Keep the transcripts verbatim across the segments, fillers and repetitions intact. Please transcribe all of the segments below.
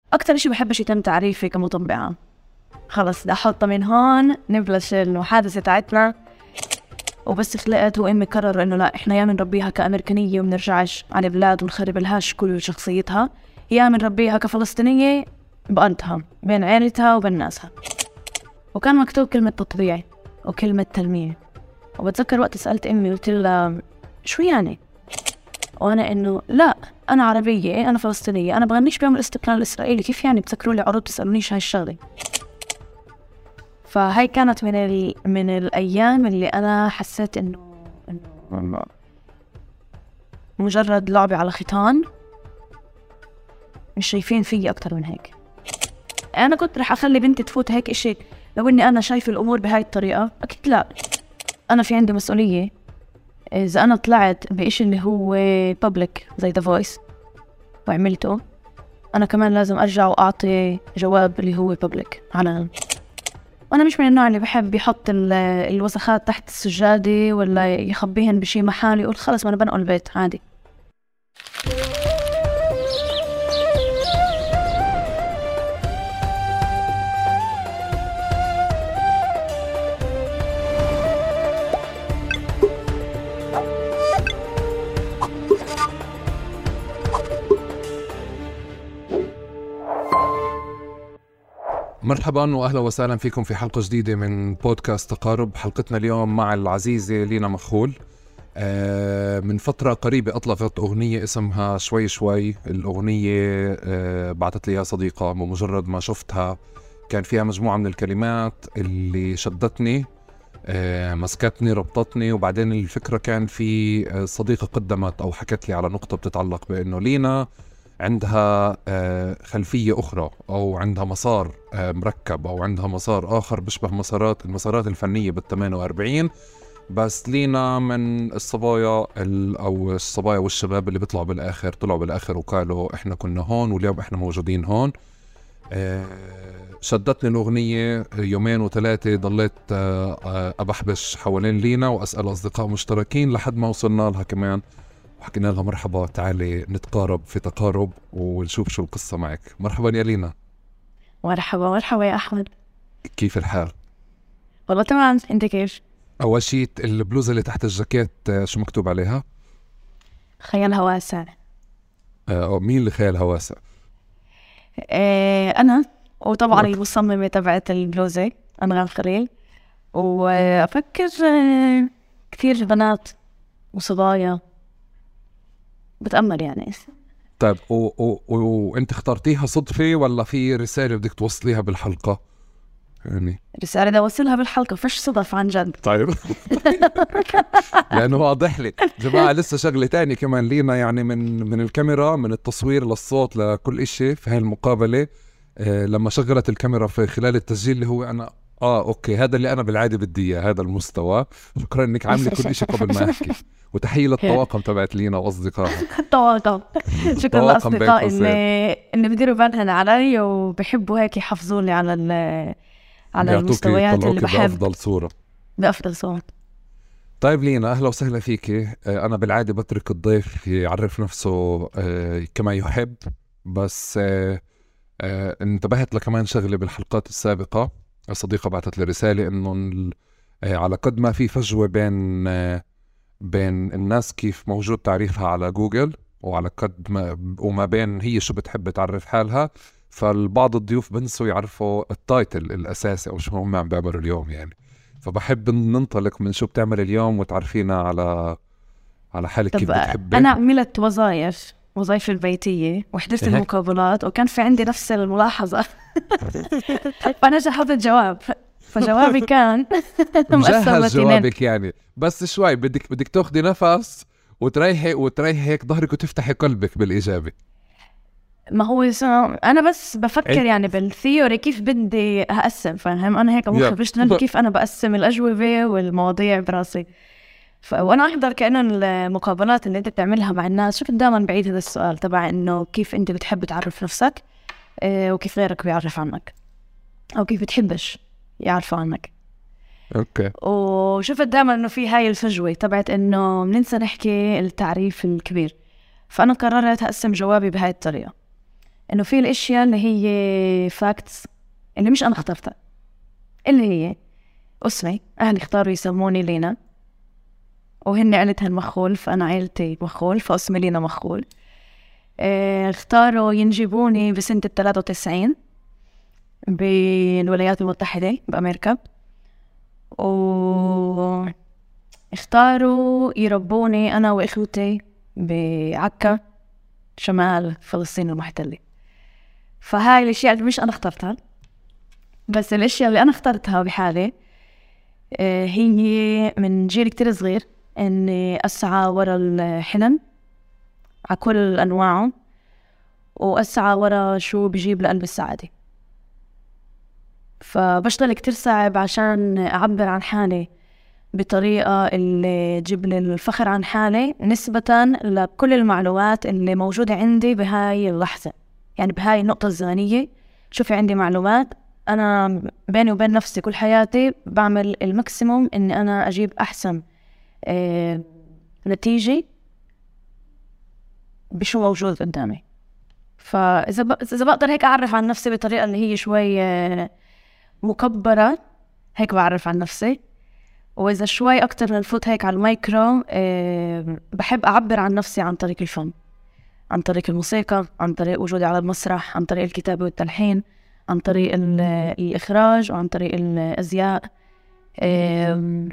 أكتر إشي بحبش يتم تعريفي كمطبعة. خلص بدي أحطها من هون نبلش المحادثة تاعتنا. وبس خلقت وأمي قرر إنه لا إحنا يا منربيها كأمريكانية ومنرجعش على بلاد ونخرب الهاش كل شخصيتها، يا منربيها كفلسطينية بقنتها بين عيلتها وبين ناسها. وكان مكتوب كلمة تطبيع وكلمة تلميع. وبتذكر وقت سألت أمي قلت لها شو يعني؟ وأنا إنه لا أنا عربية أنا فلسطينية أنا بغنيش بيوم الاستقلال الإسرائيلي، كيف يعني بتذكروا لي عروض تسألونيش هاي الشغلة؟ فهاي كانت من ال... من الأيام اللي أنا حسيت إنه إنه مجرد لعبة على ختان، مش شايفين فيي أكتر من هيك. أنا كنت رح أخلي بنتي تفوت هيك إشي لو إني أنا شايف الأمور بهاي الطريقة؟ أكيد لا. أنا في عندي مسؤولية، إذا أنا طلعت بإشي اللي هو public زي The Voice وعملته، أنا كمان لازم أرجع وأعطي جواب اللي هو public علنا. وأنا مش من النوع اللي بحب يحط الوسخات تحت السجادة ولا يخبيهن بشي محل يقول خلص ما أنا بنقل البيت عادي. مرحبا واهلا وسهلا فيكم في حلقه جديده من بودكاست تقارب. حلقتنا اليوم مع العزيزه لينا مخول. آه من فتره قريبه اطلقت اغنيه اسمها شوي شوي. الاغنيه آه بعثت لي صديقه، بمجرد ما شفتها كان فيها مجموعه من الكلمات اللي شدتني، آه مسكتني ربطتني. وبعدين الفكره كان في صديقه قدمت او حكت لي على نقطه بتتعلق بانه لينا عندها خلفية أخرى أو عندها مسار مركب أو عندها مسار آخر بشبه مسارات المسارات الفنية بالثمانية وأربعين. بس لينا من الصبايا أو الصبايا والشباب اللي بيطلعوا بالآخر طلعوا بالآخر وقالوا إحنا كنا هون واليوم إحنا موجودين هون. شدتني الأغنية يومين وثلاثة، ضليت أبحبش حوالين لينا وأسأل أصدقاء مشتركين لحد ما وصلنا لها كمان وحكينا لها مرحبا تعالي نتقارب في تقارب ونشوف شو القصة معك. مرحبا يا لينا. مرحبا مرحبا يا أحمد، كيف الحال؟ والله تمام، أنت كيف؟ أول شيء البلوزة اللي تحت الجاكيت شو مكتوب عليها؟ خيالها واسع. أه مين اللي خيالها واسع؟ إيه أنا، وطبعا المصممة تبعت البلوزة أنغام خليل. وأفكر كثير بنات وصبايا بتأمل يعني. طيب وانت اخترتيها صدفة ولا في رسالة بدك توصليها بالحلقة؟ يعني رسالة بدي أوصلها بالحلقة، فش صدف عن جد. طيب لأنه واضح لي جماعة لسه شغلة تاني كمان لينا، يعني من من الكاميرا من التصوير للصوت لكل إشي في هاي المقابلة. آه لما شغلت الكاميرا في خلال التسجيل اللي هو أنا آه أوكي هذا اللي أنا بالعادة بدي إياه، هذا المستوى. شكرا إنك عاملة كل إشي قبل ما أحكي. وتحية للطواقم تبعت لينا وأصدقائها. الطواقم شكرا لأصدقائي اللي اللي بديروا بالهم علي وبحبوا هيك يحفظوني على على المستويات اللي بحب بأفضل صورة بأفضل صورة. طيب لينا أهلا وسهلا فيكي. أنا بالعادة بترك الضيف يعرف نفسه كما يحب، بس انتبهت لكمان شغلة بالحلقات السابقة. الصديقة بعثت لي رسالة إنه على قد ما في فجوة بين بين الناس كيف موجود تعريفها على جوجل وعلى قد ما وما بين هي شو بتحب تعرف حالها، فالبعض الضيوف بنسوا يعرفوا التايتل الأساسي أو شو هم عم بيعملوا اليوم يعني. فبحب ننطلق من شو بتعمل اليوم وتعرفينا على على حالك كيف بتحبي. أنا عملت وظائف وظائف البيتية وحضرت المقابلات وكان في عندي نفس الملاحظة فأنا جهزت جواب، فجوابي كان مجهز جوابك يعني، بس شوي بدك بدك تاخدي نفس وتريحي وتريحي هيك ظهرك وتفتحي قلبك بالإجابة. ما هو أنا بس بفكر يعني بالثيوري كيف بدي أقسم، فاهم؟ أنا هيك مخي بشتغل كيف أنا بقسم الأجوبة والمواضيع براسي. وأنا أحضر كأنه المقابلات اللي أنت بتعملها مع الناس شوف دائما بعيد هذا السؤال تبع إنه كيف أنت بتحب تعرف نفسك وكيف غيرك بيعرف عنك أو كيف بتحبش يعرفوا عنك. أوكي. وشفت دائما إنه في هاي الفجوة تبعت إنه بننسى نحكي التعريف الكبير، فأنا قررت أقسم جوابي بهاي الطريقة. إنه في الأشياء اللي هي فاكتس اللي مش أنا اخترتها، اللي هي اسمي، أهلي اختاروا يسموني لينا، وهن عيلتها مخول فأنا عيلتي مخول فاسمي لينا مخول. اه اختاروا ينجبوني بسنة الثلاثة وتسعين بالولايات المتحدة بأمريكا، واختاروا يربوني أنا وإخوتي بعكا شمال فلسطين المحتلة. فهاي الأشياء اللي مش أنا اخترتها، بس الأشياء اللي أنا اخترتها بحالي اه هي من جيل كتير صغير إني أسعى ورا الحلم على كل أنواعه، وأسعى ورا شو بجيب لقلب السعادة. فبشتغل كتير صعب عشان أعبر عن حالي بطريقة اللي تجيب لي الفخر عن حالي نسبة لكل المعلومات اللي موجودة عندي بهاي اللحظة، يعني بهاي النقطة الزمنية. شوفي عندي معلومات، أنا بيني وبين نفسي كل حياتي بعمل الماكسيموم إني أنا أجيب أحسن اه نتيجة بشو موجود قدامي. فإذا ب... إذا بقدر هيك أعرف عن نفسي بطريقة اللي هي شوي مكبرة، هيك بعرف عن نفسي. وإذا شوي أكتر نفوت هيك على المايكرو، أه بحب أعبر عن نفسي عن طريق الفن، عن طريق الموسيقى، عن طريق وجودي على المسرح، عن طريق الكتابة والتلحين، عن طريق الإخراج، وعن طريق الأزياء. أه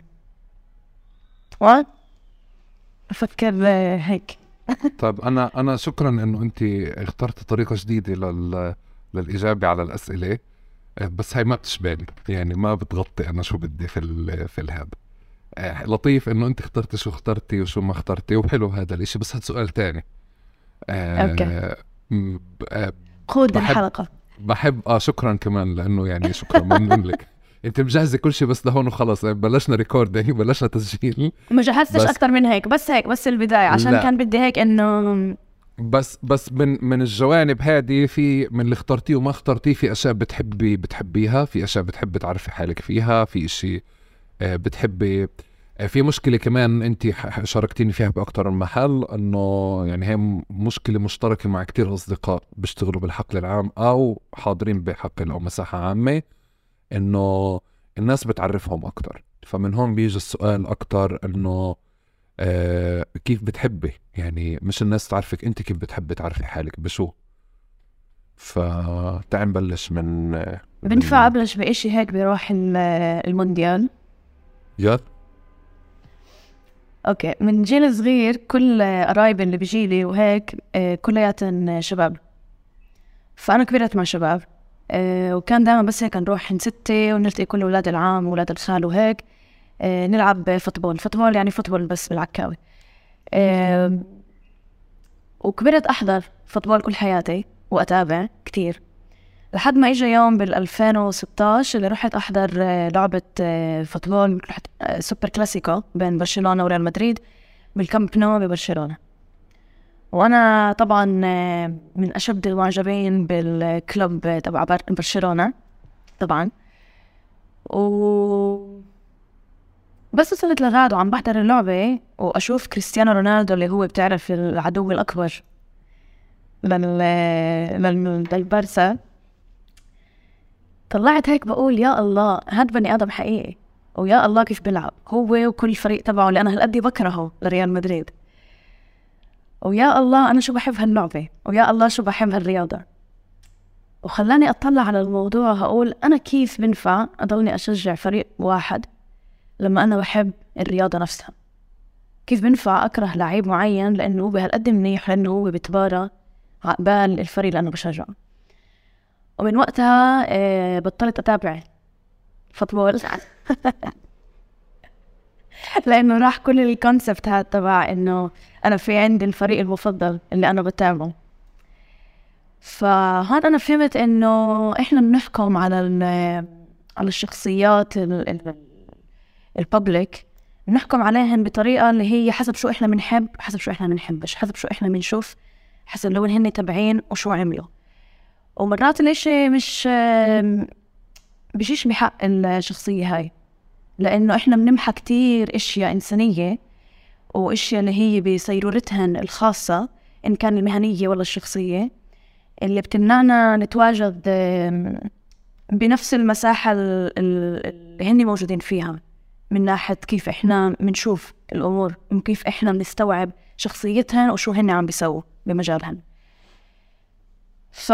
و أفكر هيك. طيب أنا أنا شكرا إنه أنت اخترت طريقة جديدة لل للإجابة على الأسئلة، بس هاي ما بتشبهني، يعني ما بتغطي أنا شو بدي في ال في الهذا. آه لطيف إنه أنت اخترتي شو اخترتي وشو ما اخترتي، وحلو هذا الإشي. بس هاد سؤال تاني. آه أوكي. آه خود الحلقة. بحب آه شكرا كمان، لأنه يعني شكرا ممنون لك. أنت مجهزة كل شيء بس لهون وخلص، بلشنا ريكوردينج، بلشنا تسجيل. ما جهزتش أكتر من هيك، بس هيك بس البداية عشان لا. كان بدي هيك إنه بس بس من من الجوانب هذه، في من اللي اخترتيه وما اخترتيه، في اشياء بتحبي بتحبيها، في اشياء بتحبي تعرفي حالك فيها، في اشي بتحبي. في مشكله كمان انت شاركتيني فيها باكثر من محل، انه يعني هي مشكله مشتركه مع كتير اصدقاء بيشتغلوا بالحقل العام او حاضرين بحقل او مساحه عامه، انه الناس بتعرفهم اكثر. فمن هون بيجي السؤال اكثر، انه آه كيف بتحبي، يعني مش الناس تعرفك انت، كيف بتحبي تعرفي حالك بشو؟ فتعال نبلش من بنفع ابلش بإشي هيك بروح المونديال. يلا اوكي. من جيل صغير كل قرايبي اللي بيجيلي وهيك كلياتن شباب، فانا كبرت مع شباب، وكان دائما بس هيك نروح نستي ونلتقي كل اولاد العام واولاد الخال وهيك نلعب فوتبول. فوتبول يعني فوتبول بس بالعكاوي. وكبرت أحضر فوتبول كل حياتي وأتابع كتير، لحد ما إجا يوم بالألفين وستاشر اللي رحت أحضر لعبة فوتبول، رحت سوبر كلاسيكو بين برشلونة وريال مدريد بالكامب نو ببرشلونة. وأنا طبعا من أشد المعجبين بالكلوب تبع برشلونة طبعا. و بس وصلت لغاد وعم بحضر اللعبة وأشوف كريستيانو رونالدو اللي هو بتعرف العدو الأكبر للبارسا، طلعت هيك بقول يا الله هاد بني آدم حقيقي، ويا الله كيف بيلعب هو وكل الفريق تبعه اللي أنا هالقد بكرهه لريال مدريد، ويا الله أنا شو بحب هاللعبة، ويا الله شو بحب هالرياضة. وخلاني أطلع على الموضوع هقول أنا كيف بنفع أضلني أشجع فريق واحد لما أنا بحب الرياضة نفسها؟ كيف بنفع أكره لعيب معين لأنه هو بهالقد منيح، لأنه هو بتبارى عقبال الفريق اللي أنا بشجعه؟ ومن وقتها آه بطلت أتابع فوتبول لأنه راح كل الكونسبت هذا تبع إنه أنا في عندي الفريق المفضل اللي أنا بتابعه. فهذا أنا فهمت إنه إحنا بنحكم على على الشخصيات الببليك، بنحكم عليهم بطريقة اللي هي حسب شو إحنا بنحب، حسب شو إحنا بنحبش، حسب شو إحنا بنشوف، حسب لو هن تابعين وشو عملوا. ومرات الاشي مش بيجيش بحق الشخصية هاي، لأنه إحنا بنمحى كتير إشياء إنسانية وإشياء اللي هي بسيرورتهن الخاصة إن كان المهنية ولا الشخصية، اللي بتمنعنا نتواجد بنفس المساحة اللي هني موجودين فيها، من ناحية كيف إحنا منشوف الأمور وكيف إحنا بنستوعب شخصيتهن وشو هن عم بيسووا بمجالهن. ف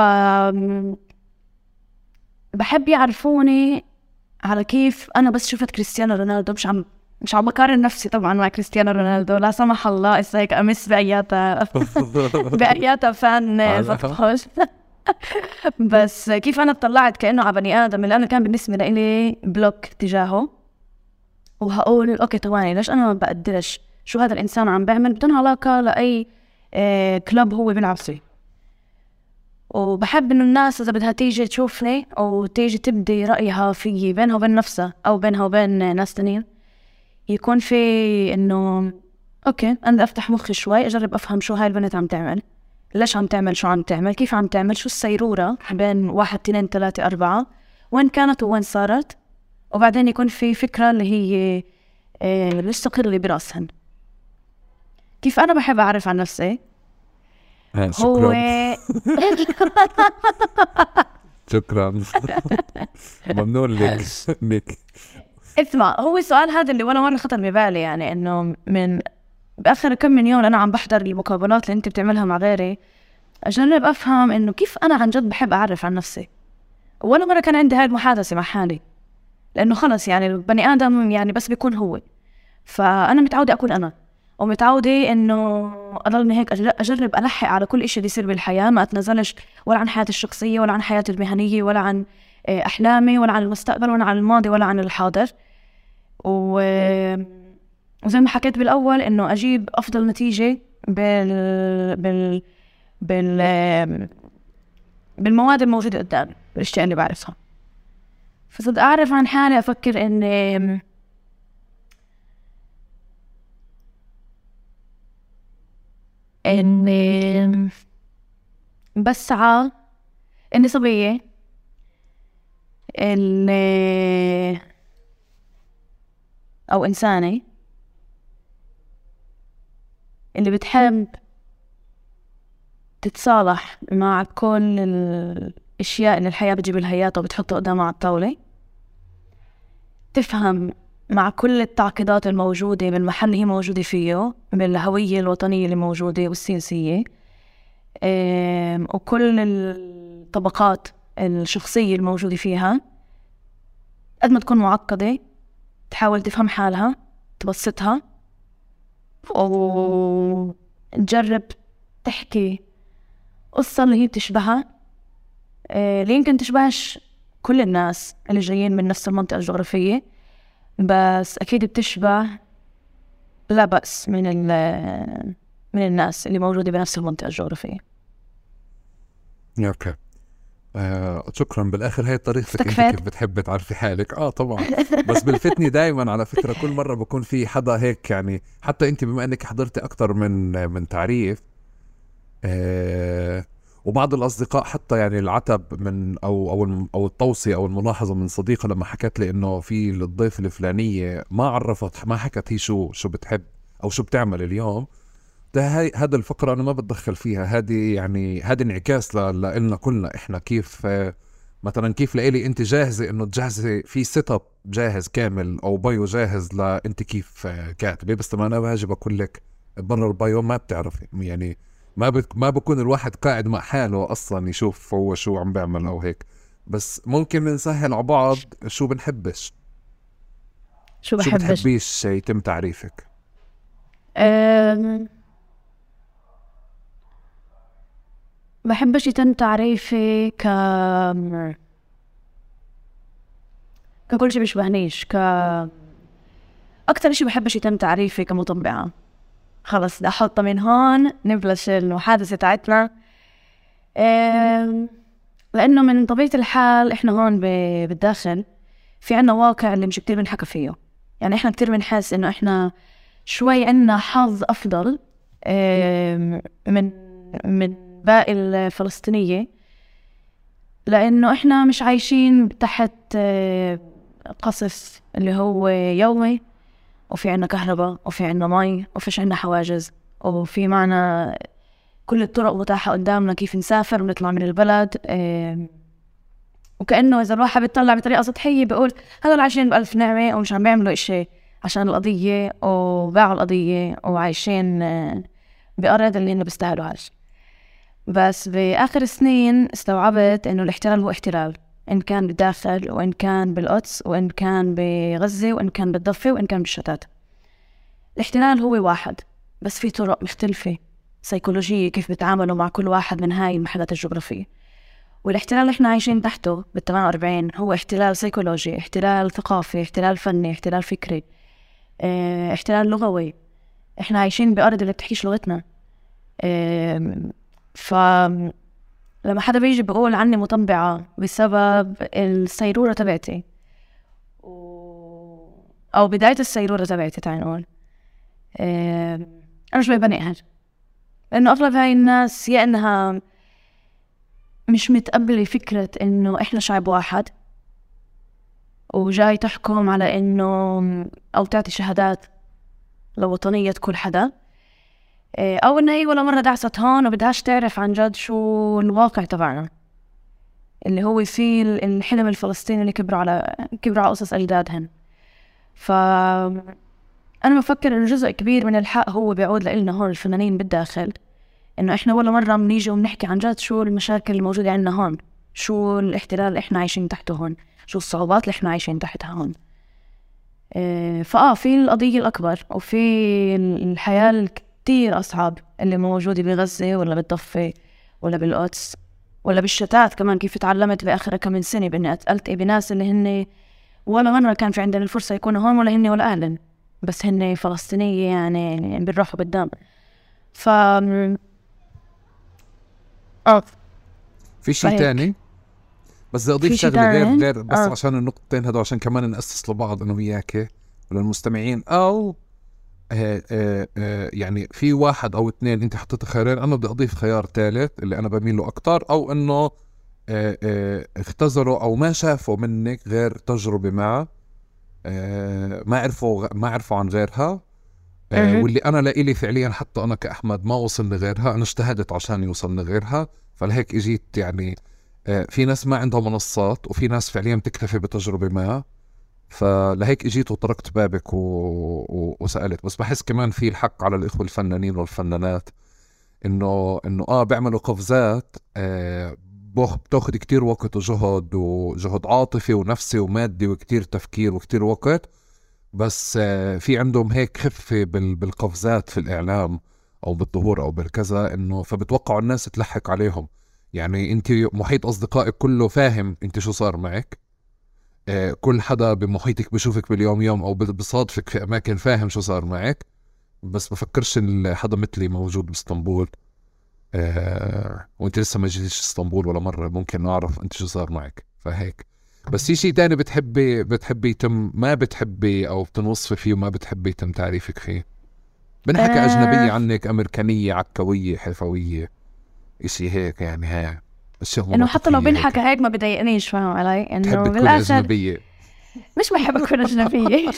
بحب يعرفوني على كيف أنا بس شفت كريستيانو رونالدو، مش عم مش عم بقارن نفسي طبعا مع كريستيانو رونالدو، لا سمح الله إسا هيك أمس بأياتها بأياتها فان فتخش بس كيف أنا اطلعت كأنه على بني آدم اللي أنا كان بالنسبة لي بلوك تجاهه، وهقول أوكي تواني ليش أنا ما بقدرش شو هذا الإنسان عم بعمل بدون علاقة لأي آه كلاب هو بيلعب فيه. وبحب إنه الناس إذا بدها تيجي تشوفني أو تيجي تبدي رأيها في بينها وبين نفسها أو بينها وبين ناس تانيين، يكون في إنه أوكي أنا أفتح مخي شوي أجرب أفهم شو هاي البنت عم تعمل، ليش عم تعمل، شو عم تعمل، كيف عم تعمل، شو السيرورة بين واحد اثنين ثلاثة أربعة، وين كانت وين صارت، وبعدين يكون في فكرة اللي هي إيه مستقرة براسهن. كيف أنا بحب أعرف عن نفسي هو شكرا ممنون لك لك اسمع، هو السؤال هذا اللي ولا مرة خطر ببالي، يعني إنه من بآخر كم من يوم أنا عم بحضر المقابلات اللي أنت بتعملها مع غيري أجرب أفهم إنه كيف أنا عن جد بحب أعرف عن نفسي. ولا مرة كان عندي هاي المحادثة مع حالي، لأنه خلص يعني البني آدم يعني بس بيكون هو، فأنا متعودة أكون أنا، ومتعودة إنه أضلني هيك أجرب ألحق على كل إشي اللي يصير بالحياة، ما أتنازلش ولا عن حياتي الشخصية ولا عن حياتي المهنية ولا عن أحلامي ولا عن المستقبل ولا عن الماضي ولا عن الحاضر. و... وزي ما حكيت بالأول إنه أجيب أفضل نتيجة بال... بال... بال... بالمواد الموجودة قدامي، بالأشياء اللي بعرفها. فصد أعرف عن حالي أفكر إني إني بسعى إني صبية، إني أو إنسانة اللي بتحب تتصالح مع كل الأشياء اللي الحياة بتجيب الهيات وبتحطها قدامها على الطاولة، تفهم مع كل التعقيدات الموجودة بالمحل اللي هي موجودة فيه، بالهوية الوطنية اللي موجودة والسياسية، وكل الطبقات الشخصية الموجودة فيها. قد ما تكون معقدة تحاول تفهم حالها، تبسطها، وتجرب تحكي قصة اللي هي بتشبهها، اللي يمكن تشبهش كل الناس اللي جايين من نفس المنطقة الجغرافية، بس أكيد بتشبه لا بأس من من الناس اللي موجودة بنفس المنطقة الجغرافية. اوكي آه، شكرا. بالاخر هي طريقتك انت كيف بتحب تعرفي حالك. اه طبعا بس بالفتني دائما على فكره كل مره بكون في حدا هيك، يعني حتى انت بما انك حضرتي اكثر من من تعريف آه، وبعض الاصدقاء حتى يعني العتب من او او او التوصيه او الملاحظه من صديقه لما حكت لي انه في الضيف الفلانيه ما عرفت ما حكت هي شو شو بتحب او شو بتعمل اليوم. ده هاي هذا الفقرة أنا ما بتدخل فيها، هذه يعني هذا انعكاس لنا كلنا إحنا. كيف مثلا كيف لإلي أنت جاهزة إنه تجهزي في سيت اب جاهز كامل أو بايو جاهز لأنت كيف كاتبة، بس لما أنا باجي بقول لك برا البايو ما بتعرفي، يعني ما بك ما بكون الواحد قاعد مع حاله أصلا يشوف هو شو عم بيعمل أو هيك. بس ممكن نسهل على بعض شو بنحبش، شو بحبش، شو بتحبيش يتم تعريفك. أم... بحبش يتم تعريفي ك ككل شيء بيشبهنيش، ك أكتر شيء بحبش يتم تعريفي كمطبعة. خلص بدي أحطها من هون نبلش المحادثة تاعتنا، لأنه من طبيعة الحال إحنا هون بالداخل في عنا واقع اللي مش كتير بنحكى فيه. يعني إحنا كتير بنحس إنه إحنا شوي عنا حظ أفضل من من باقي الفلسطينية، لأنه إحنا مش عايشين تحت قصف اللي هو يومي، وفي عنا كهرباء وفي عنا مي وفيش عنا حواجز، وفي معنا كل الطرق متاحة قدامنا كيف نسافر ونطلع من البلد. وكأنه إذا الواحد بيطلع بطريقة سطحية بيقول هذول عايشين بألف نعمة ومش عم بيعملوا إشي عشان القضية وباعوا القضية وعايشين بأرض اللي إنه بيستاهلوا هالشي. بس بآخر السنين استوعبت إنه الاحتلال هو احتلال، إن كان بالداخل وإن كان بالقدس وإن كان بغزة وإن كان بالضفة وإن كان بالشتات. الاحتلال هو واحد بس في طرق مختلفة سيكولوجية كيف بيتعاملوا مع كل واحد من هاي المحلات الجغرافية. والاحتلال اللي احنا عايشين تحته بالثمان وأربعين هو احتلال سيكولوجي، احتلال ثقافي، احتلال فني، احتلال فكري، اه احتلال لغوي. احنا عايشين بأرض اللي بتحكيش لغتنا. اه فلما حدا بيجي بيقول عني مطبعة بسبب السيرورة تبعتي و... أو بداية السيرورة تبعتي تعال نقول، اه أنا مش بنقهر، لأنه أغلب هاي الناس يا إنها مش متقبلة فكرة إنه إحنا شعب واحد وجاي تحكم على إنه أو تعطي شهادات لوطنية كل حدا، أو إنها هي ولا مرة دعست هون وبدهاش تعرف عن جد شو الواقع تبعنا اللي هو فيه الحلم الفلسطيني اللي كبروا على كبروا على قصص أجدادهن. فأنا بفكر إنه جزء كبير من الحق هو بيعود لإلنا هون الفنانين بالداخل، إنه إحنا ولا مرة بنيجي وبنحكي عن جد شو المشاكل الموجودة عندنا هون، شو الاحتلال اللي إحنا عايشين تحته هون، شو الصعوبات اللي إحنا عايشين تحتها هون. إيه فآه في القضية الأكبر وفي الحياة الكتير أصعب اللي موجودة بغزة ولا بالضفة ولا بالقدس ولا بالشتات كمان. كيف تعلمت بآخر كم من سنة بإني ألتقي بناس اللي هن ولا مرة كان في عندنا الفرصة يكونوا هون ولا هن ولا أهلا، بس هن فلسطينية يعني بالروح وبالدم. ف اه في شيء فهيك. تاني بس بدي اضيف في شي شغله غير تاني؟ غير بس آه. عشان النقطتين هدول عشان كمان نأسس لبعض انا وياك وللمستمعين او آه آه آه يعني في واحد او اثنين انت حطيت خيارين، انا بدي اضيف خيار ثالث اللي انا بميل له اكتر، او انه آه آه اختزروا او ما شافوا منك غير تجربه ما آه ما عرفوا ما عرفوا عن غيرها، آه مهم. واللي انا لإلي فعليا حتى انا كأحمد ما وصلني غيرها، انا اجتهدت عشان يوصلني غيرها. فلهيك اجيت يعني آه في ناس ما عندها منصات وفي ناس فعليا بتكتفي بتجربة ما، فلهيك اجيت وطرقت بابك و... و... وسألت. بس بحس كمان في الحق على الإخوة الفنانين والفنانات انه انه اه بيعملوا قفزات آه بخ- بتاخد كتير وقت وجهد وجهد عاطفي ونفسي ومادي وكتير تفكير وكتير وقت، بس آه في عندهم هيك خفة بال... بالقفزات في الإعلام أو بالظهور أو بالكذا، إنه فبتوقعوا الناس تلحق عليهم. يعني أنت محيط أصدقائك كله فاهم أنت شو صار معك، آه كل حدا بمحيطك بشوفك باليوم يوم أو بصادفك في أماكن فاهم شو صار معك، بس بفكرش إن حدا مثلي موجود باسطنبول آه وانت لسه ما جيتش اسطنبول ولا مرة ممكن نعرف انت شو صار معك. فهيك بس في شيء تاني بتحبي بتحبي يتم ما بتحبي او بتنوصفي فيه وما بتحبي يتم تعريفك فيه، بنحكي أجنبية آه عنك، أمريكانية، عكوية، حيفوية، إشي هيك يعني. هاي أشياء إنه حتى لو مناطقية بنحكى هيك. هيك ما بضايقنيش، فاهم علي؟ تحب إنه تكون بالآخر أجنبية؟ مش بحب أكون أجنبية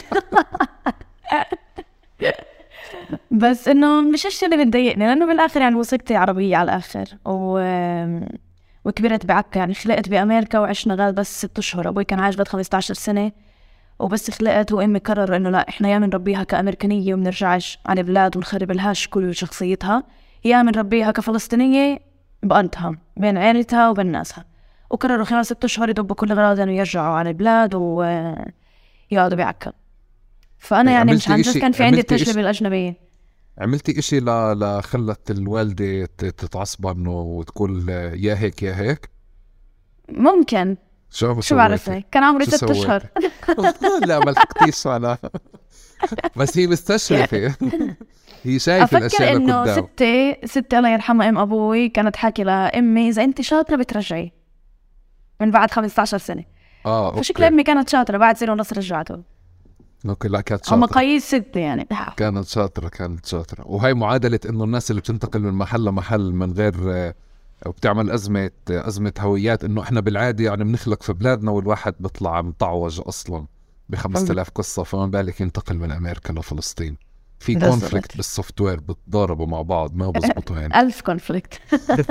بس إنه مش الشيء اللي بتضايقني، لأنه بالآخر يعني موسيقتي عربية على الآخر و... وكبرت بعكا، يعني خلقت بأمريكا وعشنا غال بس ست أشهر. أبوي كان عايش بعد خمسة عشر سنة وبس خلقت، وأمي قرروا إنه لا إحنا يا بنربيها كأمريكانية وبنرجعش على بلاد ونخرب لهاش كل شخصيتها، يا بنربيها كفلسطينية بقنتها بين عيلتها وبين ناسها. وقرروا خلال ست أشهر يضبوا كل أغراضهم ويرجعوا على البلاد ويقعدوا بعكا. فأنا يعني مش عملتي عن جد إشي كان في عندي عملتي التجربة إشي الأجنبية. عملتي إشي ل... لخلت الوالدة ت- تتعصبن وتقول يا هيك يا هيك؟ ممكن. شو شو بعرفني، كان عمري شو ست سويتي؟ أشهر لا ما لحقتيش على بس هي مستشرفة هي شايفة الأشياء أفكر اللي إنه قدام. ستي ستي الله يرحمها أم أبوي كانت حاكي لأمي إذا أنت شاطرة بترجعي من بعد خمسة عشر سنة. اه فشكل اوكي أمي كانت شاطرة، بعد سنة ونص رجعته. اوكي لا كانت هم شاطرة مقاييس ستي يعني. كانت شاطرة كانت شاطرة وهي معادلة انه الناس اللي بتنتقل من محل لمحل من غير آه، وبتعمل أزمة آه، أزمة هويات، انه احنا بالعادة يعني بنخلق في بلادنا والواحد بيطلع مطعوج اصلا بخمسة آلاف قصة، فما بالك ينتقل من امريكا لفلسطين. في كونفليكت بالسوفت وير، بتضاربوا مع بعض ما بزبطوا يعني. ألف كونفليكت.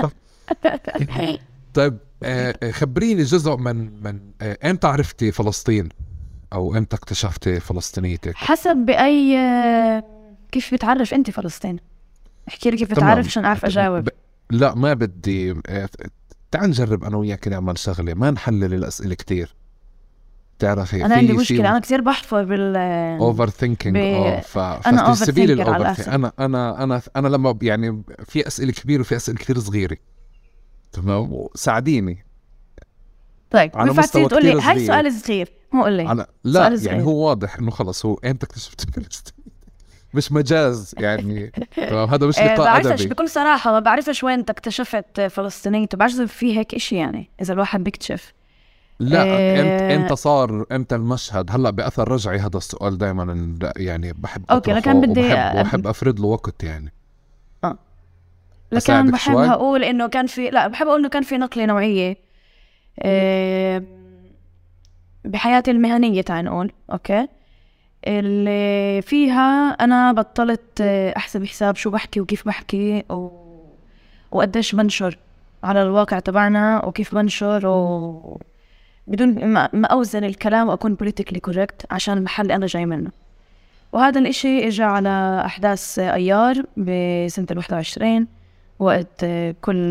طيب آه خبريني جزء من من آه امتى عرفتي فلسطين او امتى اكتشفتي فلسطينيتك؟ حسب بأي كيف بتعرف انت فلسطين؟ احكي لي كيف بتعرف عشان اعرف اجاوب. ب... لا ما بدي آه تعال نجرب انا وياك نعمل شغله، ما نحلل الاسئله كتير. تعرفي انا عندي مشكله، انا كثير بحفر بال اوفر ثينكينج. اه ف انا سبيل الاوفر. انا انا انا انا لما يعني في اسئله كبيره وفي اسئله كثير صغيره، تمام؟ ساعديني. طيب على مستوى تقول لي هاي سؤال صغير، هو قول لي أنا لا يعني هو واضح انه خلص هو امتى اكتشفت فلسطين؟ مش مجاز يعني. هذا مش لقاء ادبي. بعرفش بكل صراحه، ما بعرفش وين انت اكتشفت فلسطينيه. بعرف في هيك إشي يعني اذا الواحد بيكتشف. لا امتى امتى صار امتى المشهد؟ هلا باثر رجعي هذا السؤال دائما يعني بحب اوكي انا كان بدي وبحب, وبحب افرد له وقت يعني. اه لكن بحب اقول انه كان في لا بحب اقول انه كان في نقله نوعيه أه بحياتي المهنيه تعال نقول اوكي، اللي فيها انا بطلت احسب حساب شو بحكي وكيف بحكي و... وقديش بنشر على الواقع تبعنا وكيف بنشر و... بدون ما أوزن الكلام وأكون politically correct عشان المحل اللي أنا جاي منه. وهذا الإشي إجا على أحداث أيار بسنة الواحد وعشرين، وقت كل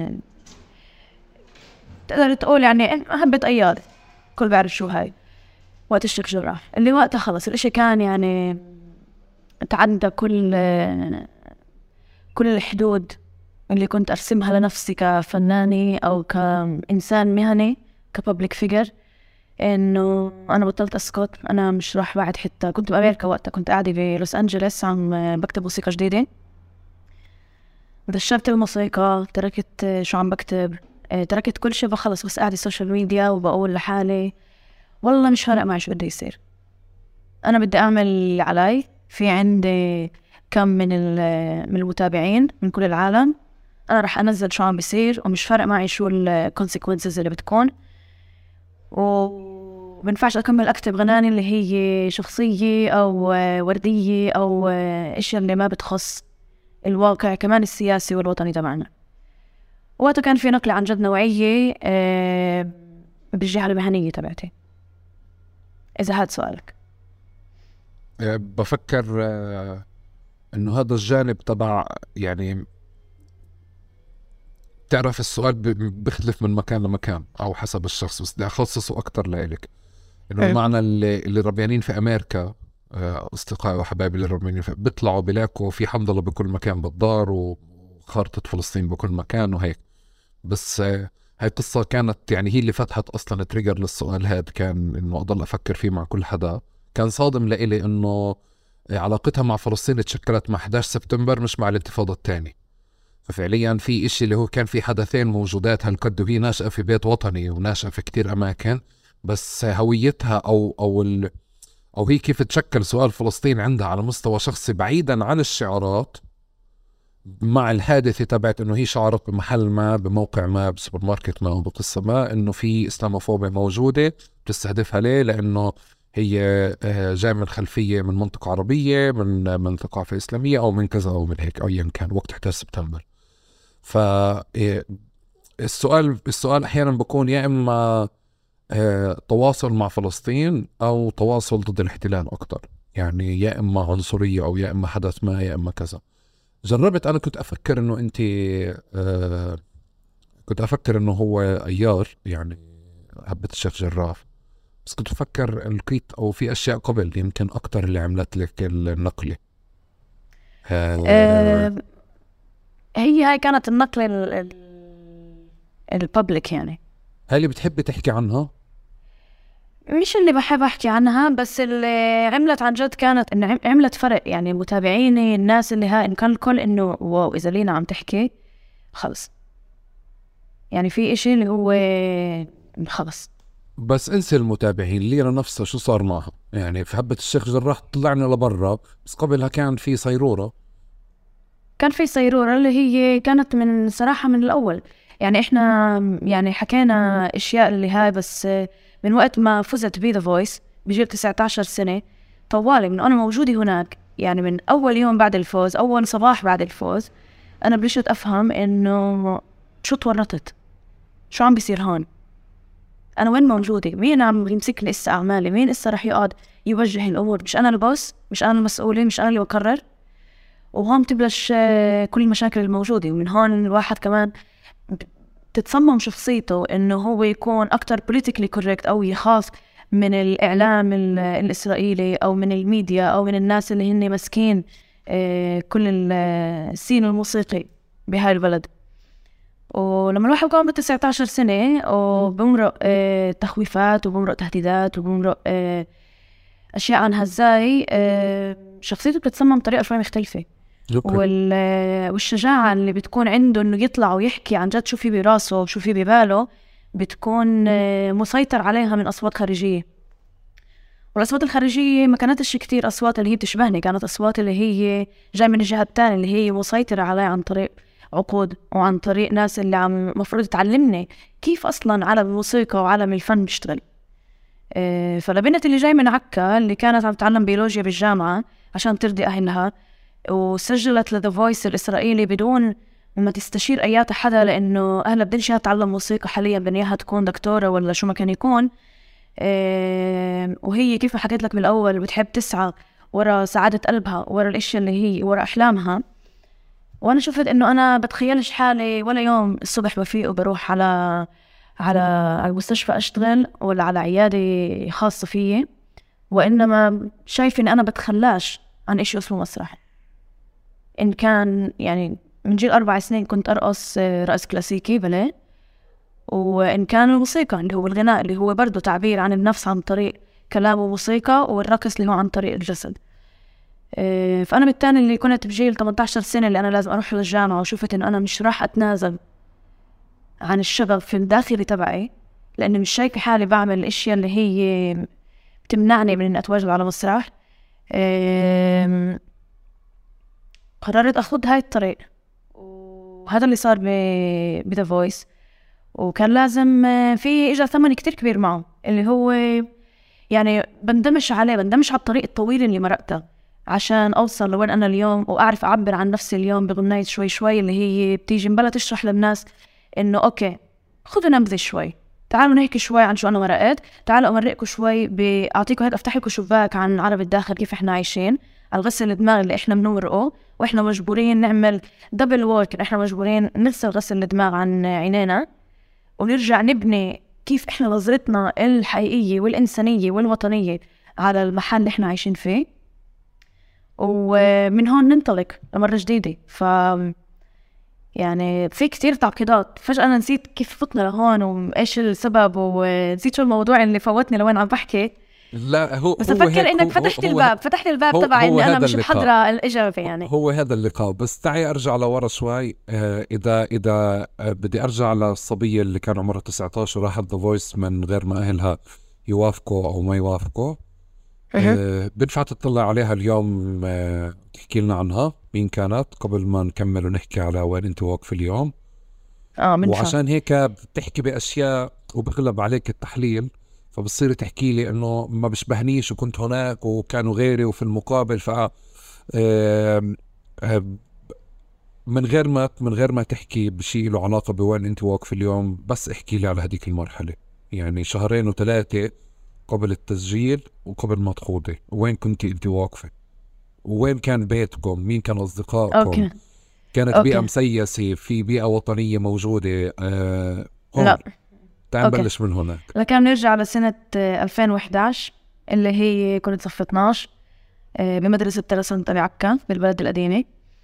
تقدر تقول يعني هبة أيار، كل بعرف شو هاي، وقت الشيخ جراح اللي وقتها خلص الإشي كان يعني تعدى كل كل الحدود اللي كنت أرسمها لنفسي كفناني أو كإنسان مهني كبابليك فيجر، إنه أنا بطلت أسكت. أنا مش راح بعد حتى كنت بأمريكا وقتها، كنت قاعدة في لوس أنجلس عم بكتب موسيقى جديدة، دشرت الموسيقى، تركت شو عم بكتب، تركت كل شيء، بخلص بس قاعدة السوشيال ميديا وبقول لحالي والله مش فارق معي شو بده يصير، أنا بدي أعمل اللي علي. في عندي كم من من المتابعين من كل العالم، أنا رح أنزل شو عم بيصير ومش فارق معي شو الكونسيكونسز اللي بتكون، وبنفعش أكمل أكتب غناني اللي هي شخصية أو وردية أو إشياء اللي ما بتخص الواقع كمان السياسي والوطني تبعنا. وقتها كان في نقلة عن جد نوعية بالجهة المهنية تبعتي. إذا هاد سؤالك. بفكر إنه هذا الجانب تبع يعني تعرف السؤال بيختلف من مكان لمكان أو حسب الشخص، بس بدي أخصصه أكتر لإلك. إنه المعنى اللي, اللي ربيانين في أمريكا، أصدقائي وحبايبي اللي ربيانين في بيطلعوا بيلاقوا في حمد الله بكل مكان بالدار وخارطة فلسطين بكل مكان وهيك. بس هاي القصة كانت يعني هي اللي فتحت أصلا تريجر للسؤال هاد، كان إنه أضل أفكر فيه مع كل حدا. كان صادم لإلي إنه علاقتها مع فلسطين تشكلت مع أحد عشر سبتمبر مش مع الانتفاضة الثانية. ففعليا في إشي اللي هو كان في حدثين موجودات هالقد، وهي ناشئة في بيت وطني وناشئة في كتير أماكن، بس هويتها أو أو ال أو هي كيف تشكل سؤال فلسطين عندها على مستوى شخصي بعيدا عن الشعارات، مع الحادثة تبعت إنه هي شعرت بمحل ما بموقع ما بسوبر ماركت ما بقصة ما إنه في إسلاموفوبيا موجودة بتستهدفها. ليه؟ لأنه هي جاي من خلفية من منطقة عربية من من ثقافة إسلامية أو من كذا أو من هيك أيا كان وقت احد عشر سبتمبر. فالسؤال السؤال أحيانا بكون يا إما تواصل مع فلسطين أو تواصل ضد الاحتلال أكتر، يعني يا إما عنصرية أو يا إما حدث ما يا إما كذا. جربت أنا كنت أفكر إنه أنت آه كنت أفكر إنه هو أيار يعني هبة الشيخ جراف، بس كنت أفكر لقيت أو في أشياء قبل يمكن أكتر اللي عملت لك النقلة. آه هي هاي كانت النقلة الببليك يعني. هاي اللي بتحبي تحكي عنها؟ مش اللي بحب أحكي عنها، بس اللي عملت عن جد كانت إنه عملت فرق يعني متابعيني الناس اللي ها إن كان الكل إنه واو إذا لينا عم تحكي خلص يعني في إشي اللي هو خلص. بس انسى المتابعين، لينا نفسها شو صار معها يعني في هبة الشيخ جراح طلعنا لبرا، بس قبلها كان في صيرورة كان في صيرورة اللي هي كانت من صراحة من الأول يعني إحنا يعني حكينا إشياء اللي هاي، بس من وقت ما فزت بي ذا فويس بجيل تسعة عشر سنة طوالي من أنا موجودة هناك يعني من أول يوم بعد الفوز، أول صباح بعد الفوز، أنا بلشت أفهم إنه شو تورطت، شو عم بيصير هون، أنا وين موجودة، مين عم يمسك لي إسا أعمالي، مين إسا رح يقعد يوجه الأمور، مش أنا البوس، مش أنا المسؤولة، مش أنا اللي بقرر. وهون تبلش كل المشاكل الموجودة. ومن هون الواحد كمان تتصمم شخصيته إنه هو يكون أكتر politically correct أو يخاف من الإعلام الإسرائيلي أو من الميديا أو من الناس اللي هن مسكين كل السين الموسيقي بهاي البلد. ولما الواحد بيكون عمره تسعة عشر سنة وبمرق تخويفات وبمرق تهديدات وبمرق أشياء عن هالزاي، شخصيته بتتصمم بطريقة شوي مختلفة. والشجاعة اللي بتكون عنده إنه يطلع ويحكي عن جد شو في براسه وشو في بباله بتكون مسيطر عليها من أصوات خارجية. والأصوات الخارجية ما كانتش كتير أصوات اللي هي بتشبهني، كانت أصوات اللي هي جاي من الجهة التانية اللي هي مسيطرة علي عن طريق عقود وعن طريق ناس اللي عم مفروض تعلمني كيف أصلاً عالم الموسيقى وعالم الفن بيشتغل. فلبنت اللي جاي من عكا اللي كانت عم تتعلم بيولوجيا بالجامعة عشان ترضي أهلها، وسجلت لذا فويس الإسرائيلي بدون ما تستشير أيات حدا، لأنه أهلها بدنش تتعلم موسيقى حاليا، بدنياها تكون دكتورة ولا شو ما كان يكون. إيه وهي كيف ما حكيت لك بالأول بتحب تسعى ورا سعادة قلبها، ورا الاشياء اللي هي ورا أحلامها. وأنا شفت إنه أنا بتخيلش حالي ولا يوم الصبح بفيق وبروح على على المستشفى أشتغل ولا على عيادة خاصة فيي، وإنما شايف إن أنا بتخلاش عن إشي اسمه مسرح. إن كان يعني من جيل أربع سنين كنت أرقص رقص كلاسيكي بلي، وإن كان الموسيقى اللي هو الغناء اللي هو برضو تعبير عن النفس عن طريق كلام وموسيقى، والرقص اللي هو عن طريق الجسد. فأنا بالتالي اللي كنت بجيل ثمانية عشر سنة اللي أنا لازم أروح للجامعة، وشوفت إن أنا مش راح أتنازل عن الشغف في الداخلي تبعي، لأني مش شايفة حالي بعمل الأشياء اللي هي بتمنعني من إن أتواجد على مسرح. قررت أخذ هاي الطريق، وهذا اللي صار بذا فويس. وكان لازم في إجا ثمن كتير كبير معه، اللي هو يعني بندمش عليه، بندمش على الطريق الطويل اللي مرقته عشان أوصل لوين أنا اليوم، وأعرف أعبر عن نفسي اليوم بغناية شوي شوي اللي هي بتيجي مبلا تشرح للناس إنه أوكي خذوا نبذة شوي، تعالوا نحكي شوي عن شو أنا مرقت، تعالوا أمرقكم شوي، بأعطيكم هيك أفتح لكم شباك عن عرب الداخل كيف إحنا عايشين، على غسل الدماغ اللي إحنا بنمرقه، وإحنا مجبورين نعمل دبل وورك، إحنا مجبورين نغسل غسل الدماغ عن عينينا، ونرجع نبني كيف إحنا نظرتنا الحقيقية والإنسانية والوطنية على المحل اللي إحنا عايشين فيه، ومن هون ننطلق لمرة جديدة. ف يعني في كتير تعقيدات، فجأة أنا نسيت كيف فتنا لهون وإيش السبب، ونسيت شو الموضوع اللي فوتني لوين عم بحكي. لا هو بس أفكر إنك فتحت هو الباب فتحت الباب تبعي إني أنا مش محضرة الإجابة. يعني هو هذا اللقاء. بس تعي أرجع لورا شوي. آه إذا إذا آه بدي أرجع للصبية اللي كان عمرها تسعة عشر وراحت ذا فويس من غير ما أهلها يوافقوا أو ما يوافقوا. آه بنفع تطلع عليها اليوم، آه تحكي لنا عنها مين كانت قبل ما نكمل ونحكي على وين أنت واقف اليوم. آه وعشان هيك بتحكي بأشياء وبغلب عليك التحليل، فبصير تحكي لي انه ما بشبهنيش وكنت هناك وكانوا غيري وفي المقابل. ف من غير ما من غير ما تحكي بشيء له علاقة بوين انت واقف اليوم، بس احكي لي على هذيك المرحلة، يعني شهرين وثلاثة قبل التسجيل وقبل ما تخوضي، وين كنت انت واقفة، وين كان بيتكم، مين كان اصدقائكم. أوكي. كانت أوكي. بيئة مسيسة، في بيئة وطنية موجودة. آه هون. لا تعال نبلش من هناك. لكن نرجع لسنة ألفين وإحدى عشر اللي هي كنت صف اثناشر بمدرسة تلسنت بعكا بالبلد القديمة.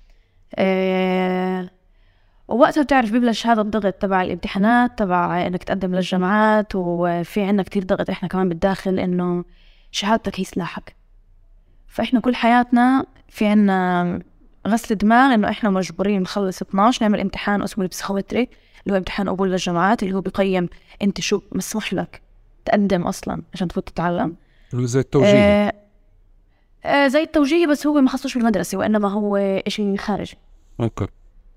ووقتها بتعرف ببلش هذا الضغط تبع الامتحانات، تبع انك تقدم للجامعات، وفي عنا كتير ضغط احنا كمان بالداخل انه شهادتك هي سلاحك. فاحنا كل حياتنا في عنا غسل دماغ انه احنا مجبورين نخلص اثناشر نعمل امتحان اسمه البسيكومتري اللي هو امتحان قبول للجامعات، اللي هو بيقيم انت شو مسموح لك تقدم اصلا عشان تفوت تتعلم. زي التوجيهي. آه آه زي التوجيهي، بس هو ما خصوش بالمدرسة وإنما هو إشي خارجي. اوكي.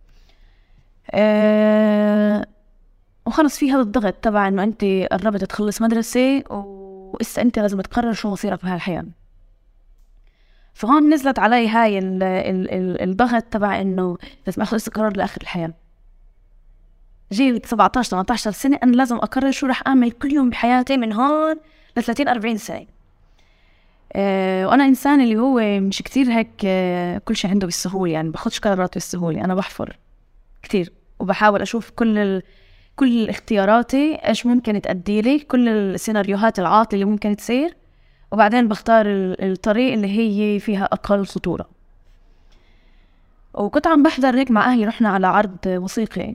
آه وخلص في هذا الضغط تبع إنه أنت قربت تخلص مدرسة وإسا أنت لازم تقرر شو مصيرك بهالحياة. فهون نزلت علي هاي ال ال ال الضغط تبع إنه لازم أخذ قرار لآخر الحياة. جيل سبعتاشر ثمانية عشر سنة أنا لازم أقرر شو رح أعمل كل يوم بحياتي من هون ل ثلاثين أربعين سنة. أه وأنا إنسان اللي هو مش كتير هيك أه كل شيء عنده بالسهولة، يعني بأخذش قرارات بالسهولة. أنا بحفر كتير وبحاول أشوف كل ال كل اختياراتي إيش ممكن تأدي لي، كل السيناريوهات العاطلة اللي ممكن تصير، وبعدين بختار الطريق اللي هي فيها أقل خطورة. وكنت عم بحضر هيك مع أهلي، رحنا على عرض موسيقي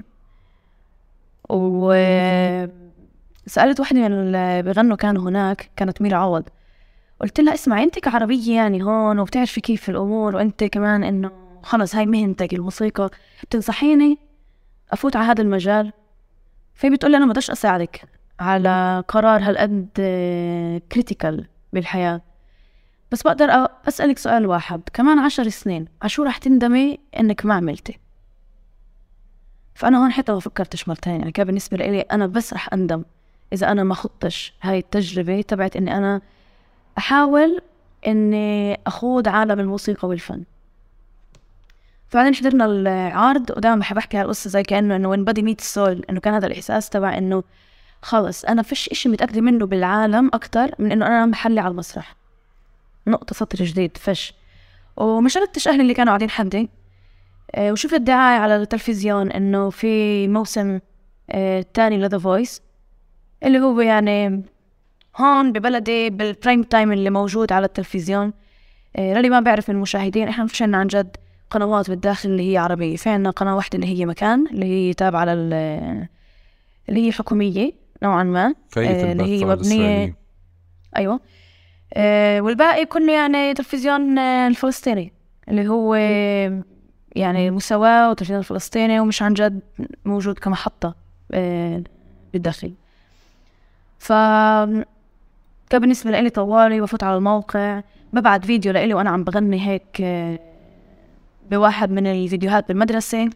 وسألت واحدة من اللي بغنوا كانوا هناك، كانت ميرا عوض. قلت لها اسمعي انت كعربية يعني هون وبتعرفي كيف الأمور، وانت كمان انه خلص هاي مهنتك الموسيقى، بتنصحيني أفوت على هذا المجال؟ في بتقول لي أنا ما بديش أساعدك على قرار هالقد كريتيكال بالحياة، بس بقدر أسألك سؤال واحد، كمان عشر سنين عشو رح تندمي إنك ما عملتي؟ فأنا هون حتى ما فكرتش مرتين، يعني كان بالنسبة لي أنا بس رح أندم إذا أنا ما خضتش هاي التجربة تبعت إني أنا أحاول إني أخوض عالم الموسيقى والفن. فبعدين حضرنا العرض، ودائما بحب أحكي هالقصة زي كأنه إنه when body meets soul، إنه كان هذا الإحساس تبع إنه خلص أنا فيش إشي متأكدة منه بالعالم أكتر من إنه أنا محلي على المسرح، نقطة سطر جديد فش. وما شاركتش أهلي اللي كانوا قاعدين حدي، أه وشفت دعاية على التلفزيون إنه في موسم أه تاني لذا فويس، اللي هو يعني هون ببلدي بالبرايم تايم اللي موجود على التلفزيون. أه للي ما بعرف من المشاهدين، إحنا مش عنا عن جد قنوات بالداخل اللي هي عربية، في عنا قناة واحدة اللي هي مكان اللي هي تابعة اللي هي حكومية نوعا ما، أه اللي هي مبنية أيوة، أه والباقي كله يعني تلفزيون الفلسطيني اللي هو يعني مساواة وتلفزيون الفلسطيني، ومش عن جد موجود كمحطة أه بالداخل. ف كان بالنسبة لي طوالي بفوت على الموقع، ببعت فيديو لإلي وأنا عم بغني هيك أه بواحد من الفيديوهات بالمدرسة،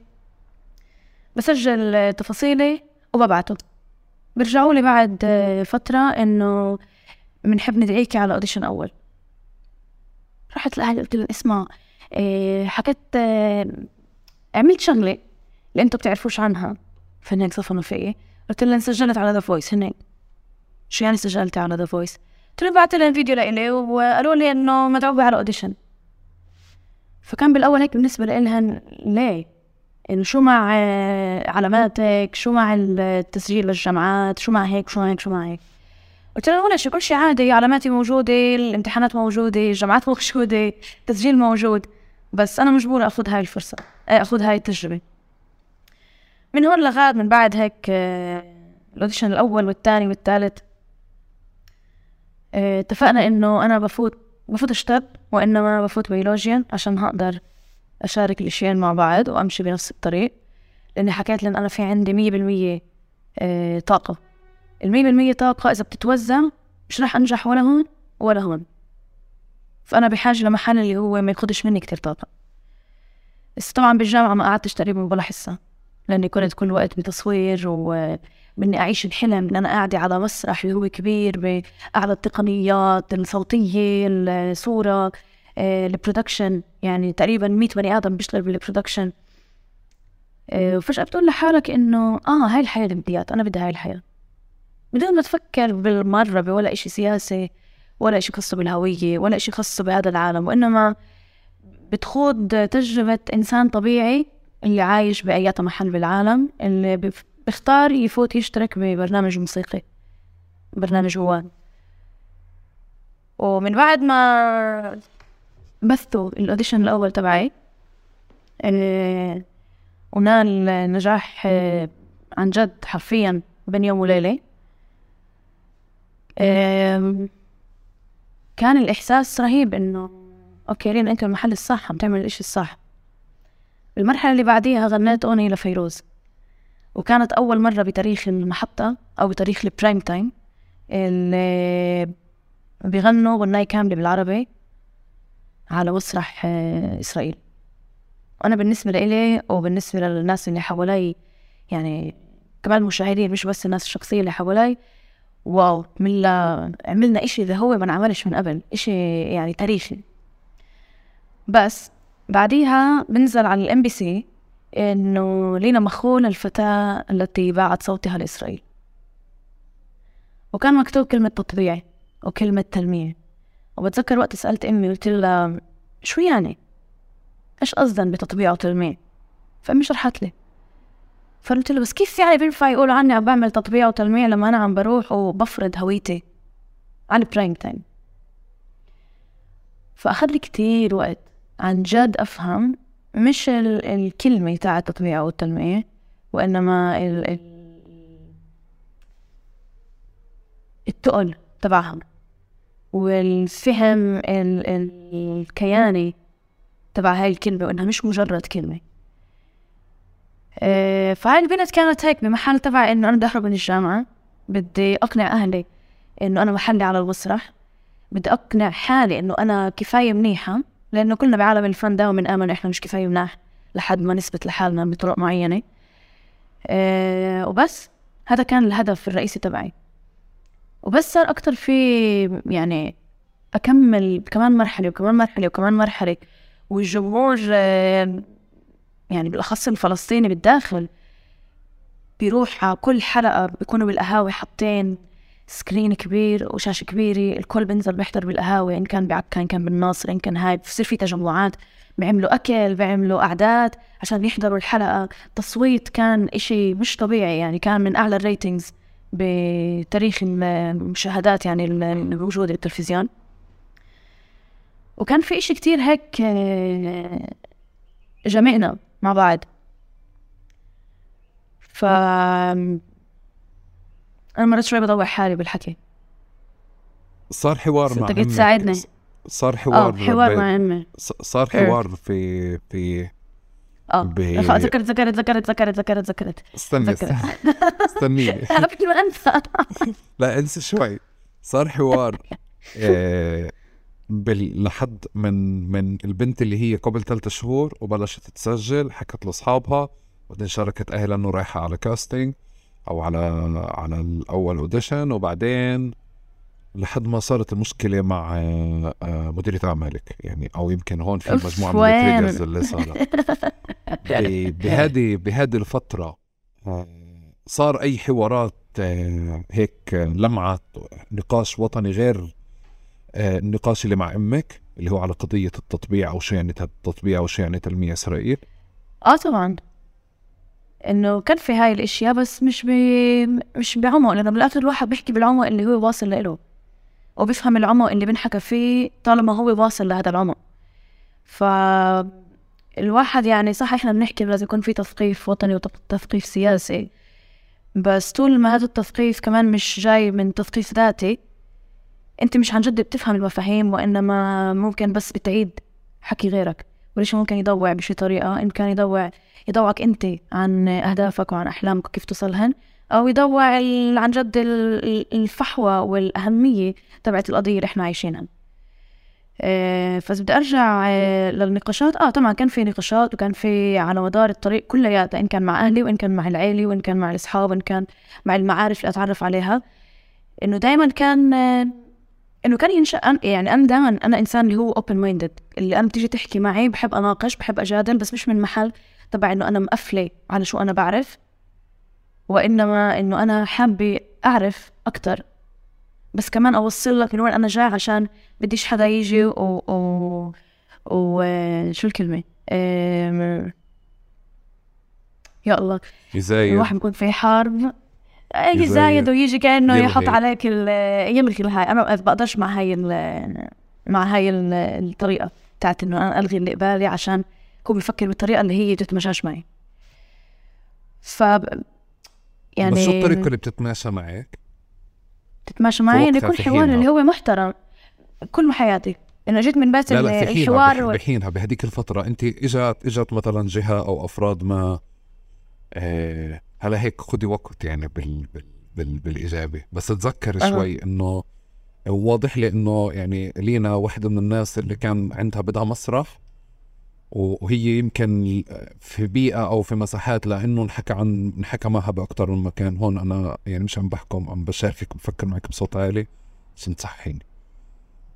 بسجل تفاصيلي وببعته. برجعوا لي بعد فترة إنه بنحب ندعيكي على أوديشن أول. رحت لأهلي قلت لهم اسمع، إيه حكيت إيه عملت شغلة اللي أنتوا بتعرفوش عنها، فهناك صفنوا فيي. قلت لهم سجلت على ذا فويس. هناك شو يعني سجلت على ذا فويس؟ قلت لهم بعت لهم فيديو لإلي وقالوا لي إنه مدعوبة على أوديشن. فكان بالأول هيك بالنسبة لإلهن ليه؟ إنه شو مع علاماتك، شو مع التسجيل للجامعات، شو مع هيك شو مع هيك شو مع هيك. قلت له ولا شيء، كل شيء عادي، علاماتي موجودة، الامتحانات موجودة، الجامعات موجودة، التسجيل موجود، بس أنا مجبورة أخذ هاي الفرصة، أخذ هاي التجربة. من هون لغاد من بعد هيك الأوديشن الأول والثاني والثالث اتفقنا إنه أنا بفوت بفوت أشتغل وإنما بفوت بيولوجيا عشان هقدر أشارك الأشياء مع بعض وأمشي بنفس الطريق، لأني حكيت لأن أنا في عندي مية بالمية طاقة. المية بالمية طاقة إذا بتتوزع مش راح أنجح ولا هون ولا هون، فأنا بحاجة لمحل اللي هو ما ياخدش مني كتير طاقة. بس طبعا بالجامعة ما قعدتش تقريبا ولا حصة، لأني كنت كل وقت بتصوير وبني أعيش الحلم إن أنا قاعدة على مسرح اللي هو كبير بأعلى التقنيات الصوتية، الصورة، البرودكشن، يعني تقريبا مية بني آدم بيشتغل بالبرودكشن. وفجأة بتقول لحالك إنه آه هاي الحياة اللي بدي إياها، أنا بدي هاي الحياة، بدون ما تفكر بالمرة بولا إشي سياسي ولا إشي خاص بالهوية ولا إشي خاص بهذا العالم، وإنما بتخوض تجربة إنسان طبيعي اللي عايش بأيات محل بالعالم، اللي بيختار يفوت يشترك ببرنامج موسيقي، برنامج هو. ومن بعد ما بثوا الأوديشن الأول تبعي اه ونال نجاح اه عن جد حرفيا بين يوم وليلة، اه كان الإحساس رهيب إنه أوكي رين أنت المحل الصح، عم تعمل الإشي الصح. المرحلة اللي بعديها غنيت أغنية لفيروز، وكانت أول مرة بتاريخ المحطة أو بتاريخ البرايم تايم اللي بيغنوا غناية كاملة بالعربي على مسرح إسرائيل. وأنا بالنسبة لإلي وبالنسبة للناس اللي حوالي، يعني كمان المشاهدين مش بس الناس الشخصية اللي حوالي، واو ملا عملنا إشي إذا هو ما نعملش من قبل، إشي يعني تاريخي. بس بعديها بنزل على الام بي سي إنه لينا مخول الفتاة التي باعت صوتها لإسرائيل، وكان مكتوب كلمة تطبيع وكلمة تلميع. وبتذكر وقت سألت أمي قلت لها شو يعني إيش قصداً بتطبيع وتلميع؟ فأمي شرحت لي، فقلت له بس كيف يعني بينفع يقولوا عني عم بعمل تطبيع وتلميع لما أنا عم بروح وبفرض هويتي على برايم تايم؟ فأخذ لي كتير وقت عن جد أفهم مش ال- الكلمة تاع التطبيع والتلميع، وإنما ال ال التقل تبعها والفهم ال ال الكياني تبع هاي الكلمة، وإنها مش مجرد كلمة. اه فهاي البنت كانت هيك بمحل تبع إنه أنا بدي أهرب من الجامعة، بدي أقنع أهلي إنه أنا محلي على المسرح، بدي أقنع حالي إنه أنا كفاية منيحة، لأنه كلنا بعالم الفن دائما آمن إحنا مش كفاية مناح لحد ما نثبت لحالنا بطرق معينة. أه وبس هذا كان الهدف الرئيسي تبعي. وبس صار أكتر في يعني أكمل كمان مرحلة وكمان مرحلة وكمان مرحلة، والجمهور أه يعني بالأخص الفلسطيني بالداخل بيروح على كل حلقة، بيكونوا بالقهاوي حاطين سكرين كبير وشاشة كبيرة، الكل بنزل بيحضر بالقهاوي، إن كان بعكا إن كان بالناصر إن كان هاي، بصير في تجمعات، بيعملوا أكل بيعملوا أعداد عشان يحضروا الحلقة. تصويت كان إشي مش طبيعي، يعني كان من أعلى الريتينجز بتاريخ المشاهدات يعني الموجودة بالتلفزيون. وكان في إشي كتير هيك جمعنا مع بعض. ف أنا مرات شوي بضوع حالي بالحكي. صار حوار مع أمك تساعدني. صار حوار آه حوار مع أمي. صار حوار في في اه ب... ذكرت ذكرت ذكرت ذكرت ذكرت ذكرت استني استنيني قبل ما انسى. لا انسى شوي. صار حوار آه بال... لحد من من البنت اللي هي قبل ثلاثة شهور وبلشت تسجل، حكت لاصحابها وبعدين شاركت اهلها انه رايحه على كاستنج او على على الاول اوديشن، وبعدين لحد ما صارت المشكله مع مديرة اعمالك يعني، او يمكن هون في مجموعه من التريجرز اللي صارت بهذه بهذه الفتره. صار اي حوارات هيك لمعت نقاش وطني غير النقاش اللي مع امك اللي هو على قضيه التطبيع او شو يعني التطبيع او شو يعني تلميع اسرائيل؟ اه طبعا انه كان في هاي الاشياء بس مش ب... مش بعمق، لانه بالاخر الواحد بيحكي بالعمق اللي هو واصل له وبيفهم العمق اللي بنحكى فيه طالما هو واصل لهذا العمق. فالواحد يعني صح احنا بنحكي لازم يكون في تثقيف وطني وتثقيف سياسي، بس طول ما هذا التثقيف كمان مش جاي من تثقيف ذاتي انت مش عن جد بتفهم المفاهيم، وانما ممكن بس بتعيد حكي غيرك، وليش ممكن يضوع بشي طريقة إن كان يضوع يضوعك انت عن اهدافك وعن احلامك وكيف تصلهن، او يضوع عن جد الفحوى والاهميه تبعت القضيه اللي احنا عايشينها. أه فاذا بدي ارجع أه للنقاشات، اه طبعا كان في نقاشات وكان في على مدار الطريق كلياتها، ان كان مع اهلي وان كان مع العيله وان كان مع الاصحاب وان كان مع المعارف اللي اتعرف عليها، انه دائما كان أه انه كان ينشأ يعني انا دائما انا انسان اللي هو open minded، اللي انا بتيجي تحكي معي بحب اناقش بحب اجادل، بس مش من محل تبع انه انا مقفله على شو انا بعرف، وانما انه انا حابه اعرف اكتر، بس كمان اوصل لك من وين انا جاي عشان بديش حدا يجي و و و شو الكلمه أم... يا الله يزايد الواحد بيكون في حرب يزايد ويجي كأنه يحط عليك يلغي الهاي. أنا ما بقدرش مع هاي مع هاي الطريقة بتاعت إنه أنا ألغي اللي قبالي عشان هو بيفكر بالطريقة اللي هي تتماشاش معي. ف يعني بس شو الطريقة اللي بتتماشى معك؟ تتماشى معي إنه يكون حوار اللي هو محترم كل حياتي. إنه جيت من بيت الحوار وال... بحينها بهديك الفترة أنت إجت إجت مثلا جهة أو أفراد ما آه... هلا هيك خدي وقت يعني بال... بال... بال... بالإجابة، بس تذكر أه. شوي إنه واضح لي إنه يعني لينا واحدة من الناس اللي كان عندها بدها مسرح، وهي يمكن في بيئة أو في مساحات لأنه نحكى عن نحكى معها بأكتر من مكان. هون أنا يعني مش عم بحكم، عم بشاركك بفكر معك بصوت عالي عشان تصحيني.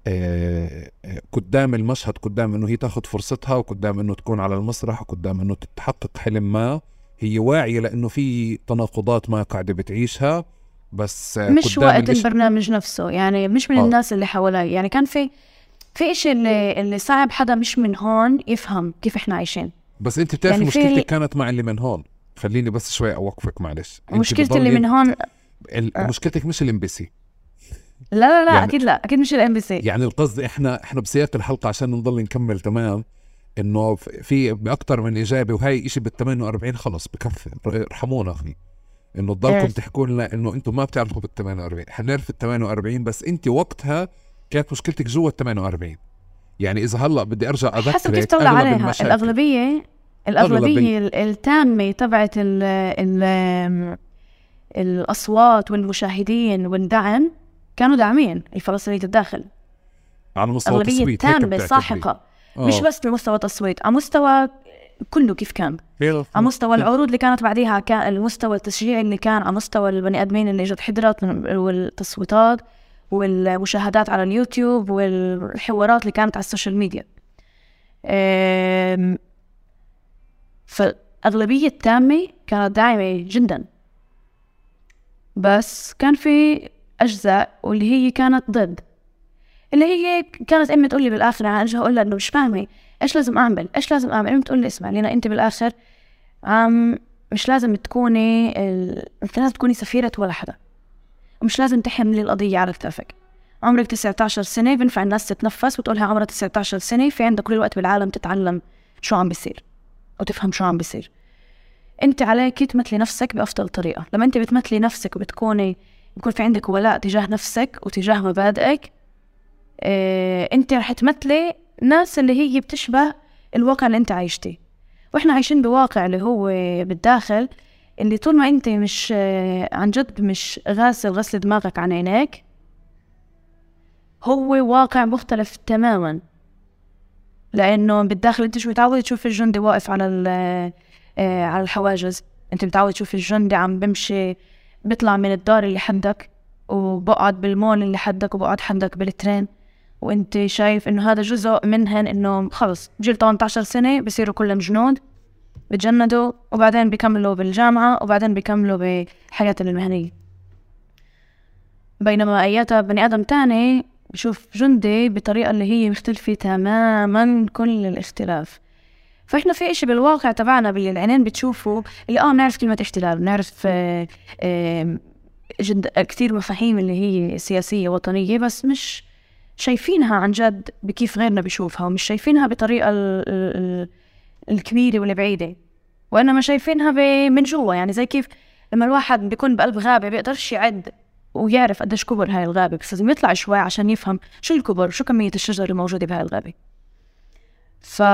آه، آه، قدام المشهد، قدام انه هي تاخذ فرصتها، وقدام انه تكون على المسرح، وقدام انه تتحقق حلم ما. هي واعية لانه في تناقضات ما قاعدة بتعيشها، بس آه، مش قدام وقت الإش... البرنامج نفسه، يعني مش من اه الناس اللي حوالي. يعني كان في في إشي اللي اللي صعب حدا مش من هون يفهم كيف إحنا عايشين. بس انت بتعرفي يعني مشكلتك في كانت مع اللي من هون. خليني بس شوي اوقفك، معلش. انت مشكلة اللي من بضل هون. ال- أه. مشكلتك مش الام بي سي. لا لا لا يعني أكيد لا، أكيد مش الام بي سي. يعني القصد احنا احنا بسياق الحلقة عشان نضل نكمل تمام، انه في باكثر من اجابة، وهي اشي بال ثمانية وأربعين خلص بكفي، ارحمونا فيه. انه تضلكم تحكوا لنا انه انتم ما بتعرفوا بال ثمانية وأربعين، حنعرف ال ثمانية وأربعين، بس انت وقتها كانت مشكلتك جوا ال ثمانية وأربعين. يعني اذا هلا بدي ارجع حسب كيف اذكرك طلع اغلب عليها المشاكل، الأغلبية. اغلب ال... الأغلبية ال- التامة تبعت ال ال الأصوات والمشاهدين والدعم كانوا داعمين الفلسطينيين الداخل. على مستوى أغلبية تصويت هيك تامة بتعتبري؟ ساحقة. مش اه بس بمستوى تصويت، على مستوى كله كيف كان، على مستوى العروض اللي كانت بعديها، كان المستوى التشجيع اللي كان، على مستوى البني آدمين اللي اجت حضرت، والتصويتات والمشاهدات على اليوتيوب والحوارات اللي كانت على السوشيال ميديا. أم، فالأغلبية التامة كانت داعمة جدا، بس كان في أجزاء واللي هي كانت ضد، اللي هي كانت أمي تقول لي بالآخر، أنا أجي أقول لها إنه مش فاهمة إيش لازم أعمل، إيش لازم أعمل. أمي تقول لي اسمع لينا، أنت بالآخر عم مش لازم تكوني ال... أنت لازم تكوني سفيرة ولا حدا، ومش لازم تحملي القضية على كتافك. عمرك تسعة عشر سنة، بنفع الناس تتنفس وتقولها عمرها تسعة عشر سنة، في عندك كل الوقت بالعالم تتعلم شو عم بيصير وتفهم شو عم بيصير. أنت عليك تمثلي نفسك بأفضل طريقة. لما أنت بتمثلي نفسك وبتكوني بيكون في عندك ولاء تجاه نفسك وتجاه مبادئك، اه أنت رح تمثلي ناس اللي هي بتشبه الواقع اللي أنت عايشتي. وإحنا عايشين بواقع اللي هو بالداخل، اللي طول ما أنت مش اه عن جد مش غاسل غسل دماغك عن عينيك، هو واقع مختلف تماما. لأنه بالداخل أنت شو متعود تشوف الجندي واقف على آه على الحواجز، أنت متعود تشوف الجندي عم بمشي بيطلع من الدار اللي حدك وبقعد بالمول اللي حدك وبقعد حدك بالترين، وأنت شايف إنه هذا جزء منهن، إنه خلص جيل ثمانية عشر سنة بيصيروا كلهم جنود بتجندوا، وبعدين بيكملوا بالجامعة، وبعدين بيكملوا بحياتهم المهنية. بينما أياتها بني آدم تاني بشوف جندي بطريقة اللي هي مختلفة تماما كل الاختلاف. فإحنا في إشي بالواقع تبعنا بالعينين بتشوفوا اللي آه بنعرف كلمة احتلال، بنعرف آه آه جد كتير مفاهيم اللي هي سياسية وطنية، بس مش شايفينها عن جد بكيف غيرنا بيشوفها، ومش شايفينها بطريقة ال ال الكبيرة والبعيدة، وإنما شايفينها من جوا. يعني زي كيف لما الواحد بيكون بقلب غابة بيقدرش يعد ويعرف قديش كبر هاي الغابة، بس لازم يطلع شوي عشان يفهم شو الكبر، شو كمية الشجر الموجودة بهاي الغابة. ف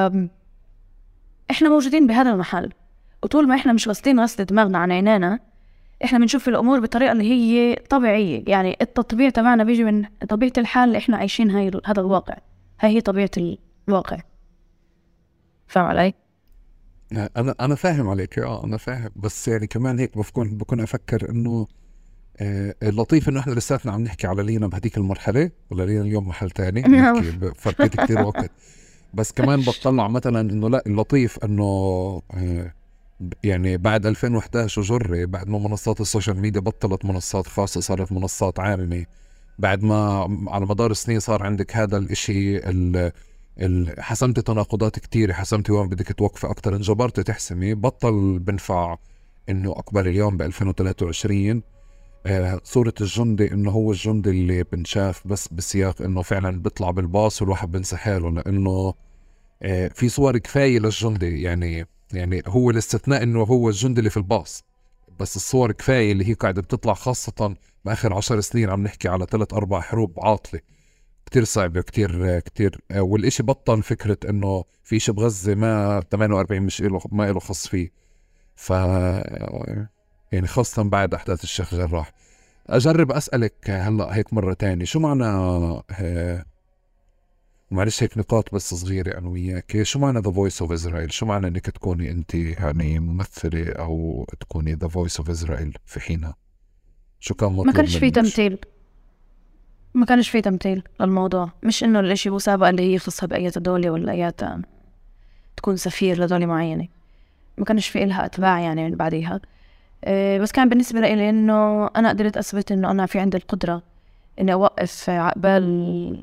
إحنا موجودين بهذا المحل، وطول ما إحنا مش غسلين غسل دماغنا عن عينينا، إحنا بنشوف الأمور بطريقة اللي هي طبيعية. يعني التطبيع تبعنا بيجي من طبيعة الحال اللي إحنا عايشين هاي هذا الواقع، هاي هي طبيعة الواقع. فاهم علي؟ انا انا فاهم عليك، اه انا فاهم، بس يعني كمان هيك بكون بكون افكر انه آه اللطيف انه احنا لساتنا عم نحكي على لينا بهديك المرحله، ولا لينا اليوم محل تاني نحكي بفرقت كتير وقت. بس كمان بطلع مثلا انه لا، اللطيف انه آه يعني بعد ألفين وإحدى عشر وجري، بعد ما منصات السوشيال ميديا بطلت منصات خاصه صارت منصات عامه، بعد ما على مدار السنين صار عندك هذا الاشي ال حسمت تناقضات كتير، حسمتي وين بدك توقفي أكتر، انجبرت تحسمي، بطل بنفع إنه أكبر اليوم ب ألفين وثلاثة وعشرين آه صورة الجندي إنه هو الجندي اللي بنشاف بس بسياق إنه فعلا بيطلع بالباص والواحد بنسى حاله، لأنه آه في صور كفاية للجندي. يعني يعني هو الاستثناء إنه هو الجندي اللي في الباص، بس الصور كفاية اللي هي قاعدة بتطلع، خاصة بآخر عشر سنين عم نحكي على ثلاث أربع حروب عاطلة كتير صعبة كتير كتير. والإشي بطل فكرة إنه في إشي بغزة ما ثمانية وأربعين مش إله ما إله خص فيه. ف يعني خاصة بعد أحداث الشيخ جراح. أجرب أسألك هلأ هيك مرة تاني، شو معنى اه معلش هيك نقاط بس صغيرة أنا وياك، شو معنى The Voice of Israel؟ شو معنى إنك تكوني أنت يعني ممثلة أو تكوني The Voice of Israel في حينها؟ شو كان ما مطلوب كانش في منك؟ تمثيل، ما كانش في تمثيل للموضوع، مش إنه الإشي مسابقة اللي هي خاصة بأي دولة ولا أي تكون سفير لدولة معينة، ما كانش في إلها أتباع يعني من بعديها. أه بس كان بالنسبة لي إنه أنا قدرت أثبت إنه أنا في عندي القدرة إني أوقف عقبال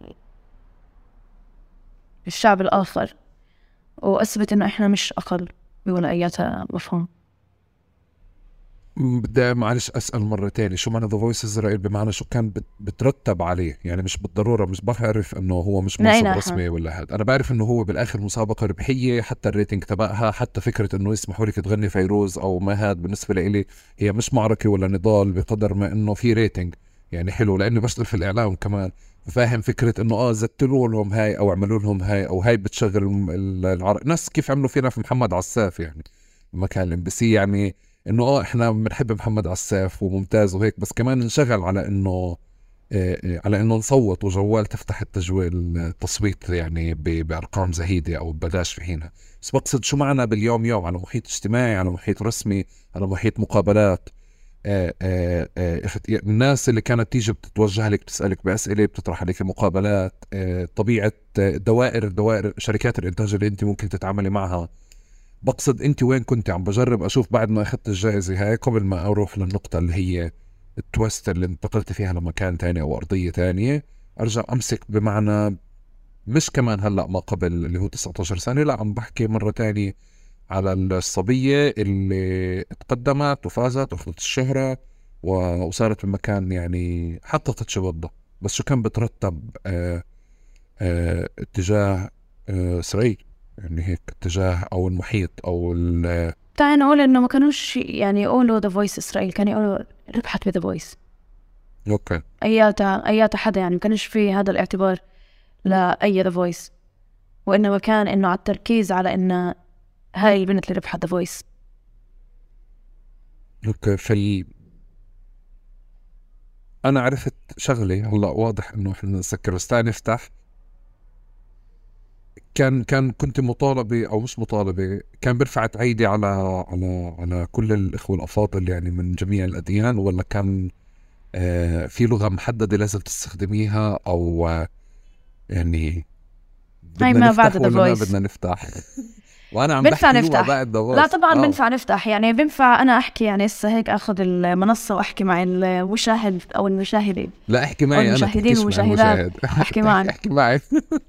الشعب الآخر، وأثبت إنه إحنا مش أقل ولا أي مفهوم. بدي معلش أسأل مرة تاني، شو معنى The Voice إسرائيل؟ بمعنى شو كان بت بترتب عليه؟ يعني مش بالضرورة، مش بعرف إنه هو مش منصب رسمي ولا هذا. أنا بعرف إنه هو بالآخر مسابقة ربحية، حتى الريتنج تبعها، حتى فكرة إنه يسمحوا لك تغني فيروز أو ما هاد، بالنسبة لي هي مش معركة ولا نضال بقدر ما إنه في ريتنج يعني حلو، لأني بشتغل في الإعلام كمان، فاهم فكرة إنه آه زتلوا لهم هاي أو عملوا لهم هاي أو هاي بتشغل العرق، ناس كيف عملوا فينا في محمد عساف يعني مكان الام بي سي، يعني انه اه احنا بنحب محمد عساف وممتاز وهيك، بس كمان نشغل على انه آه على انه نصوت وجوال تفتح التجويل التصويت يعني بارقام زهيده او ببلاش في حينها. بس بقصد شو معنى باليوم يوم على محيط اجتماعي، على محيط رسمي، على محيط مقابلات. آه آه آه الناس اللي كانت تيجي بتتوجه لك بتسألك بأسئلة، بتطرح عليك مقابلات، آه طبيعة دوائر دوائر شركات الإنتاج اللي أنت ممكن تتعاملي معها. بقصد انت وين كنت عم بجرب اشوف بعد ما اخذت الجائزة هاي، قبل ما اروح للنقطة اللي هي التويست اللي انتقلت فيها لمكان تاني او ارضية تانية، ارجع امسك بمعنى مش كمان هلأ ما قبل اللي هو تسعة عشر سنة، لا عم بحكي مرة تانية على الصبية اللي تقدمت وفازت واخذت الشهرة وصارت بمكان يعني حطت شبضة، بس شو كان بترتب اه اه اتجاه اه اسرائيل، يعني هيك اتجاه او المحيط او ال تعال نقول انه ما كانوش يعني يقولوا ذا فويس اسرائيل، كانوا يقولوا ربحت بذا فويس. اوكي اياتا اياتا حدا يعني ما كانش في هذا الاعتبار لاي ذا فويس، وانما كان انه على التركيز على ان هاي البنت اللي ربحت ذا فويس. اوكي في انا عرفت شغله هلا، واضح انه احنا نسكر بس تعال نفتح. كان كان كنت مطالبة أو مش مطالبة، كان برفع عيدي على على على كل الإخوة الأفاضل يعني من جميع الأديان، ولا كان آه في لغة محددة لازم تستخدميها أو آه يعني هاي بدنا ما نفتح بعد ولا ما The Voice بدنا نفتح؟ وأنا عم بنفع بحكي نفتح. بعد The Voice. لا طبعا أوه. بنفع نفتح، يعني بنفع أنا أحكي يعني هسه هيك أخذ المنصة وأحكي مع المشاهد أو المشاهدين. لا احكي معي أنا، المشاهدين والمشاهدات أحكي معي احكي معي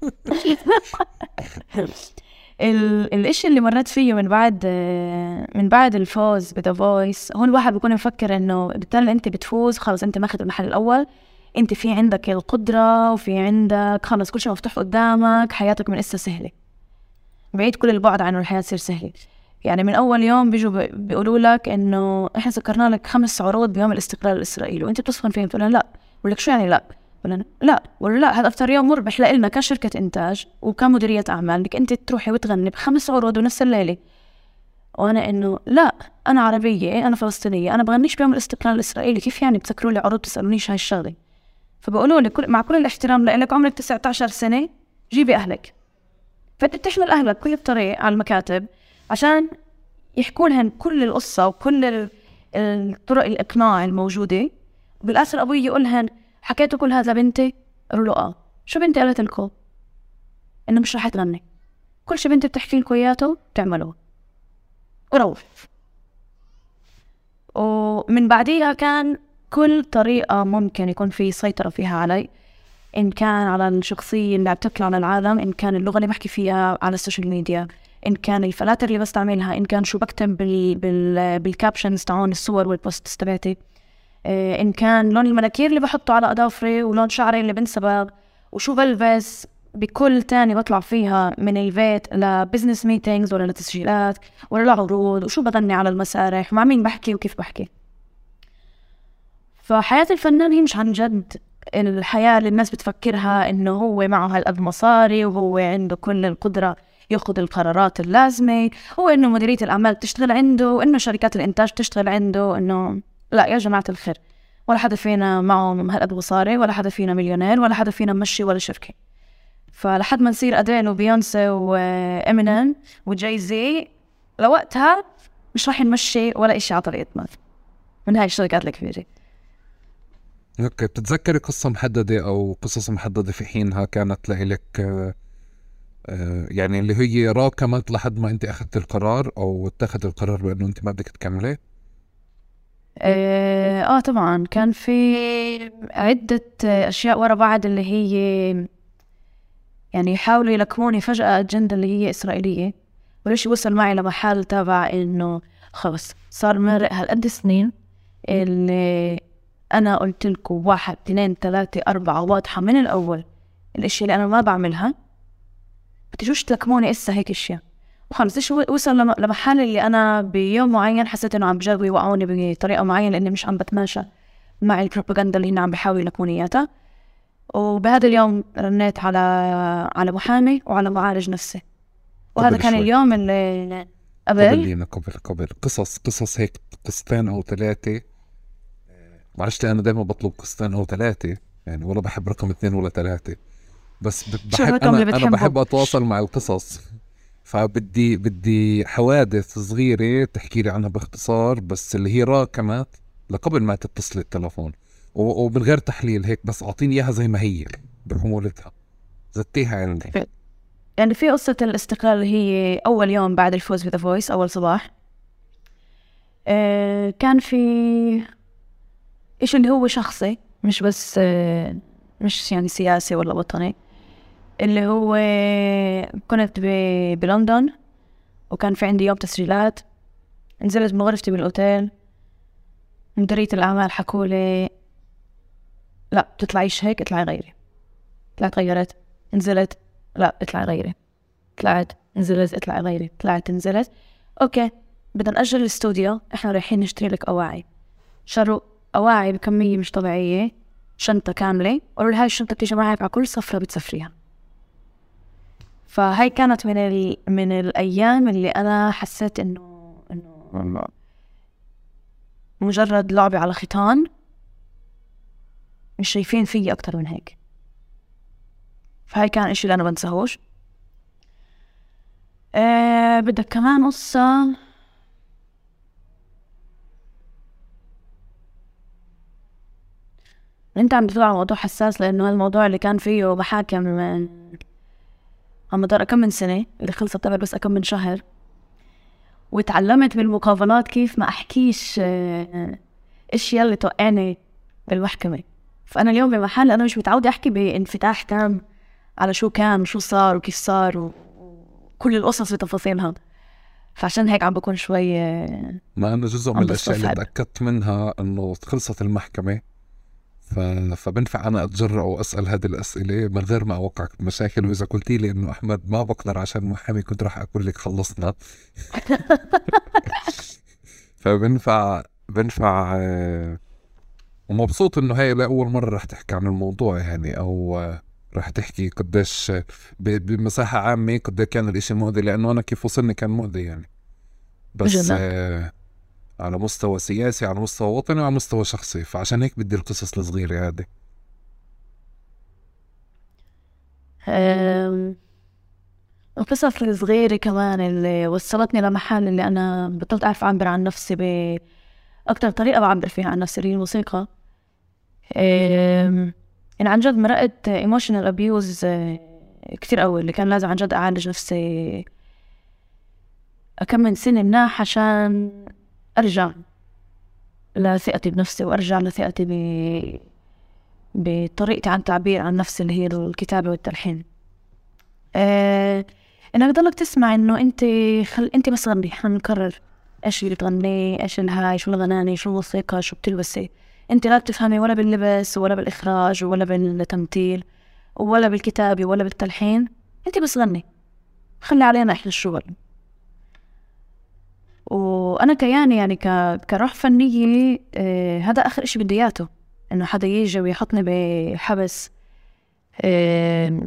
ال الاشي اللي مرت فيه من بعد من بعد الفوز بذا فويس، هون الواحد بيكون مفكر انه بالتالي انت بتفوز خلص انت ماخذ المحل الاول، انت في عندك القدرة وفي عندك خلص كل شيء مفتوح قدامك، حياتك من اسا سهلة، بعيد كل البعد عنه الحياة تصير سهلة. يعني من اول يوم بيجوا بيقولوا لك انه احنا سكرنا لك خمس عروض بيوم الاستقلال الاسرائيلي وانت بتصفن فيهم، تقول لا، بقول لك شو يعني لا، ولا لا ولا لا، هذا أكتر يوم مربح لإلنا كشركة إنتاج وكمديرية أعمال إنك أنت تروحي وتغني بخمس عروض ونفس الليلة. وأنا إنه لا، أنا عربية، أنا فلسطينية، أنا بغنيش بيوم الاستقلال الإسرائيلي، كيف يعني بتسكروا لي عروض تسألونيش هاي الشغلة؟ فبقولوا لي كل مع كل الاحترام لإلك عمرك تسعة عشر سنة، جيبي أهلك. فأنت بتحمل أهلك كل الطريق على المكاتب عشان يحكوا لهن كل القصة وكل الطرق الإقناع الموجودة، بالآخر أبوي يقولهن حكيتوا كل هذا لبنتي؟ قالوا له اه. شو بنتي قالت لكم؟ انه مش رح تغني، كل شي بنتي بتحكي لكم اياته بتعملوه وروح. ومن بعديها كان كل طريقة ممكن يكون في سيطرة فيها علي، إن كان على الشخصية اللي عم تطلع للعالم، إن كان اللغة اللي بحكي فيها على السوشيال ميديا، إن كان الفلاتر اللي بستعملها، إن كان شو بكتب بال بال بالكابشنز تاعون الصور والبوستس تبعتي، إن كان لون المناكير اللي بحطه على أظافري ولون شعري اللي بنصبغ، وشو بلبس بكل تاني بطلع فيها من البيت لبزنس ميتينجز ولا لتسجيلات ولا لعروض، وشو بغني على المسارح ومع مين بحكي وكيف بحكي. فحياة الفنان هي مش عن جد الحياة اللي الناس بتفكرها إنه هو معه هالقد مصاري وهو عنده كل القدرة يأخذ القرارات اللازمة، هو إنه مديرية الأعمال تشتغل عنده وإنه شركات الإنتاج تشتغل عنده. إنه لا يا جماعة الخير، ولا حدا فينا معه هالقد مصاري، ولا حدا فينا مليونير، ولا حدا فينا ممشي ولا شركة. فلحد ما نصير أديل وبيونسي وإمينيم وجاي زي، لوقتها مش راح نمشي ولا إشي على طريقتنا من هاي الشركات الكبيرة. اوكي، بتتذكري قصة محددة او قصص محددة في حينها كانت لإلك آه، آه، يعني اللي هي راكمت لحد ما انت اخذت القرار او اتخذ القرار بانه انت ما بدك تكملي؟ اه آه، طبعا كان في عدة اشياء ورا بعض اللي هي يعني يحاولوا يلكموني فجأة أجندة اللي هي إسرائيلية، وليش وصل معي لمحل تابع إنه خلص صار مرق هالقد سنين اللي أنا قلت لكم واحد اثنين ثلاثة أربعة واضحة من الأول الأشياء اللي أنا ما بعملها، بتجوش تلكموني إسا هيك أشياء وخلص. إيش وصل لم- لمحل اللي أنا بيوم معين حسيت إنه عم بجربوا يوقعوني بطريقة معينة لأني مش عم بتماشى مع البروباغندا اللي هن عم بيحاولوا يلكموني إياها. وبهذا اليوم رنيت على على محامي وعلى معالج نفسي، وهذا قبل كان شوي. اليوم اللي قبل قبل لينا قبل قبل قصص قصص هيك قصتين او ثلاثة. معلش لأ، انا دائما بطلب قصتين او ثلاثة يعني، ولا بحب رقم اثنين ولا ثلاثة، بس ب- شو بحب الرقم انا اللي انا بحب بتحبه؟ اتواصل مع القصص. فبدي بدي حوادث صغيرة تحكي لي عنها باختصار، بس اللي هي راكمت لقبل ما تتصل التلفون، و- ومن غير تحليل هيك، بس اعطيني اياها زي ما هي بحمولتها، زتيها عندي. يعني في قصة الاستقلال اللي هي أول يوم بعد الفوز بذا فويس، أول صباح آه كان في إيش اللي هو شخصي، مش بس آه مش يعني سياسي ولا وطني، اللي هو كنت ب- بلندن وكان في عندي يوم تسجيلات. نزلت من غرفتي بالأوتيل، مديرية الأعمال حكولي لا بتطلعيش هيك، اطلعي غيري. طلعت غيرت، نزلت لا اطلعي غيري، طلعت نزلت اطلعي غيري، طلعت نزلت. اوكي بدنا نأجل الاستوديو، احنا رايحين نشتري لك أواعي. شروا أواعي بكمية مش طبيعية، شنطة كاملة، قالوا لي هاي الشنطة بتيجي معك على كل سفرة بتسافريها. فهاي كانت من ال... من الأيام اللي أنا حسيت إنه إنه مجرد لعبة على خيطان، مش شايفين فيي أكتر من هيك. فهاي كان إشي اللي أنا بنساهوش. أه بدك كمان قصة؟ انت عم تطلع موضوع حساس، لانه هالموضوع اللي كان فيه محاكم من عم مدار كم من سنة اللي خلصت قبل بس كم من شهر، وتعلمت بالمقابلات كيف ما احكيش اه ايش يلي توقعني بالمحكمة. فانا اليوم بمحل انا مش متعودة احكي بانفتاح تام على شو كان وشو صار وكيف صار وكل القصص بتفاصيلها، فعشان هيك عم بكون شوي اه ما أنا جزء من عم الأشياء اللي بستصعب. تأكدت منها إنه خلصت المحكمة، ف... فبنفع أنا أتجرأ وأسأل هذه الأسئلة من غير ما أوقعك بمشاكل. وإذا قلتي لي إنه أحمد ما بقدر عشان محامي، كنت راح أقول لك خلصنا. فبنفع بنفع آه، ومبسوط إنه هاي لأول مرة راح تحكي عن الموضوع يعني، أو آه، راح تحكي قديش آه، ب- بمساحة عامة قد كان الإشي مؤذي، لأنه أنا كيف وصلني كان مؤذي يعني. بس جدا. آه، على مستوى سياسي، على مستوى وطني، وعلى مستوى شخصي، فعشان هيك بدي القصص الصغيرة هذه. أم، القصص الصغيرة كمان اللي وصلتني لمحل اللي أنا بطلت أعرف أعبر عن نفسي بأكتر طريقة بعبر فيها عن نفسي، اللي هي الموسيقى. أم، يعني عن جد مرقت emotional abuse أه، كتير قوي، اللي كان لازم عن جد أعالج نفسي كم من سنة مناح عشان أرجع لثقتي بنفسي، وأرجع لثقتي ب... بطريقتي عن تعبير عن نفسي اللي هي الكتابة والتلحين. أه انك ضلك تسمع انه انت خل... انت بس غني، حنكرر ايش اللي بتغني، ايش الهاي، شو الغناني، شو الموسيقى، شو بتلبسي. انت لا بتفهمي ولا باللبس ولا بالاخراج ولا بالتمثيل ولا بالكتابة ولا بالتلحين، انت بس غني، خلي علينا احنا الشغل. وانا كياني يعني ك... كروح فنية أه هذا اخر اشي بدي اياته، انه حدا يجي ويحطني بحبس أه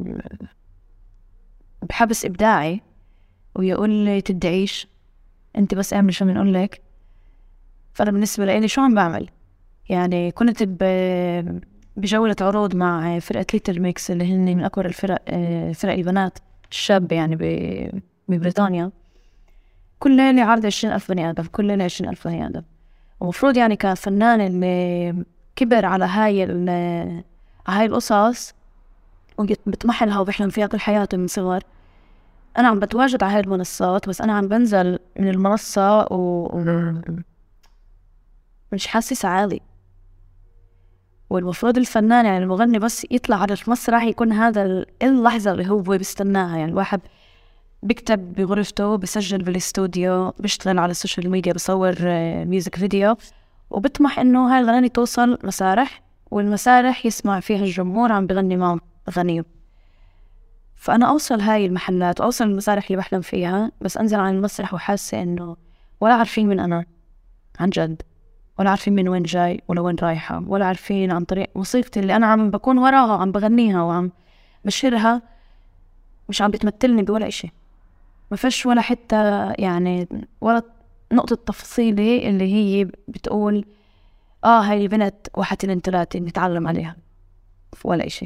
بحبس ابداعي ويقول لي تدعيش انت بس اعمل شو بنقول لك. فانا بالنسبه لي شو عم بعمل؟ يعني كنت ب بجولة عروض مع فرقة ليتل ميكس اللي هن من أكبر الفرق آه، فرق البنات الشاب يعني ب- ببريطانيا. كل ليلة عرض عشرين ألف بني آدم، كل ليلة عشرين ألف بني آدم. ومفروض يعني كفنان اللي كبر على هاي ال على هاي القصص وبيطمح لها وبيحلم فيها كل حياته من صغر. أنا عم بتواجد على هاي المنصات، بس أنا عم بنزل من المنصة و مش حاسس عالي. والمفروض الفنان يعني المغني بس يطلع على المسرح يكون هذا اللحظة اللي هو بيستناها. يعني الواحد بيكتب بغرفته، بسجل بالاستوديو، بيشتغل على السوشيال ميديا، بصور ميوزك فيديو، وبطمح إنه هاي الأغاني توصل مسارح، والمسارح يسمع فيها الجمهور عم بغني معهم أغانيه. فأنا أوصل هاي المحلات وأوصل المسارح اللي بحلم فيها، بس أنزل عن المسرح وحاسة إنه ولا عارفين من أنا عن جد، ولا عارفين من وين جاي ولا وين رايحة، ولا عارفين عن طريق موسيقتي اللي أنا عم بكون وراها عم بغنيها وعم بشيرها، مش عم بتمثلني بولا إشي. ما فيش ولا حتى يعني ولا نقطة تفصيلي اللي هي بتقول آه هاي بنت واحد اتنين تلاتة نتعلم عليها، ولا إشي.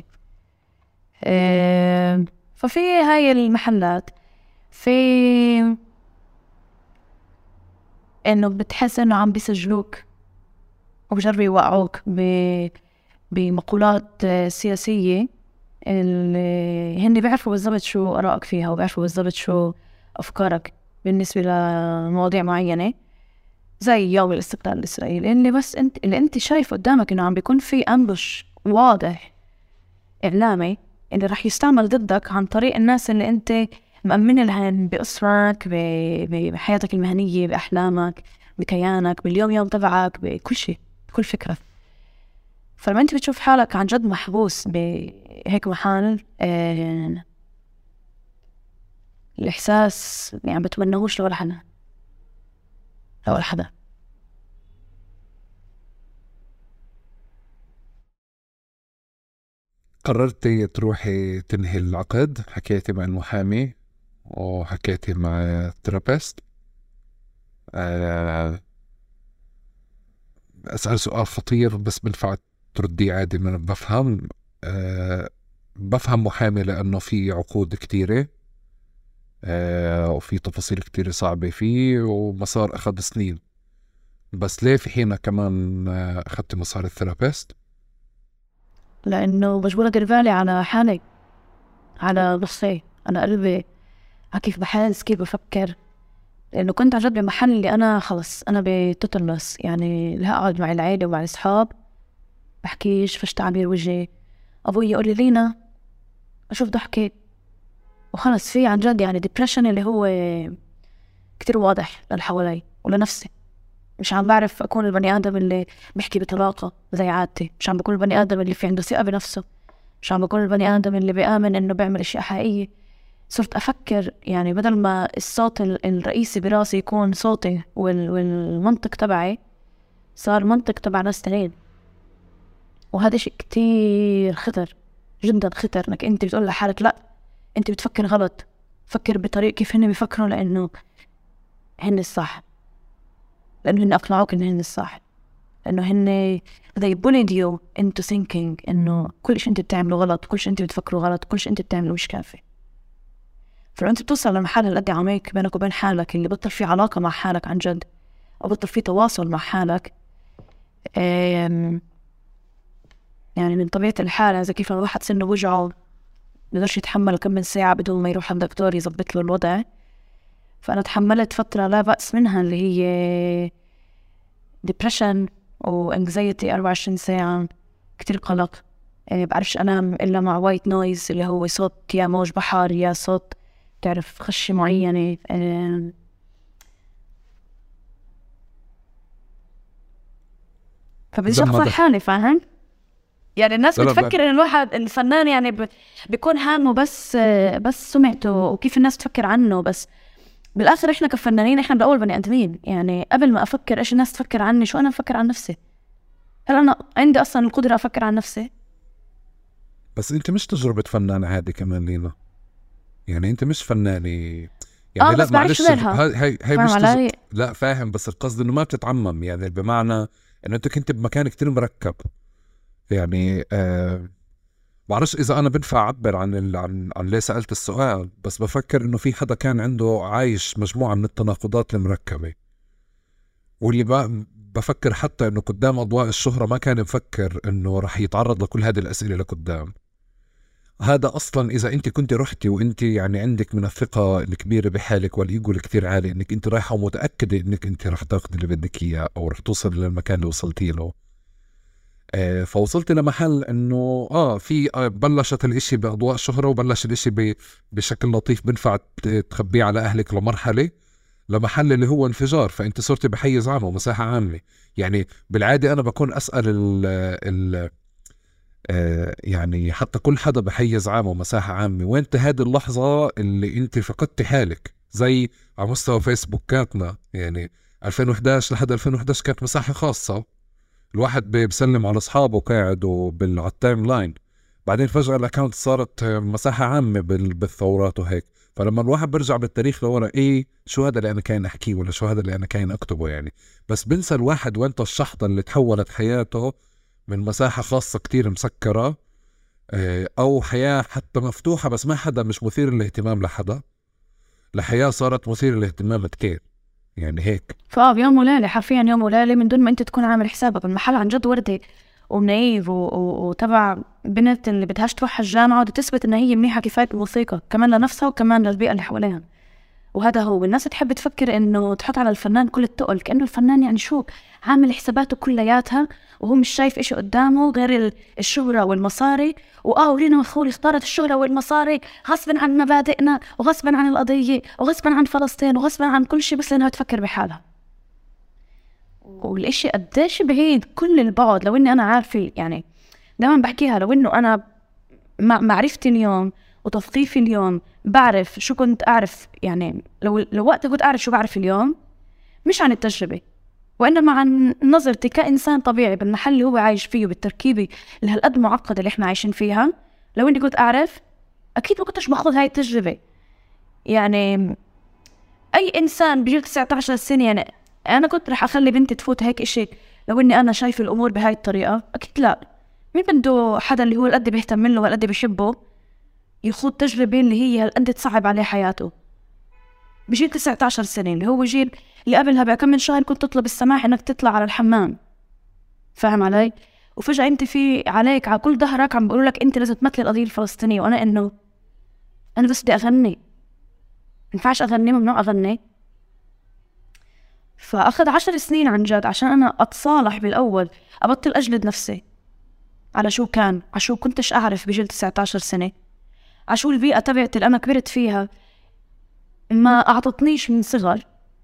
إيه ففي هاي المحلات في إنه بتحس إنه عم بيسجلوك وبجربوا يوقعوك بمقولات سياسية اللي هن بيعرفوا بالضبط شو آرائك فيها، وبيعرفوا بالضبط شو أفكارك بالنسبة لمواضيع معينة، زي يوم الاستقلال الإسرائيلي اللي بس أنت اللي أنت شايف قدامك إنه عم بيكون في أمبش واضح إعلامي اللي رح يستعمل ضدك عن طريق الناس اللي أنت مأمن لهن بأسرك، بحياتك المهنية، بأحلامك، بكيانك، باليوم يوم تبعك، بكل شيء، بكل فكرة. فلما أنت بتشوف حالك عن جد محبوس بهيك محل، آه الإحساس يعني بتمنهوش لولا حدا، لولا حدا. قررتي تروحي تنهي العقد، حكيتي مع المحامي وحكيتي مع الثيرابيست. أه أسأل سؤال خطير بس بنفع تردي عادي، من بفهم. أه بفهم محامي لأنه في عقود كتيرة، أه وفي تفاصيل كتيرة صعبة فيه، ومسار أخذ سنين. بس ليه في حينها كمان أخذت مسار الثيرابيست؟ لأنه مجبورة أدير بالي على حالي، على نفسي، أنا قلبي، كيف بحس، كيف بفكر. لأنه كنت عن جد بمحل اللي أنا خلص أنا بتوتلس، يعني لا أقعد مع العائلة ومع الأصحاب بحكيش، فش تعبير وجهي. أبوي يقول لي لينا أشوف ضحكة وخلص. في عن جد يعني ديبريشن اللي هو كتير واضح للحوالي ولنفسي. مش عم بعرف أكون البني آدم اللي بحكي بطلاقة زي عادتي، مش عم بكون البني آدم اللي في عنده ثقة بنفسه، مش عم بكون البني آدم اللي بيآمن إنه بيعمل أشياء حقيقية. صرت أفكر يعني بدل ما الصوت الرئيسي براسي يكون صوتي وال والمنطق تبعي، صار منطق تبع ناس تانيين. وهذا شيء كتير خطر، جدا خطر، انك انت بتقول لحالك لا انت بتفكر غلط، فكر بطريقة كيف هن بيفكروا، لانه هن الصح، لانه هن اقنعوك ان هن الصح، لانه هن they bullied you into thinking انه كل شيء انت بتعمله غلط، كل شيء انت بتفكره غلط، كل شيء انت بتعمله مش كافي. فلو انت بتوصل لمحل هالقد عميق بينك وبين حالك، اللي بطل فيه علاقة مع حالك عن جد، او بطل فيه تواصل مع حالك، يعني من طبيعة الحال إذا كيف الواحد سنه وجعه بقدرش يتحمل كم من ساعة بدون ما يروح عند دكتور يضبط له الوضع. فأنا تحملت فترة لا بأس منها اللي هي depression و anxiety أربعة وعشرين ساعة، كتير قلق، يعني بعرفش أنام إلا مع white noise اللي هو صوت يا موج بحر يا صوت تعرف خشة معينة. فبديش أخسر حالي، فاهم؟ يعني الناس بتفكر ان الواحد الفنان يعني ب... بيكون هامه بس بس سمعته وكيف الناس تفكر عنه، بس بالاخر احنا كفنانين احنا بالاول بني ادمين. يعني قبل ما افكر ايش الناس تفكر عني، شو انا افكر عن نفسي؟ هل انا عندي اصلا القدره افكر عن نفسي؟ بس انت مش تجربه فنان عادي كمان لينا، يعني انت مش فنانه يعني. آه لا معلش هاي هاي هي مش تج... لا فاهم، بس القصد انه ما بتتعمم، يعني بمعنى انه انت كنت بمكان كتير مركب. يعني آه بعرفش اذا انا بنفع اعبر عن ال... عن عن ليه سألت السؤال، بس بفكر انه في حدا كان عنده عايش مجموعة من التناقضات المركبة، واللي ب... بفكر حتى انه قدام اضواء الشهرة ما كان مفكر انه رح يتعرض لكل هذه الاسئلة لقدام. هذا اصلا اذا انت كنت رحتي وانت يعني عندك من الثقة الكبيرة بحالك والايجو الكثير عالي انك انت رايحة ومتأكدة انك انت رح تاخذي اللي بدك اياه او رح توصل للمكان اللي وصلتي له. آه فوصلت لمحل انه اه في آه بلشت الاشي باضواء شهرة وبلش الاشي بشكل لطيف بنفع تخبيه على اهلك لمرحلة لمحل اللي هو انفجار. فانت صرت بحيز عام ومساحة عامة. يعني بالعادة انا بكون اسأل ال ال آه يعني حتى كل حدا بحيز عام ومساحة عامة، وانت هذه اللحظة اللي انت فقدت حالك زي على مستوى فيسبوكاتنا. يعني ألفين وإحدى عشر لحد ألفين وإحدى عشر كانت مساحة خاصة، الواحد بيسلم على أصحابه قاعد وبال على التايم لاين. بعدين فجأة الأكاونت صارت مساحة عامة بالثورات وهيك. فلما الواحد برجع بالتاريخ لورا إيه شو هذا اللي أنا كاين أحكيه ولا شو هذا اللي أنا كاين أكتبه يعني. بس بنسى الواحد وانت الشحطة اللي تحولت حياته من مساحة خاصة كتير مسكرة أو حياة حتى مفتوحة بس ما حدا مش مثير الاهتمام لحدا، لحياة صارت مثير الاهتمام كتير يعني هيك. فاه يوم وليلة حرفيا يوم وليلة من دون ما انت تكون عامل حسابك. المحل عن جد وردي ونايف وتبع بنت اللي بدهاش تروح الجامعة ودي تثبت ان هي منيحة كفاية الموسيقى كمان لنفسها وكمان للبيئة اللي حواليها. وهذا هو الناس تحب تفكر انه تحط على الفنان كل التقل كأنه الفنان يعني شو عامل حساباته كلياتها وهو مش شايف إشي قدامه غير الشهرة والمصاري. وآه لينا مخول اختارت الشهرة والمصاري غصبا عن مبادئنا وغصبا عن القضية وغصبا عن فلسطين وغصبا عن كل شيء بس لأنها تفكر بحالها. والإشي قديش بعيد كل البعد. لو إني أنا عارفة يعني دائما بحكيها لو إنه أنا مع معرفتي اليوم وتثقيفي اليوم بعرف شو كنت أعرف يعني لو لو وقت كنت أعرف شو بعرف اليوم مش عن التجربة وإنما عن نظرتي كإنسان طبيعي بالمحل اللي هو عايش فيه بالتركيبة اللي هالقد معقدة اللي إحنا عايشين فيها. لو إني كنت أعرف أكيد ما كنتش بأخذ هاي التجربة. يعني أي إنسان بجيل تسعة عشر سنة يعني أنا كنت رح أخلي بنتي تفوت هيك إشي لو إني أنا شايف الأمور بهاي الطريقة؟ أكيد لا. مين بده حدا اللي هو القد بيهتم له والقد بيحبه يخوض تجربة اللي هي القد تصعب عليه حياته بجيل تسعة عشر سنة اللي هو جيل اللي قبلها بكم من شهر كنت تطلب السماح إنك تطلع على الحمام، فاهم علي؟ وفجأة أنت في عليك على كل ظهرك عم بقولوا لك أنت لازم تمثل القضية الفلسطينية وأنا إنه أنا بس بدي أغني ينفعش أغني ممنوع أغني. فأخذ عشر سنين عن جد عشان أنا أتصالح بالأول أبطل أجلد نفسي على شو كان على شو كنتش أعرف بجيل تسعة عشر سنة على شو البيئة تبعت اللي أنا كبرت فيها ما أعطتنيش من صغر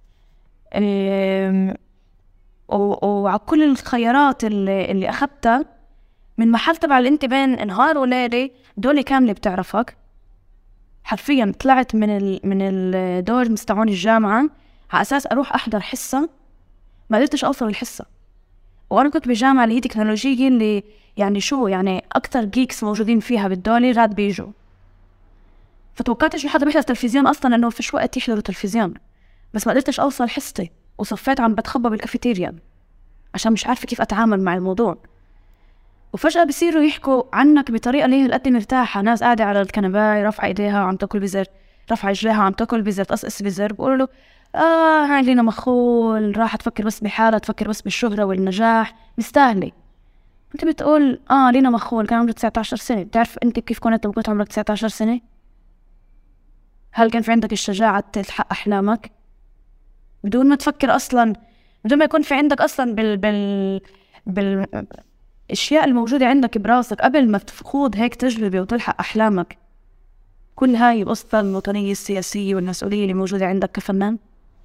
وعلى كل الخيارات اللي, اللي أخذتها من محل تبع اللي أنت بين نهار وليلة دولي كاملة بتعرفك. حرفيا طلعت من ال من الدور مستعون الجامعة على أساس أروح أحضر حصة ما قدرتش أوصل الحصة وأنا كنت بجامعة اللي هي تكنولوجية اللي يعني شو يعني أكتر جيكس موجودين فيها بالدولة غاد بيجوا. فتوقعتش حدا بيحضر تلفزيون أصلا لأنه فيش وقت يحضروا تلفزيون بس ما قدرتش أوصل حصتي وصفيت عم بتخبى بالكافيتيريا عشان مش عارفة كيف أتعامل مع الموضوع. وفجأة بيصيروا يحكوا عنك بطريقة اللي هي القد مرتاحة، ناس قاعدة على الكنباية رافعة إيديها عم تاكل بزر رافعة رجليها عم تاكل بزر تقصقص بزر بقولوا له آه هاي لينا مخول راح تفكر بس بحالها تفكر بس بالشهرة والنجاح مستاهلة. أنت بتقول آه لينا مخول كان عمرك تسعة عشر سنة. بتعرف أنت كيف كنت لو كنت عمرك تسعة عشر سنة؟ هل كان في عندك الشجاعة تلحق أحلامك بدون ما تفكر أصلا بدون ما يكون في عندك أصلا بال بال بالأشياء الموجودة عندك براسك قبل ما تخوض هيك تجربة وتلحق أحلامك كل هاي القصة الوطنية السياسية والمسؤولية اللي موجودة عندك كفنان؟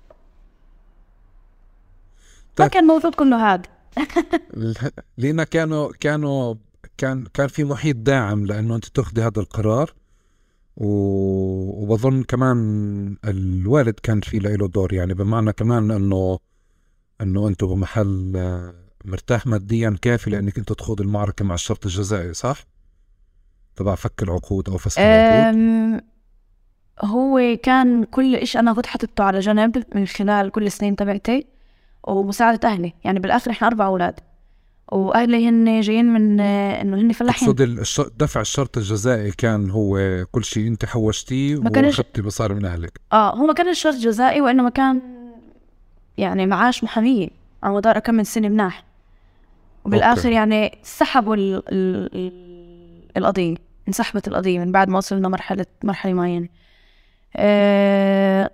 ما كان موجود كله هاد. لينا كانوا كانوا كان كان في محيط داعم لأنه أنت تأخذي هذا القرار وبظن كمان الوالد كان في له دور يعني بمعنى كمان انه انه انتم بمحل مرتاح ماديا كافي لانك انت تخوض المعركه مع الشرط الجزائي صح؟ تبع فك العقود او فسخ العقود. هو كان كل إشي انا كنت حاطته على جنب من خلال كل السنين تبعتي ومساعده اهلي. يعني بالاخر احنا اربع اولاد واهلي هن جايين من انه هن فلاحين. تقصد الش... دفع الشرط الجزائي كان هو كل شيء انت حوشتيه واخذتي مصاري من اهلك؟ اه هو ما كان الشرط جزائي وانما كان يعني معاش محاميه على مدار كم من سنة مناح، وبالآخر أوكي. يعني سحبوا ال ال ال القضية، انسحبت القضية من بعد ما وصلنا مرحلة مرحلة معينة. أه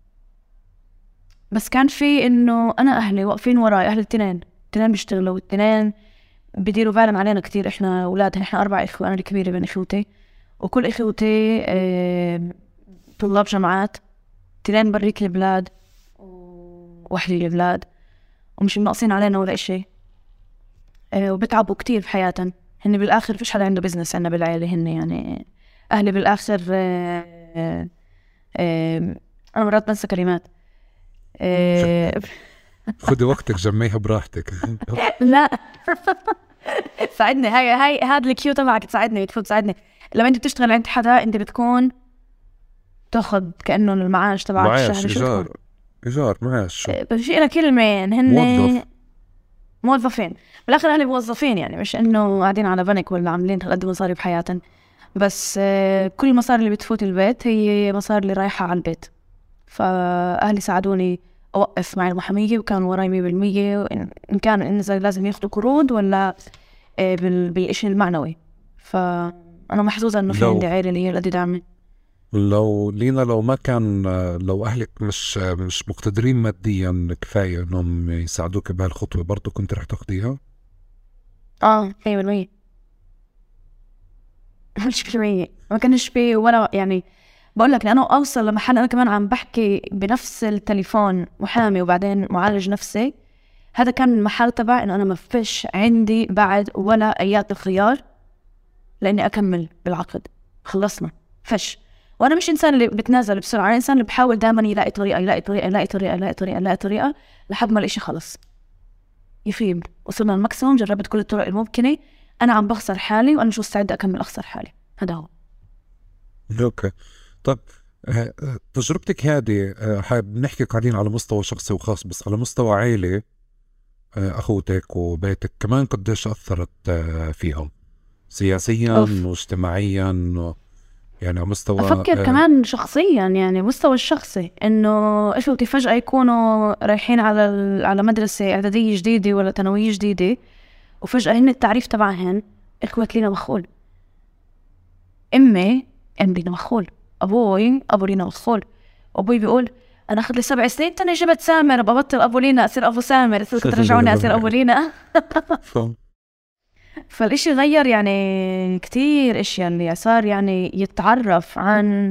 بس كان في إنه أنا أهلي واقفين وراي، أهل التنين التنين بيشتغلوا، والتنين بديروا بالهم علينا كتير. إحنا أولاد، إحنا أربع إخوة، أنا الكبيرة بين إخوتي، وكل إخوتي أه طلاب جامعات، تنين بريك البلاد ووحدة البلاد، ومش مناقصين علينا ولا إشي. أه وبتعبوا كتير في حياتهم. هن بالآخر فيش حدا عنده بزنس عنا بالعائلة، هن يعني أهلي بالآخر. أه أه أنا مرات بنسى كلمات. أه خدي وقتك، جمعيها براحتك. لا ساعدني، هاي هاي هذا الكيو تبعك تساعدني، تفوت تساعدني. لما أنت بتشتغل عند حدا أنت بتكون تاخد كأنه المعاش تبعك معاش، إيجار إيجار معاش، بس في لنا كلمين، هن موظف. موظفين بالآخر. أهلي موظفين يعني، مش إنه قاعدين على بنك ولا عاملين قد مصاري بحياتهم، بس كل المصاري اللي بتفوت البيت هي مصاري اللي رايحة على البيت. فأهلي ساعدوني أوقف معي المحامية، وكانوا وراي مية بالمية، إن كان إن لازم ياخدوا قروض ولا بالإشي المعنوي. فأنا محظوظة إنه في عندي عائلة اللي هي اللي دعمني. لو لينا لو ما كان لو أهلك مش مش مقتدرين ماديا كفاية إنهم يساعدوك بهالخطوة، برضو كنت رح تاخديها؟ آه مية بالمية. مش بالمية ما كانش بي ولا يعني. بقول لك لأنه أوصل لمحل أنا كمان عم بحكي بنفس التليفون محامي وبعدين معالج نفسي، هذا كان المحل تبع إنه أنا ما فيش عندي بعد ولا أيات الخيار لأني أكمل بالعقد. خلصنا فش. وأنا مش إنسان اللي بتنازل بسرعة، أنا إنسان اللي بحاول دائما يلاقي طريقة يلاقي طريقة يلاقي طريقة يلاقي طريقة يلاقي طريقة لحد ما الإشي خلص يفيد. وصلنا الماكسيموم، جربت كل الطرق الممكنة، أنا عم بخسر حالي وأنا شو مستعدة أكمل أخسر حالي. هذا هو. أوكي. طب تجربتك هذه حابب نحكي قاعدين على مستوى شخصي وخاص، بس على مستوى عائلة، أخوتك وبيتك كمان قديش أثرت فيهم سياسيا أوف. واجتماعيا، يعني على مستوى أفكر آه كمان شخصيا، يعني مستوى الشخصي إنه إخوتي فجأة يكونوا رايحين على على مدرسة إعدادية جديدة ولا ثانوية جديدة، وفجأة هن التعريف تبعهن إخوة لينا مخول، أمي أم لينا مخول، أبوي أبو لينا مخول. أبوي بيقول أنا أخذ لي سبع سنين تاني جبت سامر، ببطل أبو لينا أصير أبو سامر، أصير كنت رجعوني أصير أبو لينا. فالإشي غير يعني كتير إشياء، اللي صار يعني يتعرف عن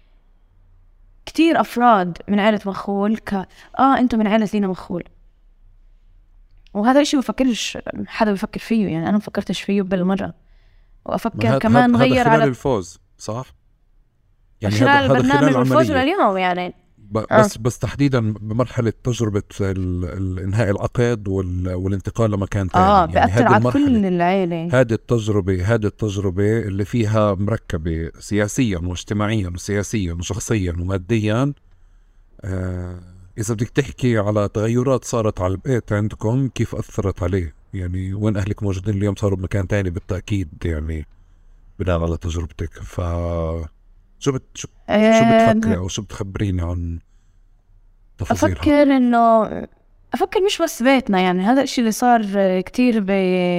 كتير أفراد من عائلة مخول ك آه أنتوا من عائلة لينا مخول. وهذا إشي بفكرش حدا بيفكر فيه، يعني أنا مفكرتش فيه بالمرة. وأفكر كمان غير على الفوز، صح؟ يعني هذا البرنامج والفوز لليوم يعني. بس آه. بس تحديدا بمرحلة تجربة الانهاء العقد والانتقال لمكان ثاني، اه يعني بأثر على كل العائلة. هذه التجربة هذه التجربة اللي فيها مركبة سياسيا واجتماعيا وسياسيا وشخصيا وماديا. آه إذا بدك تحكي على تغيرات صارت على البيت عندكم، كيف أثرت عليه؟ يعني وين أهلك موجودين اليوم صاروا بمكان تاني بالتأكيد، يعني بناء على تجربتك. ف شو بت شو, أه شو بتفكري أو شو بتخبريني عن تفاصيلها؟ أفكر إنه أفكر مش بس بيتنا، يعني هذا الشيء اللي صار كتير ب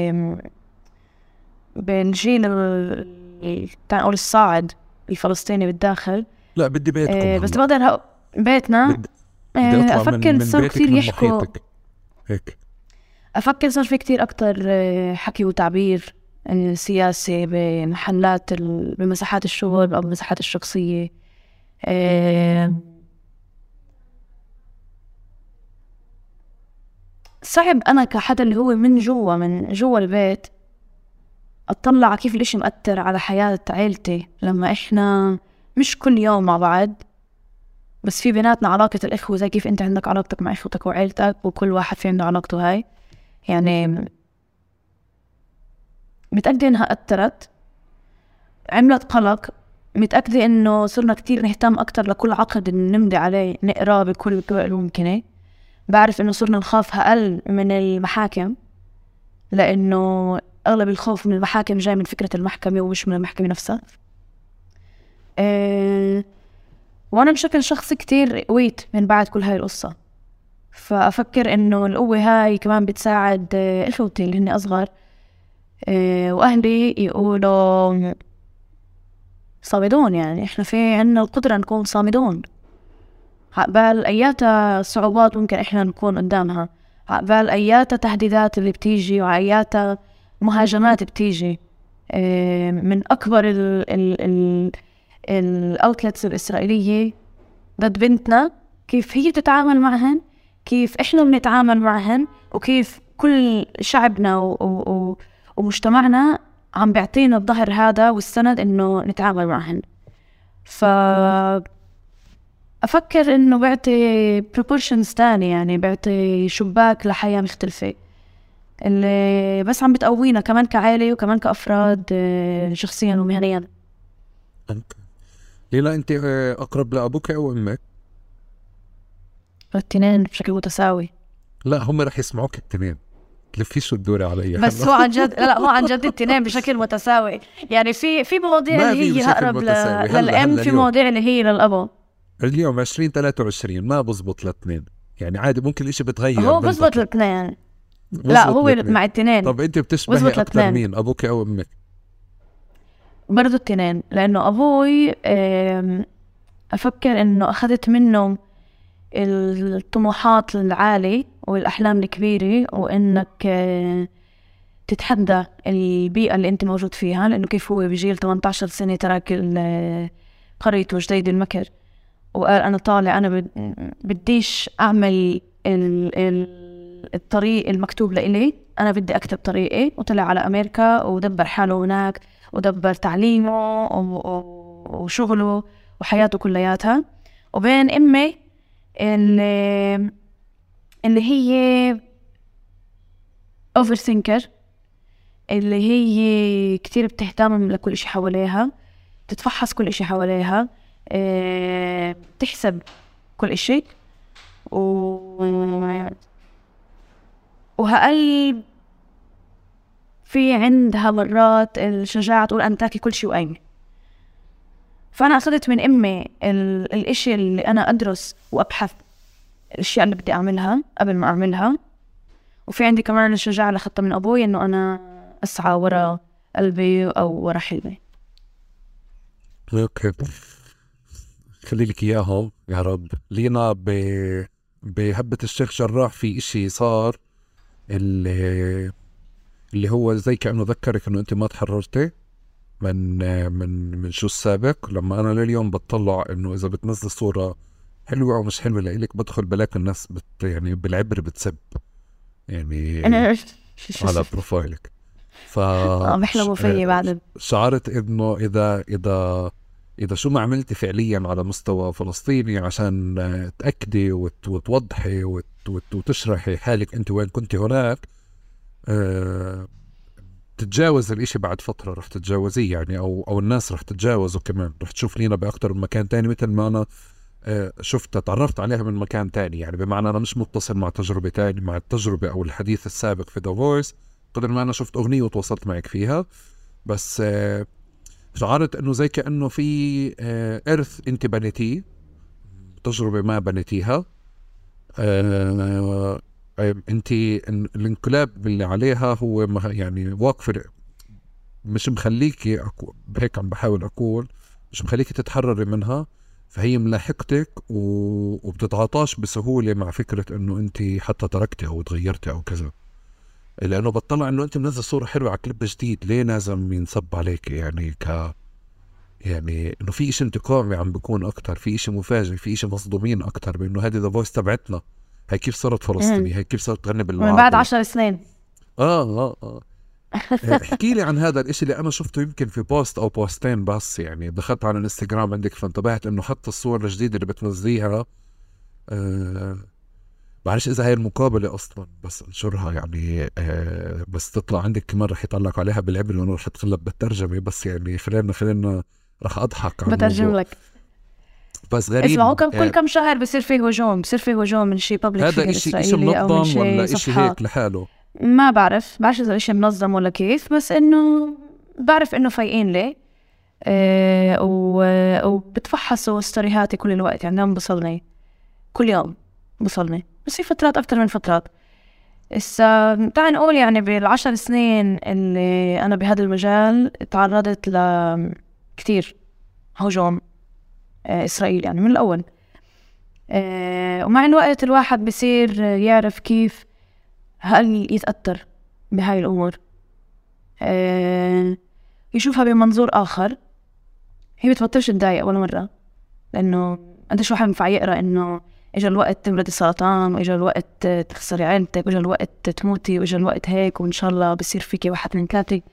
بالجيل أو الصاعد الفلسطيني بالداخل. لا بدي بيتكم. أه بس بقدر بيتنا بدي أه أفكر صار كتير يحكوا هيك. أفكر صار في كتير أكتر حكي وتعبير يعني سياسي بمحلات ال... بمساحات الشغل أو بمساحات الشخصية. أه... صعب أنا كحدا اللي هو من جوا من جوا البيت أطلع كيف الإشي مؤثر على حياة عائلتي لما إحنا مش كل يوم مع بعض، بس في بيناتنا علاقة الإخوة زي كيف أنت عندك علاقتك مع إخوتك وعائلتك، وكل واحد في عنده علاقته هاي. يعني متأكدة إنها أثرت، عملت قلق. متأكدة إنه صرنا كتير نهتم أكتر لكل عقد نمضي عليه نقرأ بكل الطرق الممكنة. بعرف إنه صرنا نخاف أقل من المحاكم، لأنه أغلب الخوف من المحاكم جاي من فكرة المحكمة ومش من المحكمة نفسها. أه وأنا بشكل شخصي كتير قويت من بعد كل هاي القصة. فأفكر إنه القوة هاي كمان بتساعد آه، إخوتي اللي هن أصغر آه، وأهلي يقولوا صامدون. يعني إحنا في عنا القدرة نكون صامدون عقبال أياتا صعوبات ممكن إحنا نكون قدامها، عقبال أياتا تهديدات اللي بتيجي، وأياتا مهاجمات بتيجي آه، من أكبر ال ال ال الأوتلتس الإسرائيلية ضد بنتنا، كيف هي تتعامل معهن، كيف إحنا بنتعامل معهن، وكيف كل شعبنا و و ومجتمعنا عم بيعطينا الظهر هذا والسند إنه نتعامل معهن. فأفكر إنه بيعطي proportions تاني، يعني بيعطي شباك لحياة مختلفة اللي بس عم بتقوينا كمان كعائلة وكمان كأفراد شخصيا ومهنيا. ليلى أنت أقرب لأبوك أو أمك؟ الاثنين بشكل متساوي. لا هم رح يسمعوك الاثنين، تلفيش الدورة علي. بس هو عن جد لا هو عن جد الاثنين بشكل متساوي. يعني في في مواضيع اللي هي أقرب ل... للأم، في مواضيع اللي هي للأبو. اليوم عشرين ثلاثة وعشرين ما بزبط الاثنين، يعني عادي ممكن الاشي بتغير. هو بزبط الاثنين. لا هو لتنين. مع الاثنين. طب انت بتشبهي اكثر مين، ابوك او امك؟ برضو الاثنين، لانه ابوي افكر انه اخذت منه الطموحات العالية والاحلام الكبيرة، وانك تتحدى البيئة اللي انت موجود فيها، لانه كيف هو بجيل ثمانية عشر سنة ترك قريته جديد المكر وقال انا طالع، انا بديش اعمل ال ال الطريق المكتوب لإلي، أنا بدي أكتب طريقي. وطلع على أمريكا ودبر حاله هناك، ودبر تعليمه وشغله وحياته كلياتها. وبين أمي اللي, اللي هي overthinker، اللي هي كتير بتهتم لكل إشي حواليها، تتفحص كل إشي حواليها، اه تحسب كل إشي، و وهقل في عندها مرات الشجاعة تقول أنا تاكي كل شيء وأيمي. فأنا أخذت من أمي الإشي اللي أنا أدرس وأبحث الأشياء اللي بدي أعملها قبل ما أعملها، وفي عندي كمان الشجاعة اللي أخذتها من أبوي إنه أنا أسعى ورا قلبي أو ورا حلمي. أوكي، خلي لك إياهم يا رب. لينا ب... بهبة الشيخ جراح في إشي صار اللي اللي هو زي كأنه ذكرك انه انت ما تحررتي من من من شو السابق. لما انا لليوم بتطلع انه اذا بتنزل صورة حلوة او مش حلوة لإلك، بدخل بلاقي الناس بت يعني بالعبر بتسب يعني أنا على بروفايلك. ف بحلموا فيي بعد. شعرت انه اذا اذا اذا شو ما عملتي فعليا على مستوى فلسطيني عشان تأكدي وت... وتوضحي وت... وت... وتشرحي حالك انت وين كنت هناك، أه... تتجاوز الاشي بعد فترة رح تتجاوزيه يعني، او او الناس رح تتجاوزه كمان، رح تشوف لينا باكتر من مكان تاني مثل ما انا أه شفت تعرفت عليها من مكان تاني. يعني بمعنى انا مش متصل مع تجربة تاني مع التجربة او الحديث السابق في ذا فويس قدر ما انا شفت اغنية وتواصلت معك فيها. بس أه شعرت انه زي كأنه في أه ارث انت بنيتيه، تجربة ما بنيتيها، أه انت الانقلاب اللي عليها هو يعني واقف مش مخليكي أكو... هيك عم بحاول اقول مش مخليكي تتحرري منها، فهي ملاحقتك و... وبتتعاطاش بسهولة مع فكرة انه انت حتى تركتي او تغيرتي او كذا. لانه بطلع انه انت منزل صورة حلوة على كليب جديد، ليه لازم ينصب عليك يعني ك يعني انه في اشي انتقامي عم بيكون اكتر، في اشي مفاجئ، في اشي مصدومين اكتر بانه هذه ذا فويس تبعتنا، هي كيف صارت فلسطينية، هي كيف صارت تغني بالعربي من بعد عشر سنين. اه اه اه احكي لي عن هذا الاشي اللي انا شفته يمكن في بوست او بوستين بس، يعني دخلت على الانستغرام عندك فانتبهت انه حتى الصور الجديدة اللي بتنزليها آه بعرفش اذا هي المقابلة اصلا بس انشرها يعني آه بس تطلع عندك كمان رح يطلق عليها بالعبر وانا رح اتقلب بالترجمة، بس يعني خلينا خلينا رح اضحك عن بترجم لك. بس غريب اسمعوا كم كل كم شهر بصير فيه هجوم، بصير فيه هجوم من شي بابليك هذا إشي إشي منظم ولا إشي هيك لحاله؟ ما بعرف بعرف إذا إشي منظم ولا كيف، بس إنه بعرف إنه فايقين لي أه وبتفحصوا ستوريهاتي كل الوقت، يعني عم بصلني كل يوم بصلني بس في فترات أكتر من فترات. إسا تعال نقول يعني بالعشر سنين اللي أنا بهذا المجال تعرضت لكتير هجوم إسرائيل يعني من الأول. ومع الوقت الواحد بيصير يعرف كيف هل يتأثر بهاي الأمور، يشوفها بمنظور آخر. هي بتبطلش تضايق ولا مرة، لأنه أنت شو واحد ينفع يقرأ إنه إجا الوقت تمرض السرطان، وإجا الوقت تخسري عيلتك، وإجا الوقت تموتي، وإجا الوقت هيك، وإن شاء الله بصير فيكي واحد من ثلاثة.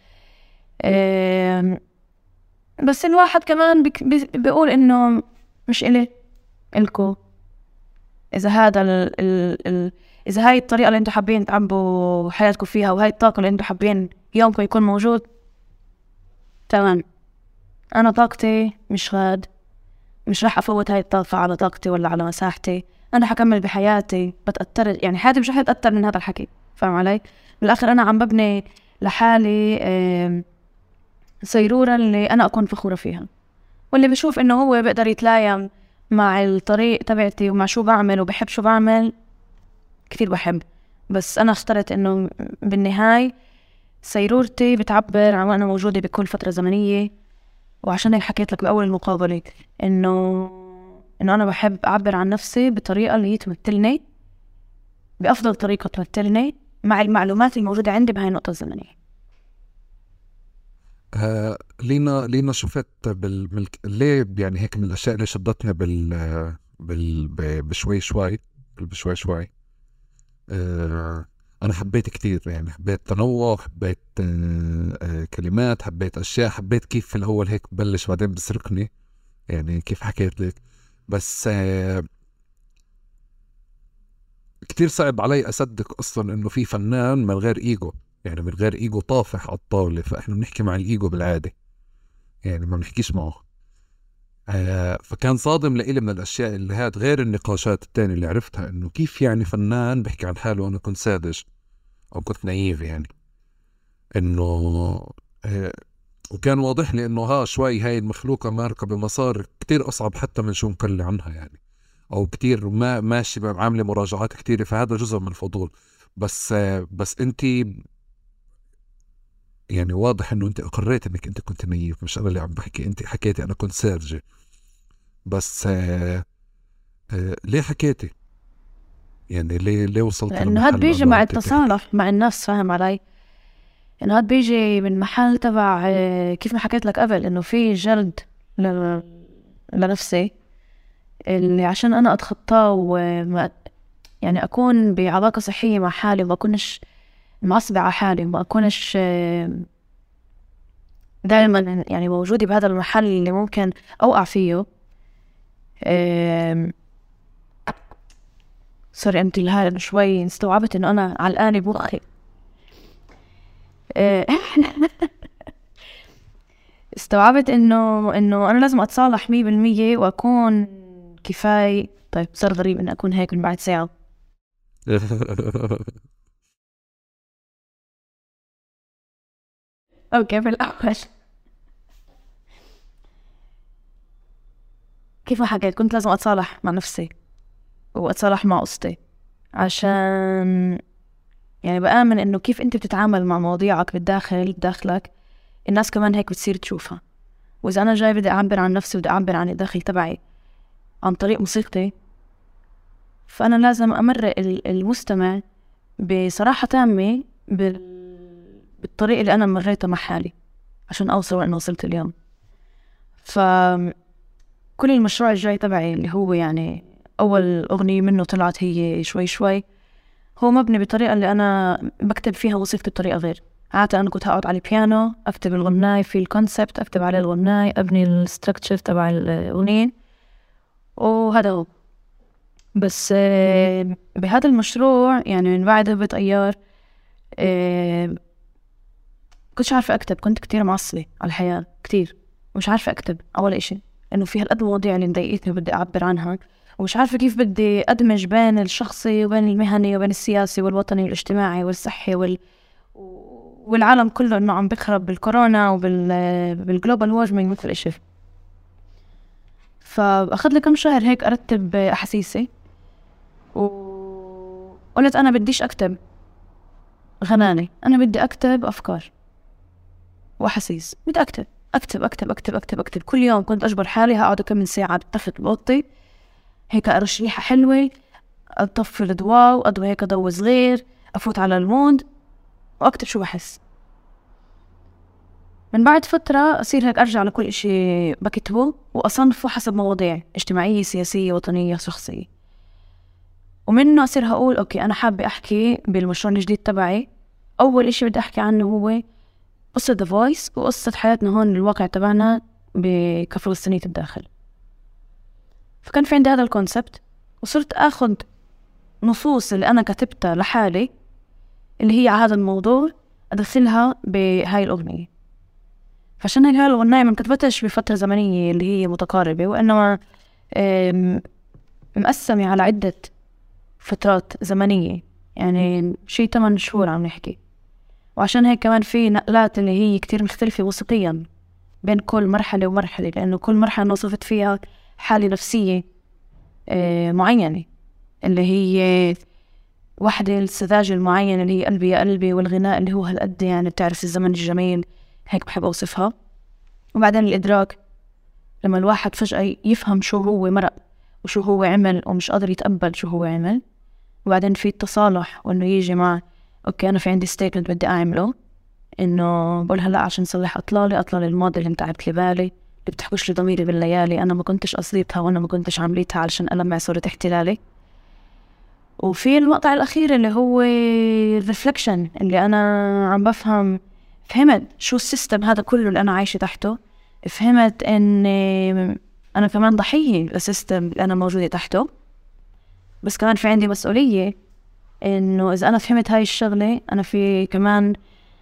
بس الواحد كمان بيك بيقول إنه مش إلي إلكو، إذا هذا ال ال ال إذا هاي الطريقة اللي أنتوا حابين تعبوا حياتكم فيها، وهاي الطاقة اللي أنتوا حابين يومكم يكون موجود، تمام. أنا طاقتي مش غاد، مش راح أفوت هاي الطاقة على طاقتي ولا على مساحتي. أنا حكمل بحياتي، بتأثر يعني حياتي مش راح تتأثر من هذا الحكي، فاهم علي؟ بالآخر أنا عم ببني لحالي سيرورة اللي أنا أكون فخورة فيها، واللي بشوف إنه هو بيقدر يتلايم مع الطريق تبعتي ومع شو بعمل وبحب شو بعمل، كتير بحب. بس أنا اخترت إنه بالنهاية سيرورتي بتعبر عن أنا موجودة بكل فترة زمنية. وعشان هيك حكيت لك بأول المقابلة إنه إنه أنا بحب أعبر عن نفسي بطريقة اللي هي تمثلني بأفضل طريقة، تمثلني مع المعلومات الموجودة عندي بهاي النقطة الزمنية. آه لينا لينا شفت بالملك ليه يعني هيك من الأشياء اللي شدتنا بال بال بشوي شوي بشوي شوي آه أنا حبيت كتير، يعني حبيت تنوع، حبيت آه آه كلمات، حبيت أشياء، حبيت كيف في الأول هيك ببلش بعدين بسرقني، يعني كيف حكيت لك. بس آه كتير صعب علي أصدق أصلا إنه في فنان من غير إيجو، يعني من غير إيجو طافح على الطاولة. فإحنا بنحكي مع الإيجو بالعادة، يعني ما بنحكيش معه. آه فكان صادم لإلي من الأشياء اللي هاد، غير النقاشات التانية اللي عرفتها، إنه كيف يعني فنان بحكي عن حاله أنا كنت ساذج أو كنت نايف، يعني إنه آه وكان واضح لي إنه ها شوي هاي المخلوقة ماركة بمسار كتير أصعب حتى من شو مكلي عنها، يعني أو كتير ما ماشي عاملة مراجعات كتيرة. فهذا جزء من الفضول. بس آه بس أنتي يعني واضح إنه أنت أقريت إنك أنت كنت نايف، مش أنا اللي عم بحكي، أنت حكيتي أنا كنت ساذجة. بس آه آه ليه حكيتي؟ يعني ليه ليه وصلت لأنه هاد بيجي مع التصالح مع الناس، فاهم علي؟ إنه هاد بيجي من محل تبع كيف ما حكيت لك قبل، إنه في جلد ل... لنفسي اللي عشان أنا أتخطاه وما يعني أكون بعلاقة صحية مع حالي، وما أكونش معصبة على حالي، وما أكونش دائما يعني موجودة بهذا المحل اللي ممكن أوقع فيه. سوري أنت لهذا شوي استوعبت إنه أنا علقانة بمخي. استوعبت إنه إنه أنا لازم أتصالح مية بالمية وأكون كفاية. طيب صار غريب إن أكون هيك من بعد ساعة. أوكي بالأول كيف ما حكيت كنت لازم أتصالح مع نفسي وأتصالح مع قصتي، عشان يعني بآمن إنه كيف أنت بتتعامل مع مواضيعك بالداخل بداخلك الناس كمان هيك بتصير تشوفها. وإذا أنا جاي بدي أعبر عن نفسي وبدي أعبر عن الداخل تبعي عن طريق موسيقتي، فأنا لازم أمرق المستمع بصراحة تامة بالطريقة اللي أنا مريتها مع حالي عشان أوصل وأنا وصلت اليوم. فكل المشروع الجاي تبعي اللي هو يعني أول أغنية منه طلعت هي شوي شوي، هو مبني بطريقة اللي أنا بكتب فيها موسيقتي بطريقة غير. عادة أنا كنت هقعد على البيانو أكتب الغناي في الكونسبت، أكتب على الغناي، أبني الستركتشر تبع الأغنية، وهذا هو. بس بهذا المشروع يعني من بعد هبة أيار كنتش عارفة أكتب، كنت كتير معصبة على الحياة كتير، مش عارفة أكتب أول إشي إنه في هالقد مواضيع اللي مضايقتني بدي أعبر عنها، ومش عارفة كيف بدي أدمج بين الشخصي وبين المهني وبين السياسي والوطني والاجتماعي والصحي وال... والعالم كله إنه عم بخرب بالكورونا وبال بالجلوبال وورمينج مثل إشي. فأخذ لي كم شهر هيك أرتب أحاسيسي و... قلت أنا بديش أكتب غناني، أنا بدي أكتب أفكار وأحاسيس، بدي أكتب أكتب أكتب أكتب أكتب أكتب كل يوم. كنت أجبر حالي هقعد كم من ساعة بالتخت بأوضتي هيك أرش ريحة حلوة، أطفي الضوء وأضوي هيك ضوء صغير، أفوت على المود وأكتب شو بحس. من بعد فترة أصير هيك أرجع لكل إشي بكتبه وأصنفه حسب مواضيع اجتماعية سياسية وطنية شخصية، ومنه أصير هقول أوكي أنا حابة أحكي بالمشروع الجديد تبعي. أول إشي بدي أحكي عنه هو قصة The Voice وقصة حياتنا هون الواقع تبعنا كفلسطينية الداخل. فكان في عندي هذا الكونسبت، وصرت أخذ نصوص اللي أنا كتبتها لحالي اللي هي على هذا الموضوع أدخلها بهاي الأغنية. فعشان هيك هاي الأغنية ما كتبتش بفترة زمنية اللي هي متقاربة، وإنما مقسمة على عدة فترات زمنية، يعني شي ثمان شهور عم نحكي. وعشان هيك كمان في نقلات اللي هي كتير مختلفة وسطيا بين كل مرحلة ومرحلة، لأنه كل مرحلة وصفت فيها حالة نفسية معينة، اللي هي واحدة السذاجة المعينة اللي هي قلبي يا قلبي، والغناء اللي هو هالقد يعني بتعرف الزمن الجميل، هيك بحب أوصفها. وبعدين الإدراك لما الواحد فجأة يفهم شو هو مرق وشو هو عمل ومش قادر يتقبل شو هو عمل. وبعدين في التصالح، وإنه يجي مع أوكي أنا في عندي ستيتمنت بدي أعمله، إنه بقول هلأ عشان صلح أطلالي أطلال الماضي اللي متعبت لي بالي، اللي بتحكش لي ضميري بالليالي، أنا ما كنتش قصديتها وأنا ما كنتش عمليتها علشان ألمع صورة احتلالي. وفي المقطع الأخير اللي هو الرفلكشن، اللي أنا عم بفهم فهمت شو السيستم هذا كله اللي أنا عايشة تحته، فهمت إن أنا كمان ضحية للسيستم اللي أنا موجودة تحته، بس كمان في عندي مسؤولية إنه إذا أنا فهمت هاي الشغلة أنا في كمان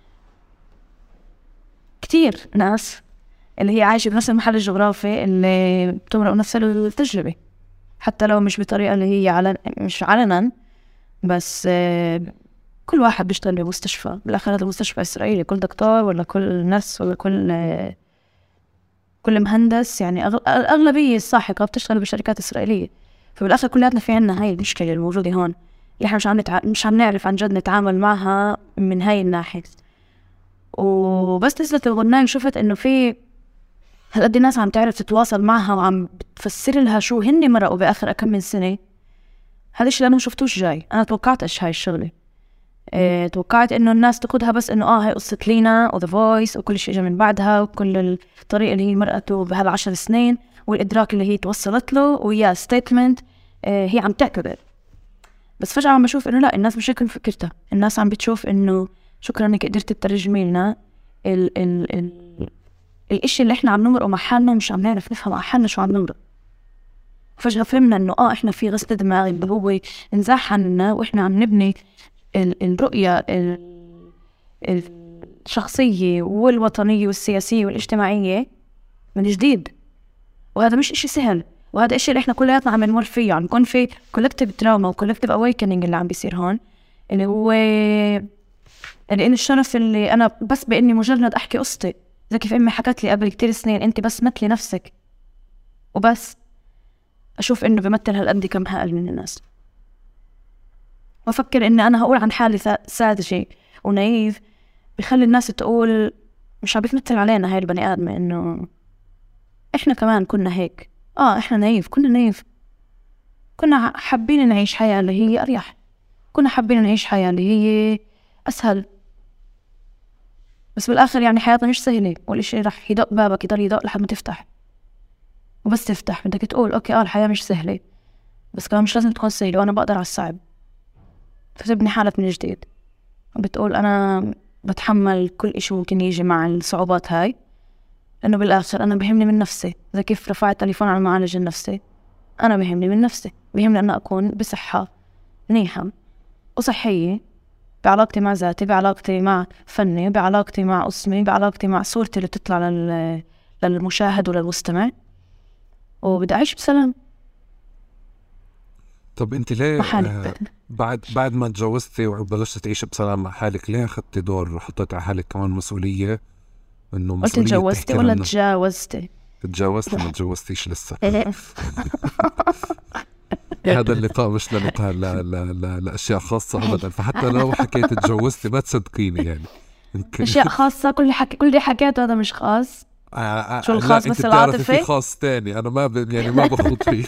كتير ناس اللي هي عايشة بنفس المحل الجغرافي اللي بتمرق نفس التجربة، حتى لو مش بطريقة اللي هي علن مش علنا، بس كل واحد بيشتغل بمستشفى، بالآخر هذا المستشفى إسرائيلي، كل دكتور ولا كل نرس ولا كل كل مهندس يعني أغلبية الساحقة بتشتغل بشركات إسرائيلية. فبالآخر كلياتنا في عنا هاي المشكلة الموجودة هون اللي إحنا مش عم نتع... مش عم نعرف عن جد نتعامل معها من هاي الناحية. وبس نزلت الغناية وشفت إنه في هالقد الناس عم تعرف تتواصل معها وعم بتفسر لها شو هن مرقوا بآخر أكم من سنة. هذا الشيء اللي أنا ما شفتوش جاي. أنا توقعت إيش هاي الشغلة، إيه توقعت إنه الناس تاخدها بس إنه آه هاي قصة لينا و The Voice وكل شيء جا من بعدها، وكل الطريقة اللي هي مرقته بهالعشر سنين والإدراك اللي هي توصلت له ويا ستيتمنت إيه هي عم تعتبر. بس فجأة عم بشوف إنه لا، الناس مش هيك فكرتها. الناس عم بتشوف إنه شكرا إنك قدرت تترجمي لنا ال ال ال الإشي اللي إحنا عم نمرقه مع حالنا، مش عم نعرف نفهم مع حالنا شو عم نمرق. فجأة فهمنا إنه آه إحنا في غسل دماغ اللي هو نزاح عنا، وإحنا عم نبني ال الرؤية ال الشخصية والوطنية والسياسية والاجتماعية من جديد. وهذا مش إشي سهل، وهذا إشي اللي إحنا كلياتنا عم نمر فيه، عم يكون في collective trauma و collective awakening اللي عم بيصير هون، اللي هو اللي إن الشرف اللي أنا بس بإني مجرد أحكي قصتي، زي كيف أمي حكت لي قبل كتير سنين أنت بس مثلي نفسك وبس، أشوف إنه بمثل هالقد كم هائل من الناس. وأفكر إن أنا هقول عن حالي ساذجة ونايف بخلي الناس تقول مش عم بتمثل علينا هاي البني آدمة، إنه إحنا كمان كنا هيك. آه إحنا نايف، كنا نايف، كنا حابين نعيش حياة اللي هي أريح، كنا حابين نعيش حياة اللي هي أسهل، بس بالآخر يعني حياتنا مش سهلة، والإشي رح يدق بابك يضل يدق لحد ما تفتح. وبس تفتح بدك تقول أوكي آه الحياة مش سهلة، بس كمان مش لازم تكون سهلة وأنا بقدر على الصعب. فتبني حالك من جديد وبتقول أنا بتحمل كل إشي ممكن يجي مع الصعوبات هاي، لأنه بالآخر أنا بهمني من نفسي. زي كيف رفعت تليفون على المعالج النفسي، أنا بهمني من نفسي، بهمني أن أكون بصحة منيحة وصحية، بعلاقتي مع ذاتي، بعلاقتي مع فني، بعلاقتي مع اسمي، بعلاقتي مع صورتي اللي تطلع لل... للمشاهد وللمستمع، وبدي أعيش بسلام. طب أنت ليه آه بعد بعد ما تجوزتي وبلشت تعيش بسلام مع حالك، ليه أخذتي دور حطيت على حالك كمان مسؤولية إنه مسؤولية؟ قلت تجوزتي ولا تجاوزتي؟ تجاوزتي؟ ما تجوزتيش لسه. هذا اللقاء مش للقاء لا لا لا لأشياء خاصة أبدا، فحتى لو حكيت اتجوزتي ما تصدقيني يعني. أشياء خاصة كل حكي كل اللي حكيته هذا مش خاص. آه آه شو الخاص بس العاطفي؟ في خاص تاني أنا ما ب... يعني ما بخوض فيه.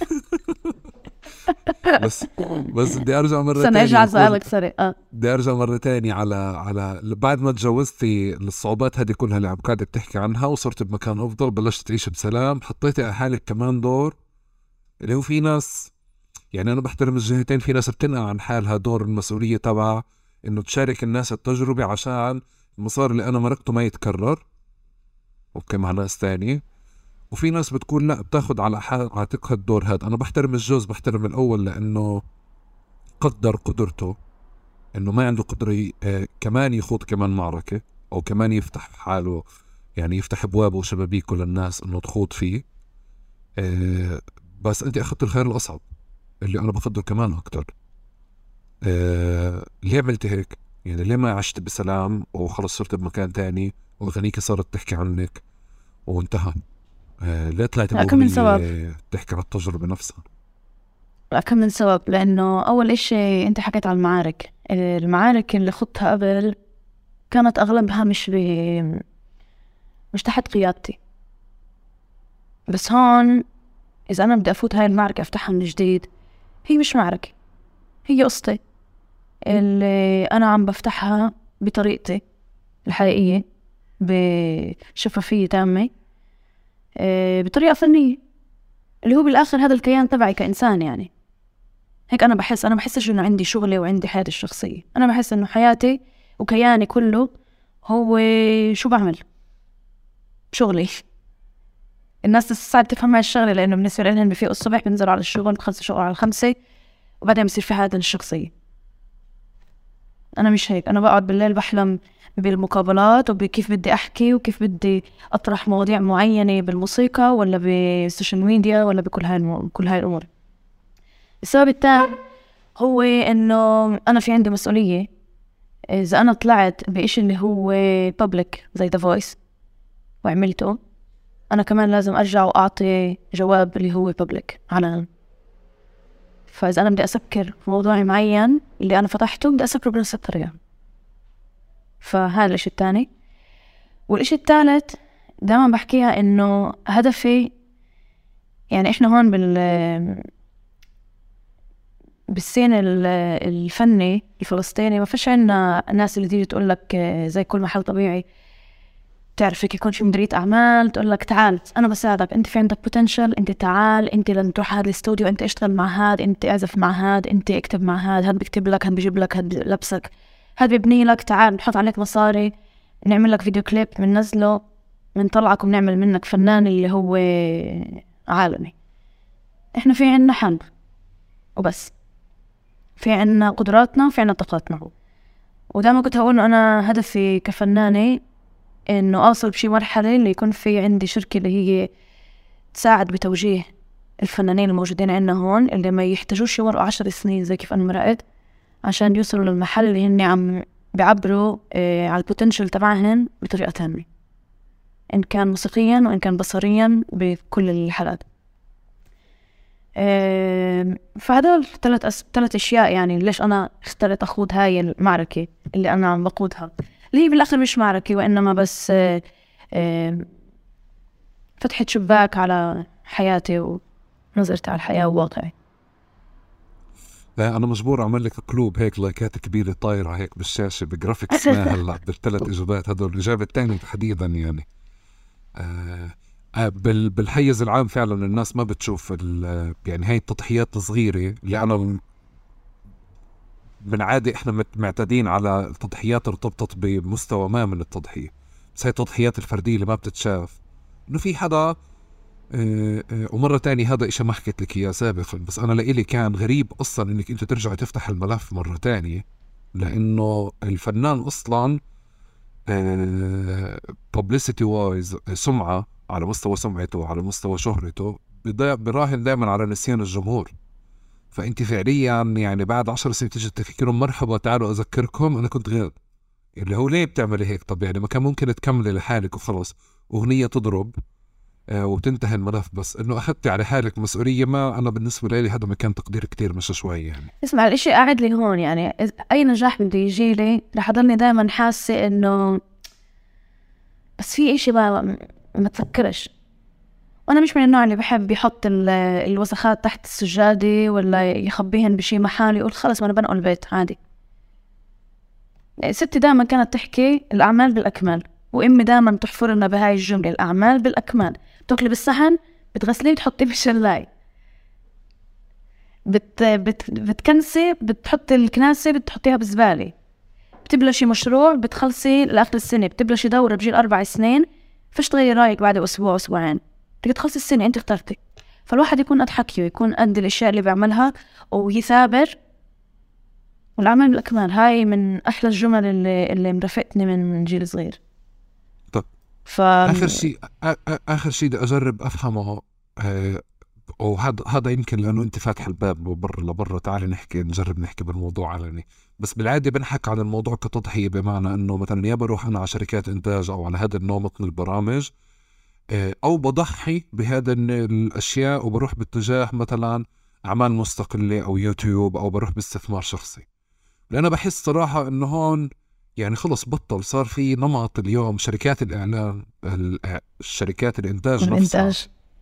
بس بس بدي أرجع مرة تانية. سنرجع سؤالك سريع. آه. بدي أرجع مرة تانية على على بعد ما تجوزتي الصعوبات هذه كلها اللي عم قاعدة بتحكي عنها وصرت بمكان أفضل، بلشت تعيش بسلام، حطيتي على حالك كمان دور اللي هو في ناس، يعني أنا بحترم الجهتين، في ناس بتنقع عن حالها دور المسؤولية تبع إنه تشارك الناس التجربة عشان المسار اللي أنا مرقته ما يتكرر، أوكي مع ناس تاني. وفي ناس بتكون لا بتاخد على عاتقها الدور هذا. أنا بحترم الجوز، بحترم الأول لأنه قدر قدرته إنه ما عنده قدرة آه كمان يخوض كمان معركة أو كمان يفتح حاله، يعني يفتح أبوابه وشبابيكه للناس إنه تخوض فيه. آه بس أنت أخذت الخير الأصعب اللي أنا بفضل كمان أكتر. آه ليه عملت هيك؟ يعني ليه ما عشت بسلام وخلص صرت بمكان تاني وغنيكي صارت تحكي عنك وانتهى؟ آه ليه طلعت بأغنية تحكي عن التجربة نفسها؟ لا كم من سبب. لأنه أول إشي أنت حكيت عن المعارك، المعارك اللي خضتها قبل كانت أغلبها مش ب... مش تحت قيادتي. بس هون إذا أنا بدي أفوت هاي المعركة أفتحها من جديد، هي مش معركة، هي قصتي اللي أنا عم بفتحها بطريقتي الحقيقية بشفافية تامة، بطريقة فنية، اللي هو بالآخر هذا الكيان تبعي كإنسان. يعني هيك أنا بحس. أنا بحسش إنه عندي شغلي وعندي حياتي الشخصية، أنا بحس إنه حياتي وكياني كله هو شو بعمل شغلي. الناس صعب تفهم هاي الشغلة لأنه بالنسبة لهم بفيقوا الصبح بنزلوا على الشغل، بخلصوا شغل على الخمسة، وبعدين بصير في حياتنا الشخصية. أنا مش هيك. أنا بقعد بالليل بحلم بالمقابلات وبكيف بدي أحكي وكيف بدي أطرح مواضيع معينة بالموسيقى ولا بالسوشيال ميديا ولا بكل هاي الم... كل هاي الأمور. السبب الثاني هو إنه أنا في عندي مسؤولية. إذا أنا طلعت بإشي اللي هو public زي The Voice وعملته، أنا كمان لازم أرجع وأعطي جواب اللي هو public على. فإذا أنا بدي أسكر في موضوع معين اللي أنا فتحته بدي أسكره بنفس الطريقة. فهذا الإشي الثاني. والإشي الثالث دائما بحكيها إنه هدفي، يعني إحنا هون بال بالسين الفني الفلسطيني ما فيش عنا الناس اللي تيجي تقول لك زي كل محل طبيعي تعرف فيك يكون في مديرية أعمال تقول لك تعال أنا بساعدك، أنت في عندك potential، أنت تعال، أنت لن تروح هذا الاستوديو، أنت اشتغل مع هاد، أنت اعزف مع هاد، أنت اكتب مع هاد، هاد بيكتب لك، هاد بيجيب لك، هاد بيلبسك، هاد بيبني لك، تعال نحط عليك مصاري، نعمل لك فيديو كليب، بننزله، بنطلعك وبنعمل منك فنان اللي هو عالمي. إحنا في عنا حل وبس، في عنا قدراتنا وفي عنا طاقاتنا. ودائما كنت هقول أنا هدفي كفنانة إنه أوصل بشي مرحلة اللي يكون في عندي شركة اللي هي تساعد بتوجيه الفنانين الموجودين عندنا هون اللي ما يحتاجوش يمرقوا عشر سنين زي كيف أنا مرقت عشان يوصلوا للمحل اللي هن عم بيعبروا آه على البوتنشل تبعهن بطريقة تامة، إن كان موسيقيا وإن كان بصريا بكل الحالات. آه فهذول ثلاث أس... ثلاث أشياء يعني ليش أنا اخترت أخوض هاي المعركة اللي أنا عم بقودها، اللي هي بالآخر مش معركة وإنما بس آه آه فتحة شباك على حياتي ونظرتي على الحياة وواقعي. لا أنا مجبور أعمل لك كلوب هيك لايكات كبيرة طايرة هيك بالشاشة بجرافيكس ما هلا بالثلاث إجابات هذول. الإجابة الثانية تحديدا يعني آه آه بال بالحيز العام فعلا الناس ما بتشوف يعني هاي التضحيات الصغيرة اللي أنا من عادي إحنا معتادين على التضحيات ارتبطت بمستوى ما من التضحية، بس هاي التضحيات الفردية اللي ما بتتشاف إنه في حدا آه آه ومرة تانية هذا إشي ما حكيت لك إياه سابقا، بس أنا لإلي كان غريب أصلا إنك أنت ترجع تفتح الملف مرة تانية، لأنه الفنان أصلا آه publicity wise سمعة على مستوى سمعته على مستوى شهرته براهن دائما على نسيان الجمهور. فأنت فعليا يعني بعد عشر سنين تيجي تفكرون مرحبا تعالوا أذكركم أنا كنت غير اللي هو ليه بتعملي هيك؟ طب يعني ما كان ممكن تكملي لحالك وخلص أغنية تضرب آه وتنتهي الملف. بس انه اخذتي على حالك مسؤوليه، ما انا بالنسبه لي هذا مكان تقدير كتير مش شوي يعني. اسمع، الاشي قاعد لي هون، يعني اي نجاح بده يجي لي رح اضلني دائما حاسه انه بس في اشي ما ما تفكرش. وانا مش من النوع اللي بحب يحط الوسخات تحت السجاده ولا يخبيهن بشي محل يقول خلص ما انا بنقل البيت عادي. ستي دائما كانت تحكي الاعمال بالاكمال، وامي دائما تحفر لنا بهاي الجمله الاعمال بالاكمال. بتاكلي بالصحن، بتغسليه، بتحطيه بالشلاي، بت بت بتكنسي، بتحطي الكناسه، بتحطيها بالزباله، بتبلشي مشروع، بتخلصي لاخر السنه، بتبلشي دوره بجيل اربع سنين، فيش تغيري رايك بعد اسبوع اسبوعين، بدك تخلصي السنه انت اخترتي. فالواحد يكون قد حكيه، يكون قد الاشياء اللي بيعملها ويثابر. والعمل بالاكمال هاي من احلى الجمل اللي اللي مرافقتني من من جيل صغير. طب ف اخر شيء اخر شيء بدي اجرب افهمه، آه وهذا هذا يمكن لانه انت فاتح الباب برا لبرا، تعالي نحكي نجرب نحكي بالموضوع علني. بس بالعاده بنحك عن الموضوع كتضحيه، بمعنى انه مثلا يا بروح انا على شركات انتاج او على هذا النمط من البرامج، او بضحي بهذا الاشياء وبروح باتجاه مثلا اعمال مستقله او يوتيوب، او بروح باستثمار شخصي. لأن بحس صراحة إنه هون يعني خلص بطل، صار في نمط اليوم شركات الإعلان، الشركات الإنتاج نفسها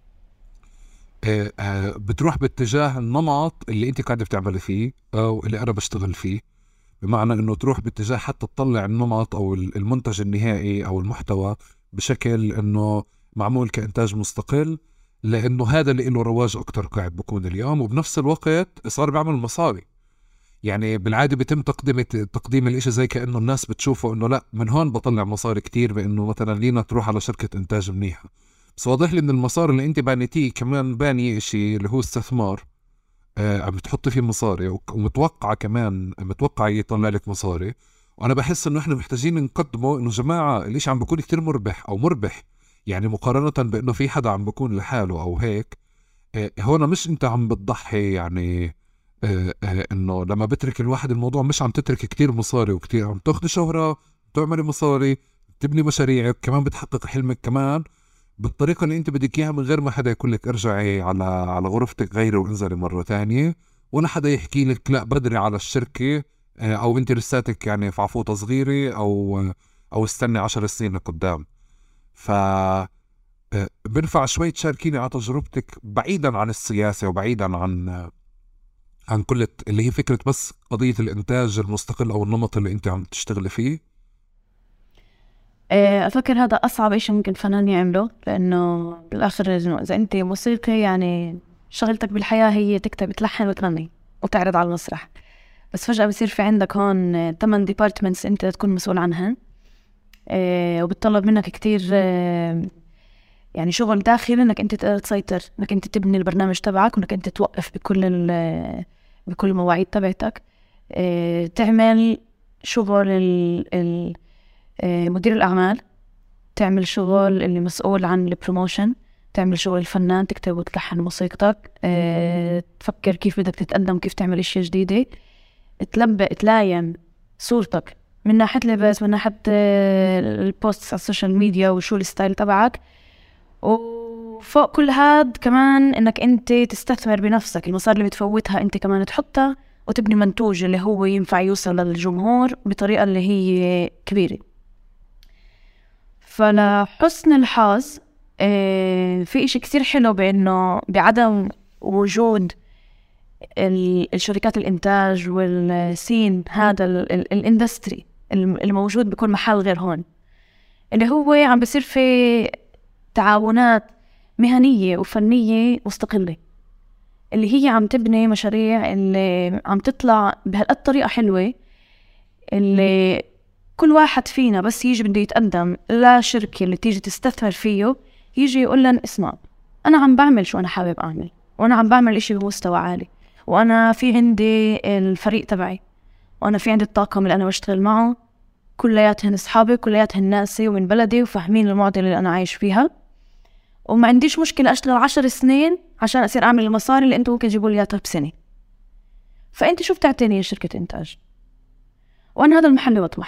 بتروح باتجاه النمط اللي أنت قاعدة بتعملي فيه أو اللي أنا بشتغل فيه. بمعنى إنه تروح باتجاه حتى تطلع النمط أو المنتج النهائي أو المحتوى بشكل إنه معمول كإنتاج مستقل، لأنه هذا اللي له رواج أكتر قاعد بكون اليوم. وبنفس الوقت صار بيعمل مصاري. يعني بالعادة بيتم تقديم تقديم الاشي زي كأنه الناس بتشوفه انه لا من هون بطلع مصاري كتير، بانه مثلا لينا تروح على شركة انتاج منيحة. بس واضح لي ان المصاري اللي انت بانيتيه كمان باني اشي اللي هو استثمار، آه عم بتحطي فيه مصاري، ومتوقعة كمان متوقع يطلع لك مصاري. وانا بحس انه احنا محتاجين نقدمه انه جماعة الاشي عم بكون كتير مربح او مربح، يعني مقارنة بانه في حدا عم بكون لحاله او هيك. آه هون مش انت عم بتضحي يعني آه آه انه لما بترك الواحد الموضوع مش عم تترك كتير مصاري وكتير عم تاخذ شهرة، تعملي مصاري، تبني مشاريعك، كمان بتحقق حلمك كمان بالطريقة اللي انت بدك اياها، من غير ما حدا يقول لك ارجعي على على غرفتك غيري وانزلي مرة تانية، ولا حدا يحكي لك لا بدري على الشركة، آه او انت لساتك يعني في عفوطة صغيرة، او او استني عشر سنين لقدام. ف بنفع شوي تشاركيني على تجربتك بعيدا عن السياسة وبعيدا عن عن كل اللي هي فكرة بس قضية الإنتاج المستقل أو النمط اللي أنت عم تشتغلي فيه. أفكر هذا أصعب إشي ممكن فنان يعمله، لأنه بالآخر إذا أنت موسيقي يعني شغلتك بالحياة هي تكتب تلحن وتغني وتعرض على المسرح، بس فجأة بصير في عندك هون ثمان ديبارتمنتس أنت تكون مسؤول عنها، وبتطلب منك كتير يعني شغل داخلي، انك انت تقدر تسيطر، انك انت تبني البرنامج تبعك، وانك انت توقف بكل بكل المواعيد تبعتك، اه تعمل شغل ال ال اه مدير الاعمال، تعمل شغل اللي مسؤول عن البروموشن، تعمل شغل الفنان، تكتب وتلحن موسيقتك، اه تفكر كيف بدك تتقدم، كيف تعمل اشياء جديدة، تلبق تلاين صورتك من ناحية لبس، من ناحية البوست على السوشيال ميديا وشو الستايل تبعك. وفوق كل هاد كمان انك انت تستثمر بنفسك، المصاري اللي بتفوتها انت كمان تحطها، وتبني منتوج اللي هو ينفع يوصل للجمهور بطريقة اللي هي كبيرة. فلحسن الحظ في اشي كتير حلو بانه بعدم وجود الشركات الانتاج والسين، هذا الاندستري الموجود بكل محل غير هون، اللي هو عم بيصير في تعاونات مهنية وفنية مستقلة، اللي هي عم تبني مشاريع اللي عم تطلع بهالطريقة حلوة، اللي كل واحد فينا بس يجي بده يتقدم لشركة اللي تيجي تستثمر فيه، يجي يقول لن اسمع أنا عم بعمل شو أنا حابب أعمل، وأنا عم بعمل إشي بمستوى عالي، وأنا في عندي الفريق تبعي، وأنا في عندي الطاقم اللي أنا بشتغل معه، كلياتهن أصحابي، كلياتهن ناسي ومن بلدي وفاهمين المعضلة اللي أنا عايش فيها، وما عنديش مشكلة أشتغل عشر سنين عشان أصير أعمل المصاري اللي أنتوا ممكن تجيبوا لي إياها بسنة. فأنت شو بتعطيني شركة إنتاج؟ وأنا هذا المحل اللي بطمح له،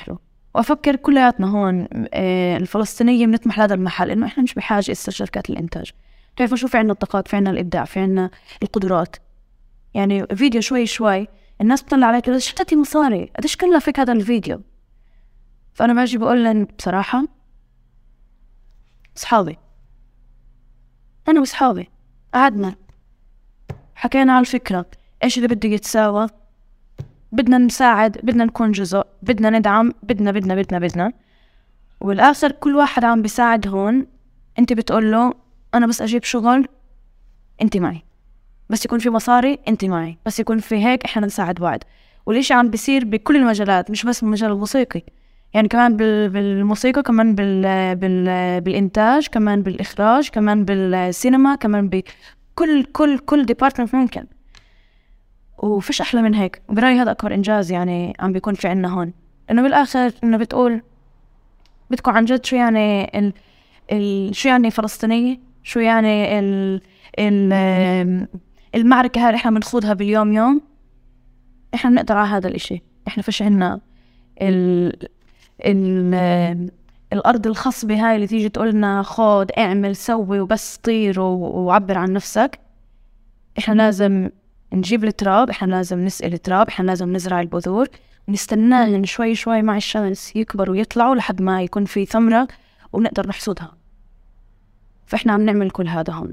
وأفكر كلياتنا هون آه، الفلسطينية بنطمح لهذا المحل، إنه إحنا مش بحاجة إسا شركات الإنتاج. تعرفوا شو، في عنا الطاقات، في عنا الإبداع، في عنا القدرات. يعني فيديو شوي شوي الناس بتطلع عليك قديش شتتي مصاري، قديش كلفك هذا الفيديو. فأنا باجي بقول لهم بصراحة أصحابي، أنا وأصحابي قعدنا حكينا على الفكرة، إيش اللي بده يتساوى، بدنا نساعد، بدنا نكون جزء، بدنا ندعم، بدنا بدنا بدنا بدنا والآخر كل واحد عم بيساعد. هون أنت بتقول له أنا بس أجيب شغل أنت معي، بس يكون في مصاري أنت معي، بس يكون في هيك إحنا نساعد بعض. والإشي عم بيصير بكل المجالات، مش بس بالمجال الموسيقي، يعني كمان بالموسيقى، كمان بال بال بالإنتاج، كمان بالإخراج، كمان بالسينما، كمان بكل كل كل ديبارتمنت ممكن. وفيش أحلى من هيك. برأيي هذا أكبر إنجاز يعني عم بيكون في عنا هون، إنه بالآخر إنه بتقول بدكم عن جد شو يعني ال ال شو يعني فلسطينية، شو يعني ال ال المعركة هاي إحنا بنخوضها باليوم يوم. إحنا بنقدر على هذا الإشي. إحنا فيش عنا ال ال الأرض الخصبة هاي اللي تيجي تقولنا خود اعمل سوي وبس طير وعبر عن نفسك. إحنا لازم نجيب التراب، إحنا لازم نسقي التراب، إحنا لازم نزرع البذور، نستناه إن شوي شوي مع الشمس يكبروا ويطلعوا لحد ما يكون في ثمرة ونقدر نحصدها. فإحنا عم نعمل كل هذا هون.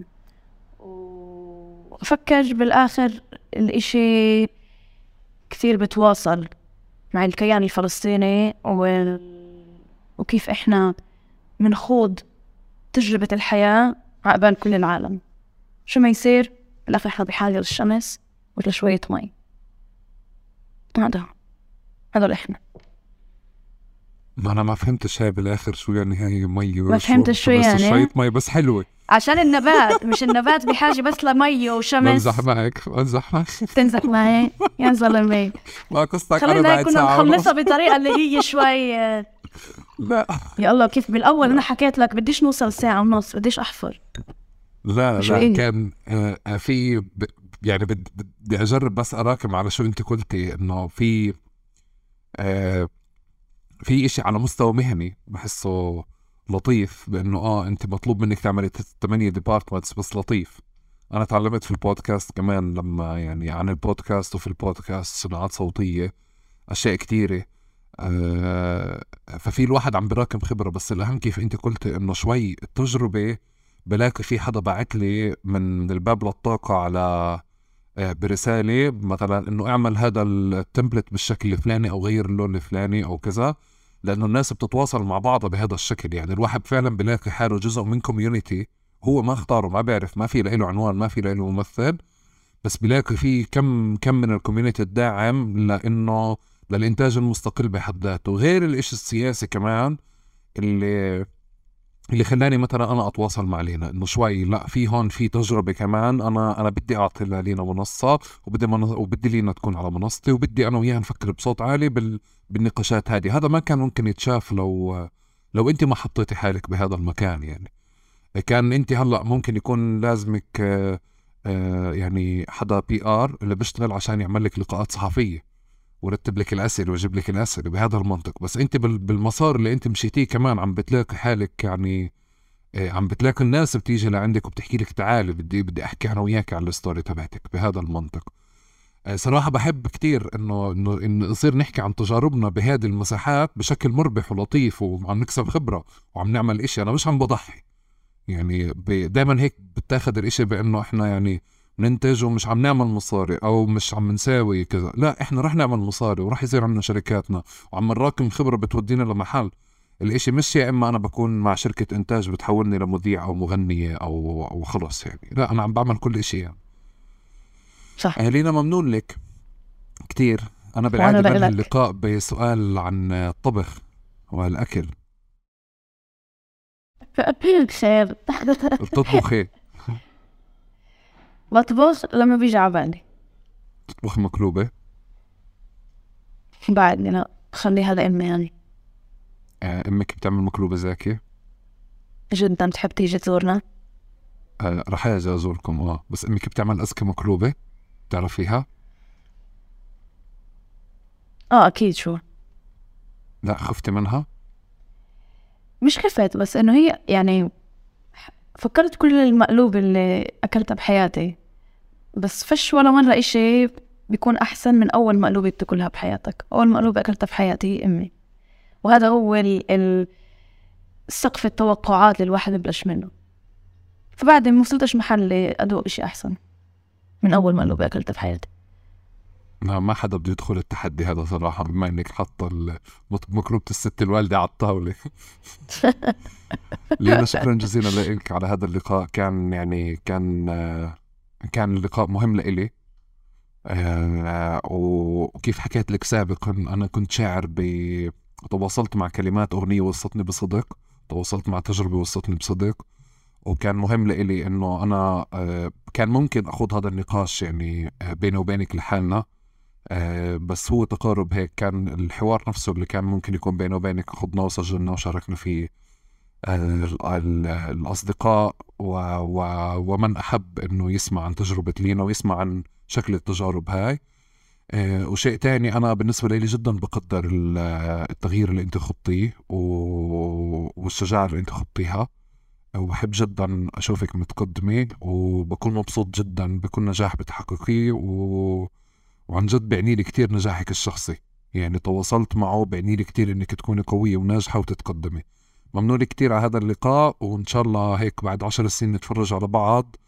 وأفكر بالآخر الإشي كثير بتواصل مع الكيان الفلسطيني و... وكيف إحنا منخوض تجربة الحياة عقبال كل العالم. شو ما يصير بالآخر إحنا بحاجة للشمس ولشوية مي. هذا هذا إحنا. ما أنا ما فهمتش هاي بالآخر شو يعني هاي مي. ما فهمتش شو يعني شوية مي بس حلوة عشان النبات، مش النبات بحاجة بس لمي وشمس. بمزح معك بمزح معك تنزح معي يا زلمة. ما قصتك. خلينا كنا نخلصها بطريقة اللي هي شوي. لا يا الله كيف بالأول أنا حكيت لك بديش نوصل ساعة ونص، بديش أحفر. لا لا إيه؟ كان آه في ب يعني بدي أجرب بس أراكم على شو أنت قلتي، إنه في آه في إشي على مستوى مهني بحسه لطيف، بأنه آه أنت مطلوب منك تعملي ثمانية ديبارتمنتس بس لطيف. أنا تعلمت في البودكاست كمان، لما يعني عن البودكاست وفي البودكاست صناعات صوتية أشياء كتيرة. آه ففي الواحد عم براكم خبرة، بس الأهم كيف أنت قلتي إنه شوي التجربة. بلاقي في حدا بعت لي من الباب للطاقة على آه برسالة مثلا إنه اعمل هذا التمبلت بالشكل الفلاني أو غير اللون الفلاني أو كذا، لأنه الناس بتتواصل مع بعضها بهذا الشكل. يعني الواحد فعلا بلاقي حاله جزء من كوميونيتي هو ما اختاره، ما بيعرف، ما في له عنوان، ما في له ممثل، بس بلاقي في كم كم من الكوميونيتي الداعم لأنه للإنتاج المستقل بحد ذاته. غير الإشي السياسي كمان اللي اللي خلاني مثلا أنا أتواصل مع لينا، إنه شوي لا في هون في تجربة كمان. أنا أنا بدي أعطي لينا منصة، وبدي من... وبدي لينا تكون على منصتي، وبدي أنا وياها نفكر بصوت عالي بال... بالنقاشات هذه. هذا ما كان ممكن يتشاف لو لو أنت ما حطيتي حالك بهذا المكان. يعني كان أنت هلأ ممكن يكون لازمك آه آه يعني حدا بي آر اللي بيشتغل عشان يعمل لك لقاءات صحفية ورتب لك الأسئلة ويجيب لك الأسئلة بهذا المنطق. بس أنت بالمسار اللي أنت مشيتيه كمان عم بتلاقي حالك، يعني عم بتلاقي الناس بتيجي لعندك وبتحكي لك تعالي بدي بدي أحكي أنا وياك على الستوري تبعتك بهذا المنطق. صراحة بحب كتير إنه إنه إنه نصير نحكي عن تجاربنا بهذه المساحات بشكل مربح ولطيف، وعم نكسب خبرة وعم نعمل إشي. أنا مش عم بضحي، يعني دايما هيك بتاخد الإشي بأنه إحنا يعني ننتج ومش عم نعمل مصاري أو مش عم نساوي كذا. لا، إحنا رح نعمل مصاري ورح يصير عندنا شركاتنا وعم نراكم خبرة بتودينا لمحل. الإشي مش يا إما أنا بكون مع شركة إنتاج بتحولني لمذيع أو مغنية أو أو خلص. يعني لا، أنا عم بعمل كل إشي يعني. صح. أهلينا ممنون لك كتير. أنا بالعادة بنهي اللقاء بسؤال عن الطبخ والأكل. خير. بتطبخ إيه؟ بطبخ لما بيجي عبالي. تطبخ مقلوبة؟ بعدني لا، خليها لأمي يعني. أمك بتعمل مقلوبة زاكية؟ جدا. تحب تيجي تزورنا؟ آه رح أجي أزوركم. آه بس أمك بتعمل أزكى مقلوبة تعرفيها؟ آه أكيد. شو لا خفتي منها؟ مش خفت، بس إنه هي يعني فكرت كل المقلوب اللي أكلتها بحياتي، بس فش ولا مرة إشي بيكون أحسن من أول مقلوبة بتاكلها بحياتك. أول مقلوبة أكلتها بحياتي هي أمي، وهذا هو ال- ال- السقف التوقعات اللي الواحد بلش منه. فبعد ما وصلتش محل أدوق إشي أحسن من أول مقلوبة أكلتها بحياتي. لا ما حدا بده يدخل التحدي هذا صراحة، بما انك حاطة ال- مكروبة الست الوالدة على الطاولة. لينا شكرا جزيلا لك على هذا اللقاء، كان يعني كان آه، كان اللقاء مهم لإلي. آه، وكيف حكيت لك سابقا أنا كنت شاعر ب تواصلت مع كلمات أغنية وصلتني بصدق، تواصلت مع تجربة وصلتني بصدق، وكان مهم لإلي إنه أنا آه، كان ممكن أخوض هذا النقاش يعني آه، بيني وبينك لحالنا، آه، بس هو تقارب هيك كان الحوار نفسه اللي كان ممكن يكون بيني وبينك خضنا وسجلنا وشاركنا فيه آه، ال- ال- الأصدقاء و و ومن أحب إنه يسمع عن تجربة لينا ويسمع عن شكل التجارب هاي. آه، وشيء تاني أنا بالنسبة لي جدا بقدر ال- التغيير اللي أنت خضتيه و- والشجاعة اللي أنت خضتيها، وبحب جدا أشوفك متقدمة، وبكون مبسوط جدا بكل نجاح بتحققيه، و... وعن جد بعني لي كتير نجاحك الشخصي، يعني تواصلت معه بعني لي كتير إنك تكوني قوية وناجحة وتتقدمي. ممنون كتير على هذا اللقاء، وإن شاء الله هيك بعد عشر سنين نتفرج على بعض.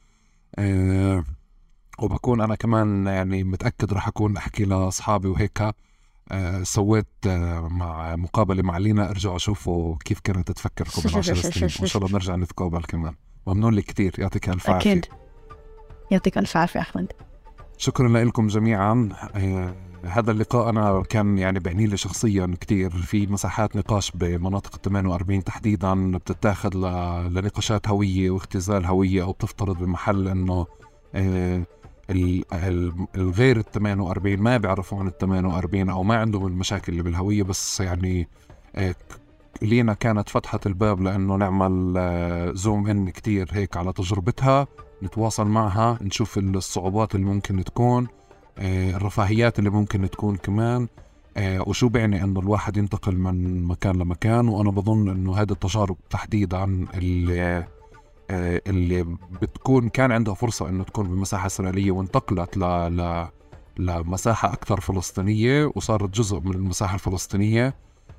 أه وبكون أنا كمان يعني متأكد رح أكون أحكي لأصحابي وهيك أه سويت أه مع مقابلة مع لينا، ارجعوا شوفوا كيف كانت تفكر قبل عشر سنين، وإن شاء الله نرجع نتقابل كمان. ممنون لك كتير، يعطيك ألف عافية. أكيد، يعطيك ألف عافية أحمد. شكرا لكم جميعا. أه هذا اللقاء أنا كان يعني بعني لي شخصيا كتير، في مساحات نقاش بمناطق ثمانية وأربعين تحديدا بتتاخذ ل- لنقاشات هوية واختزال هوية، أو بتفترض بمحل أنه أه ال- ال- الغير ال ثمانية وأربعين ما بيعرفوا عن ال ثمانية وأربعين أو ما عندهم المشاكل اللي بالهوية، بس يعني أه لينا كانت فتحة الباب لأنه نعمل أه زوم إن كتير هيك على تجربتها، نتواصل معها، نشوف الصعوبات اللي ممكن تكون، آه، الرفاهيات اللي ممكن تكون كمان، آه، وشو بعني انه الواحد ينتقل من مكان لمكان. وانا بظن انه هذه التجارب تحديدا اللي, آه، اللي بتكون كان عندها فرصة انه تكون بمساحة اسرائيلية وانتقلت ل ل لمساحة أكثر فلسطينية وصارت جزء من المساحة الفلسطينية،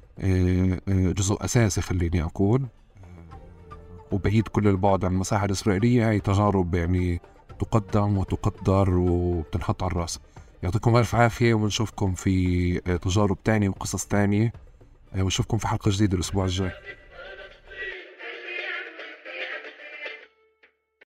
آه، آه، جزء أساسي خليني أقول، وبعيد كل البعد عن المساحة الإسرائيلية. هي تجارب يعني تقدم وتقدر وبتنحط على الرأس. يعطيكم ألف عافية، ونشوفكم في تجارب تانية وقصص تانية، ونشوفكم في حلقة جديدة الأسبوع الجاي.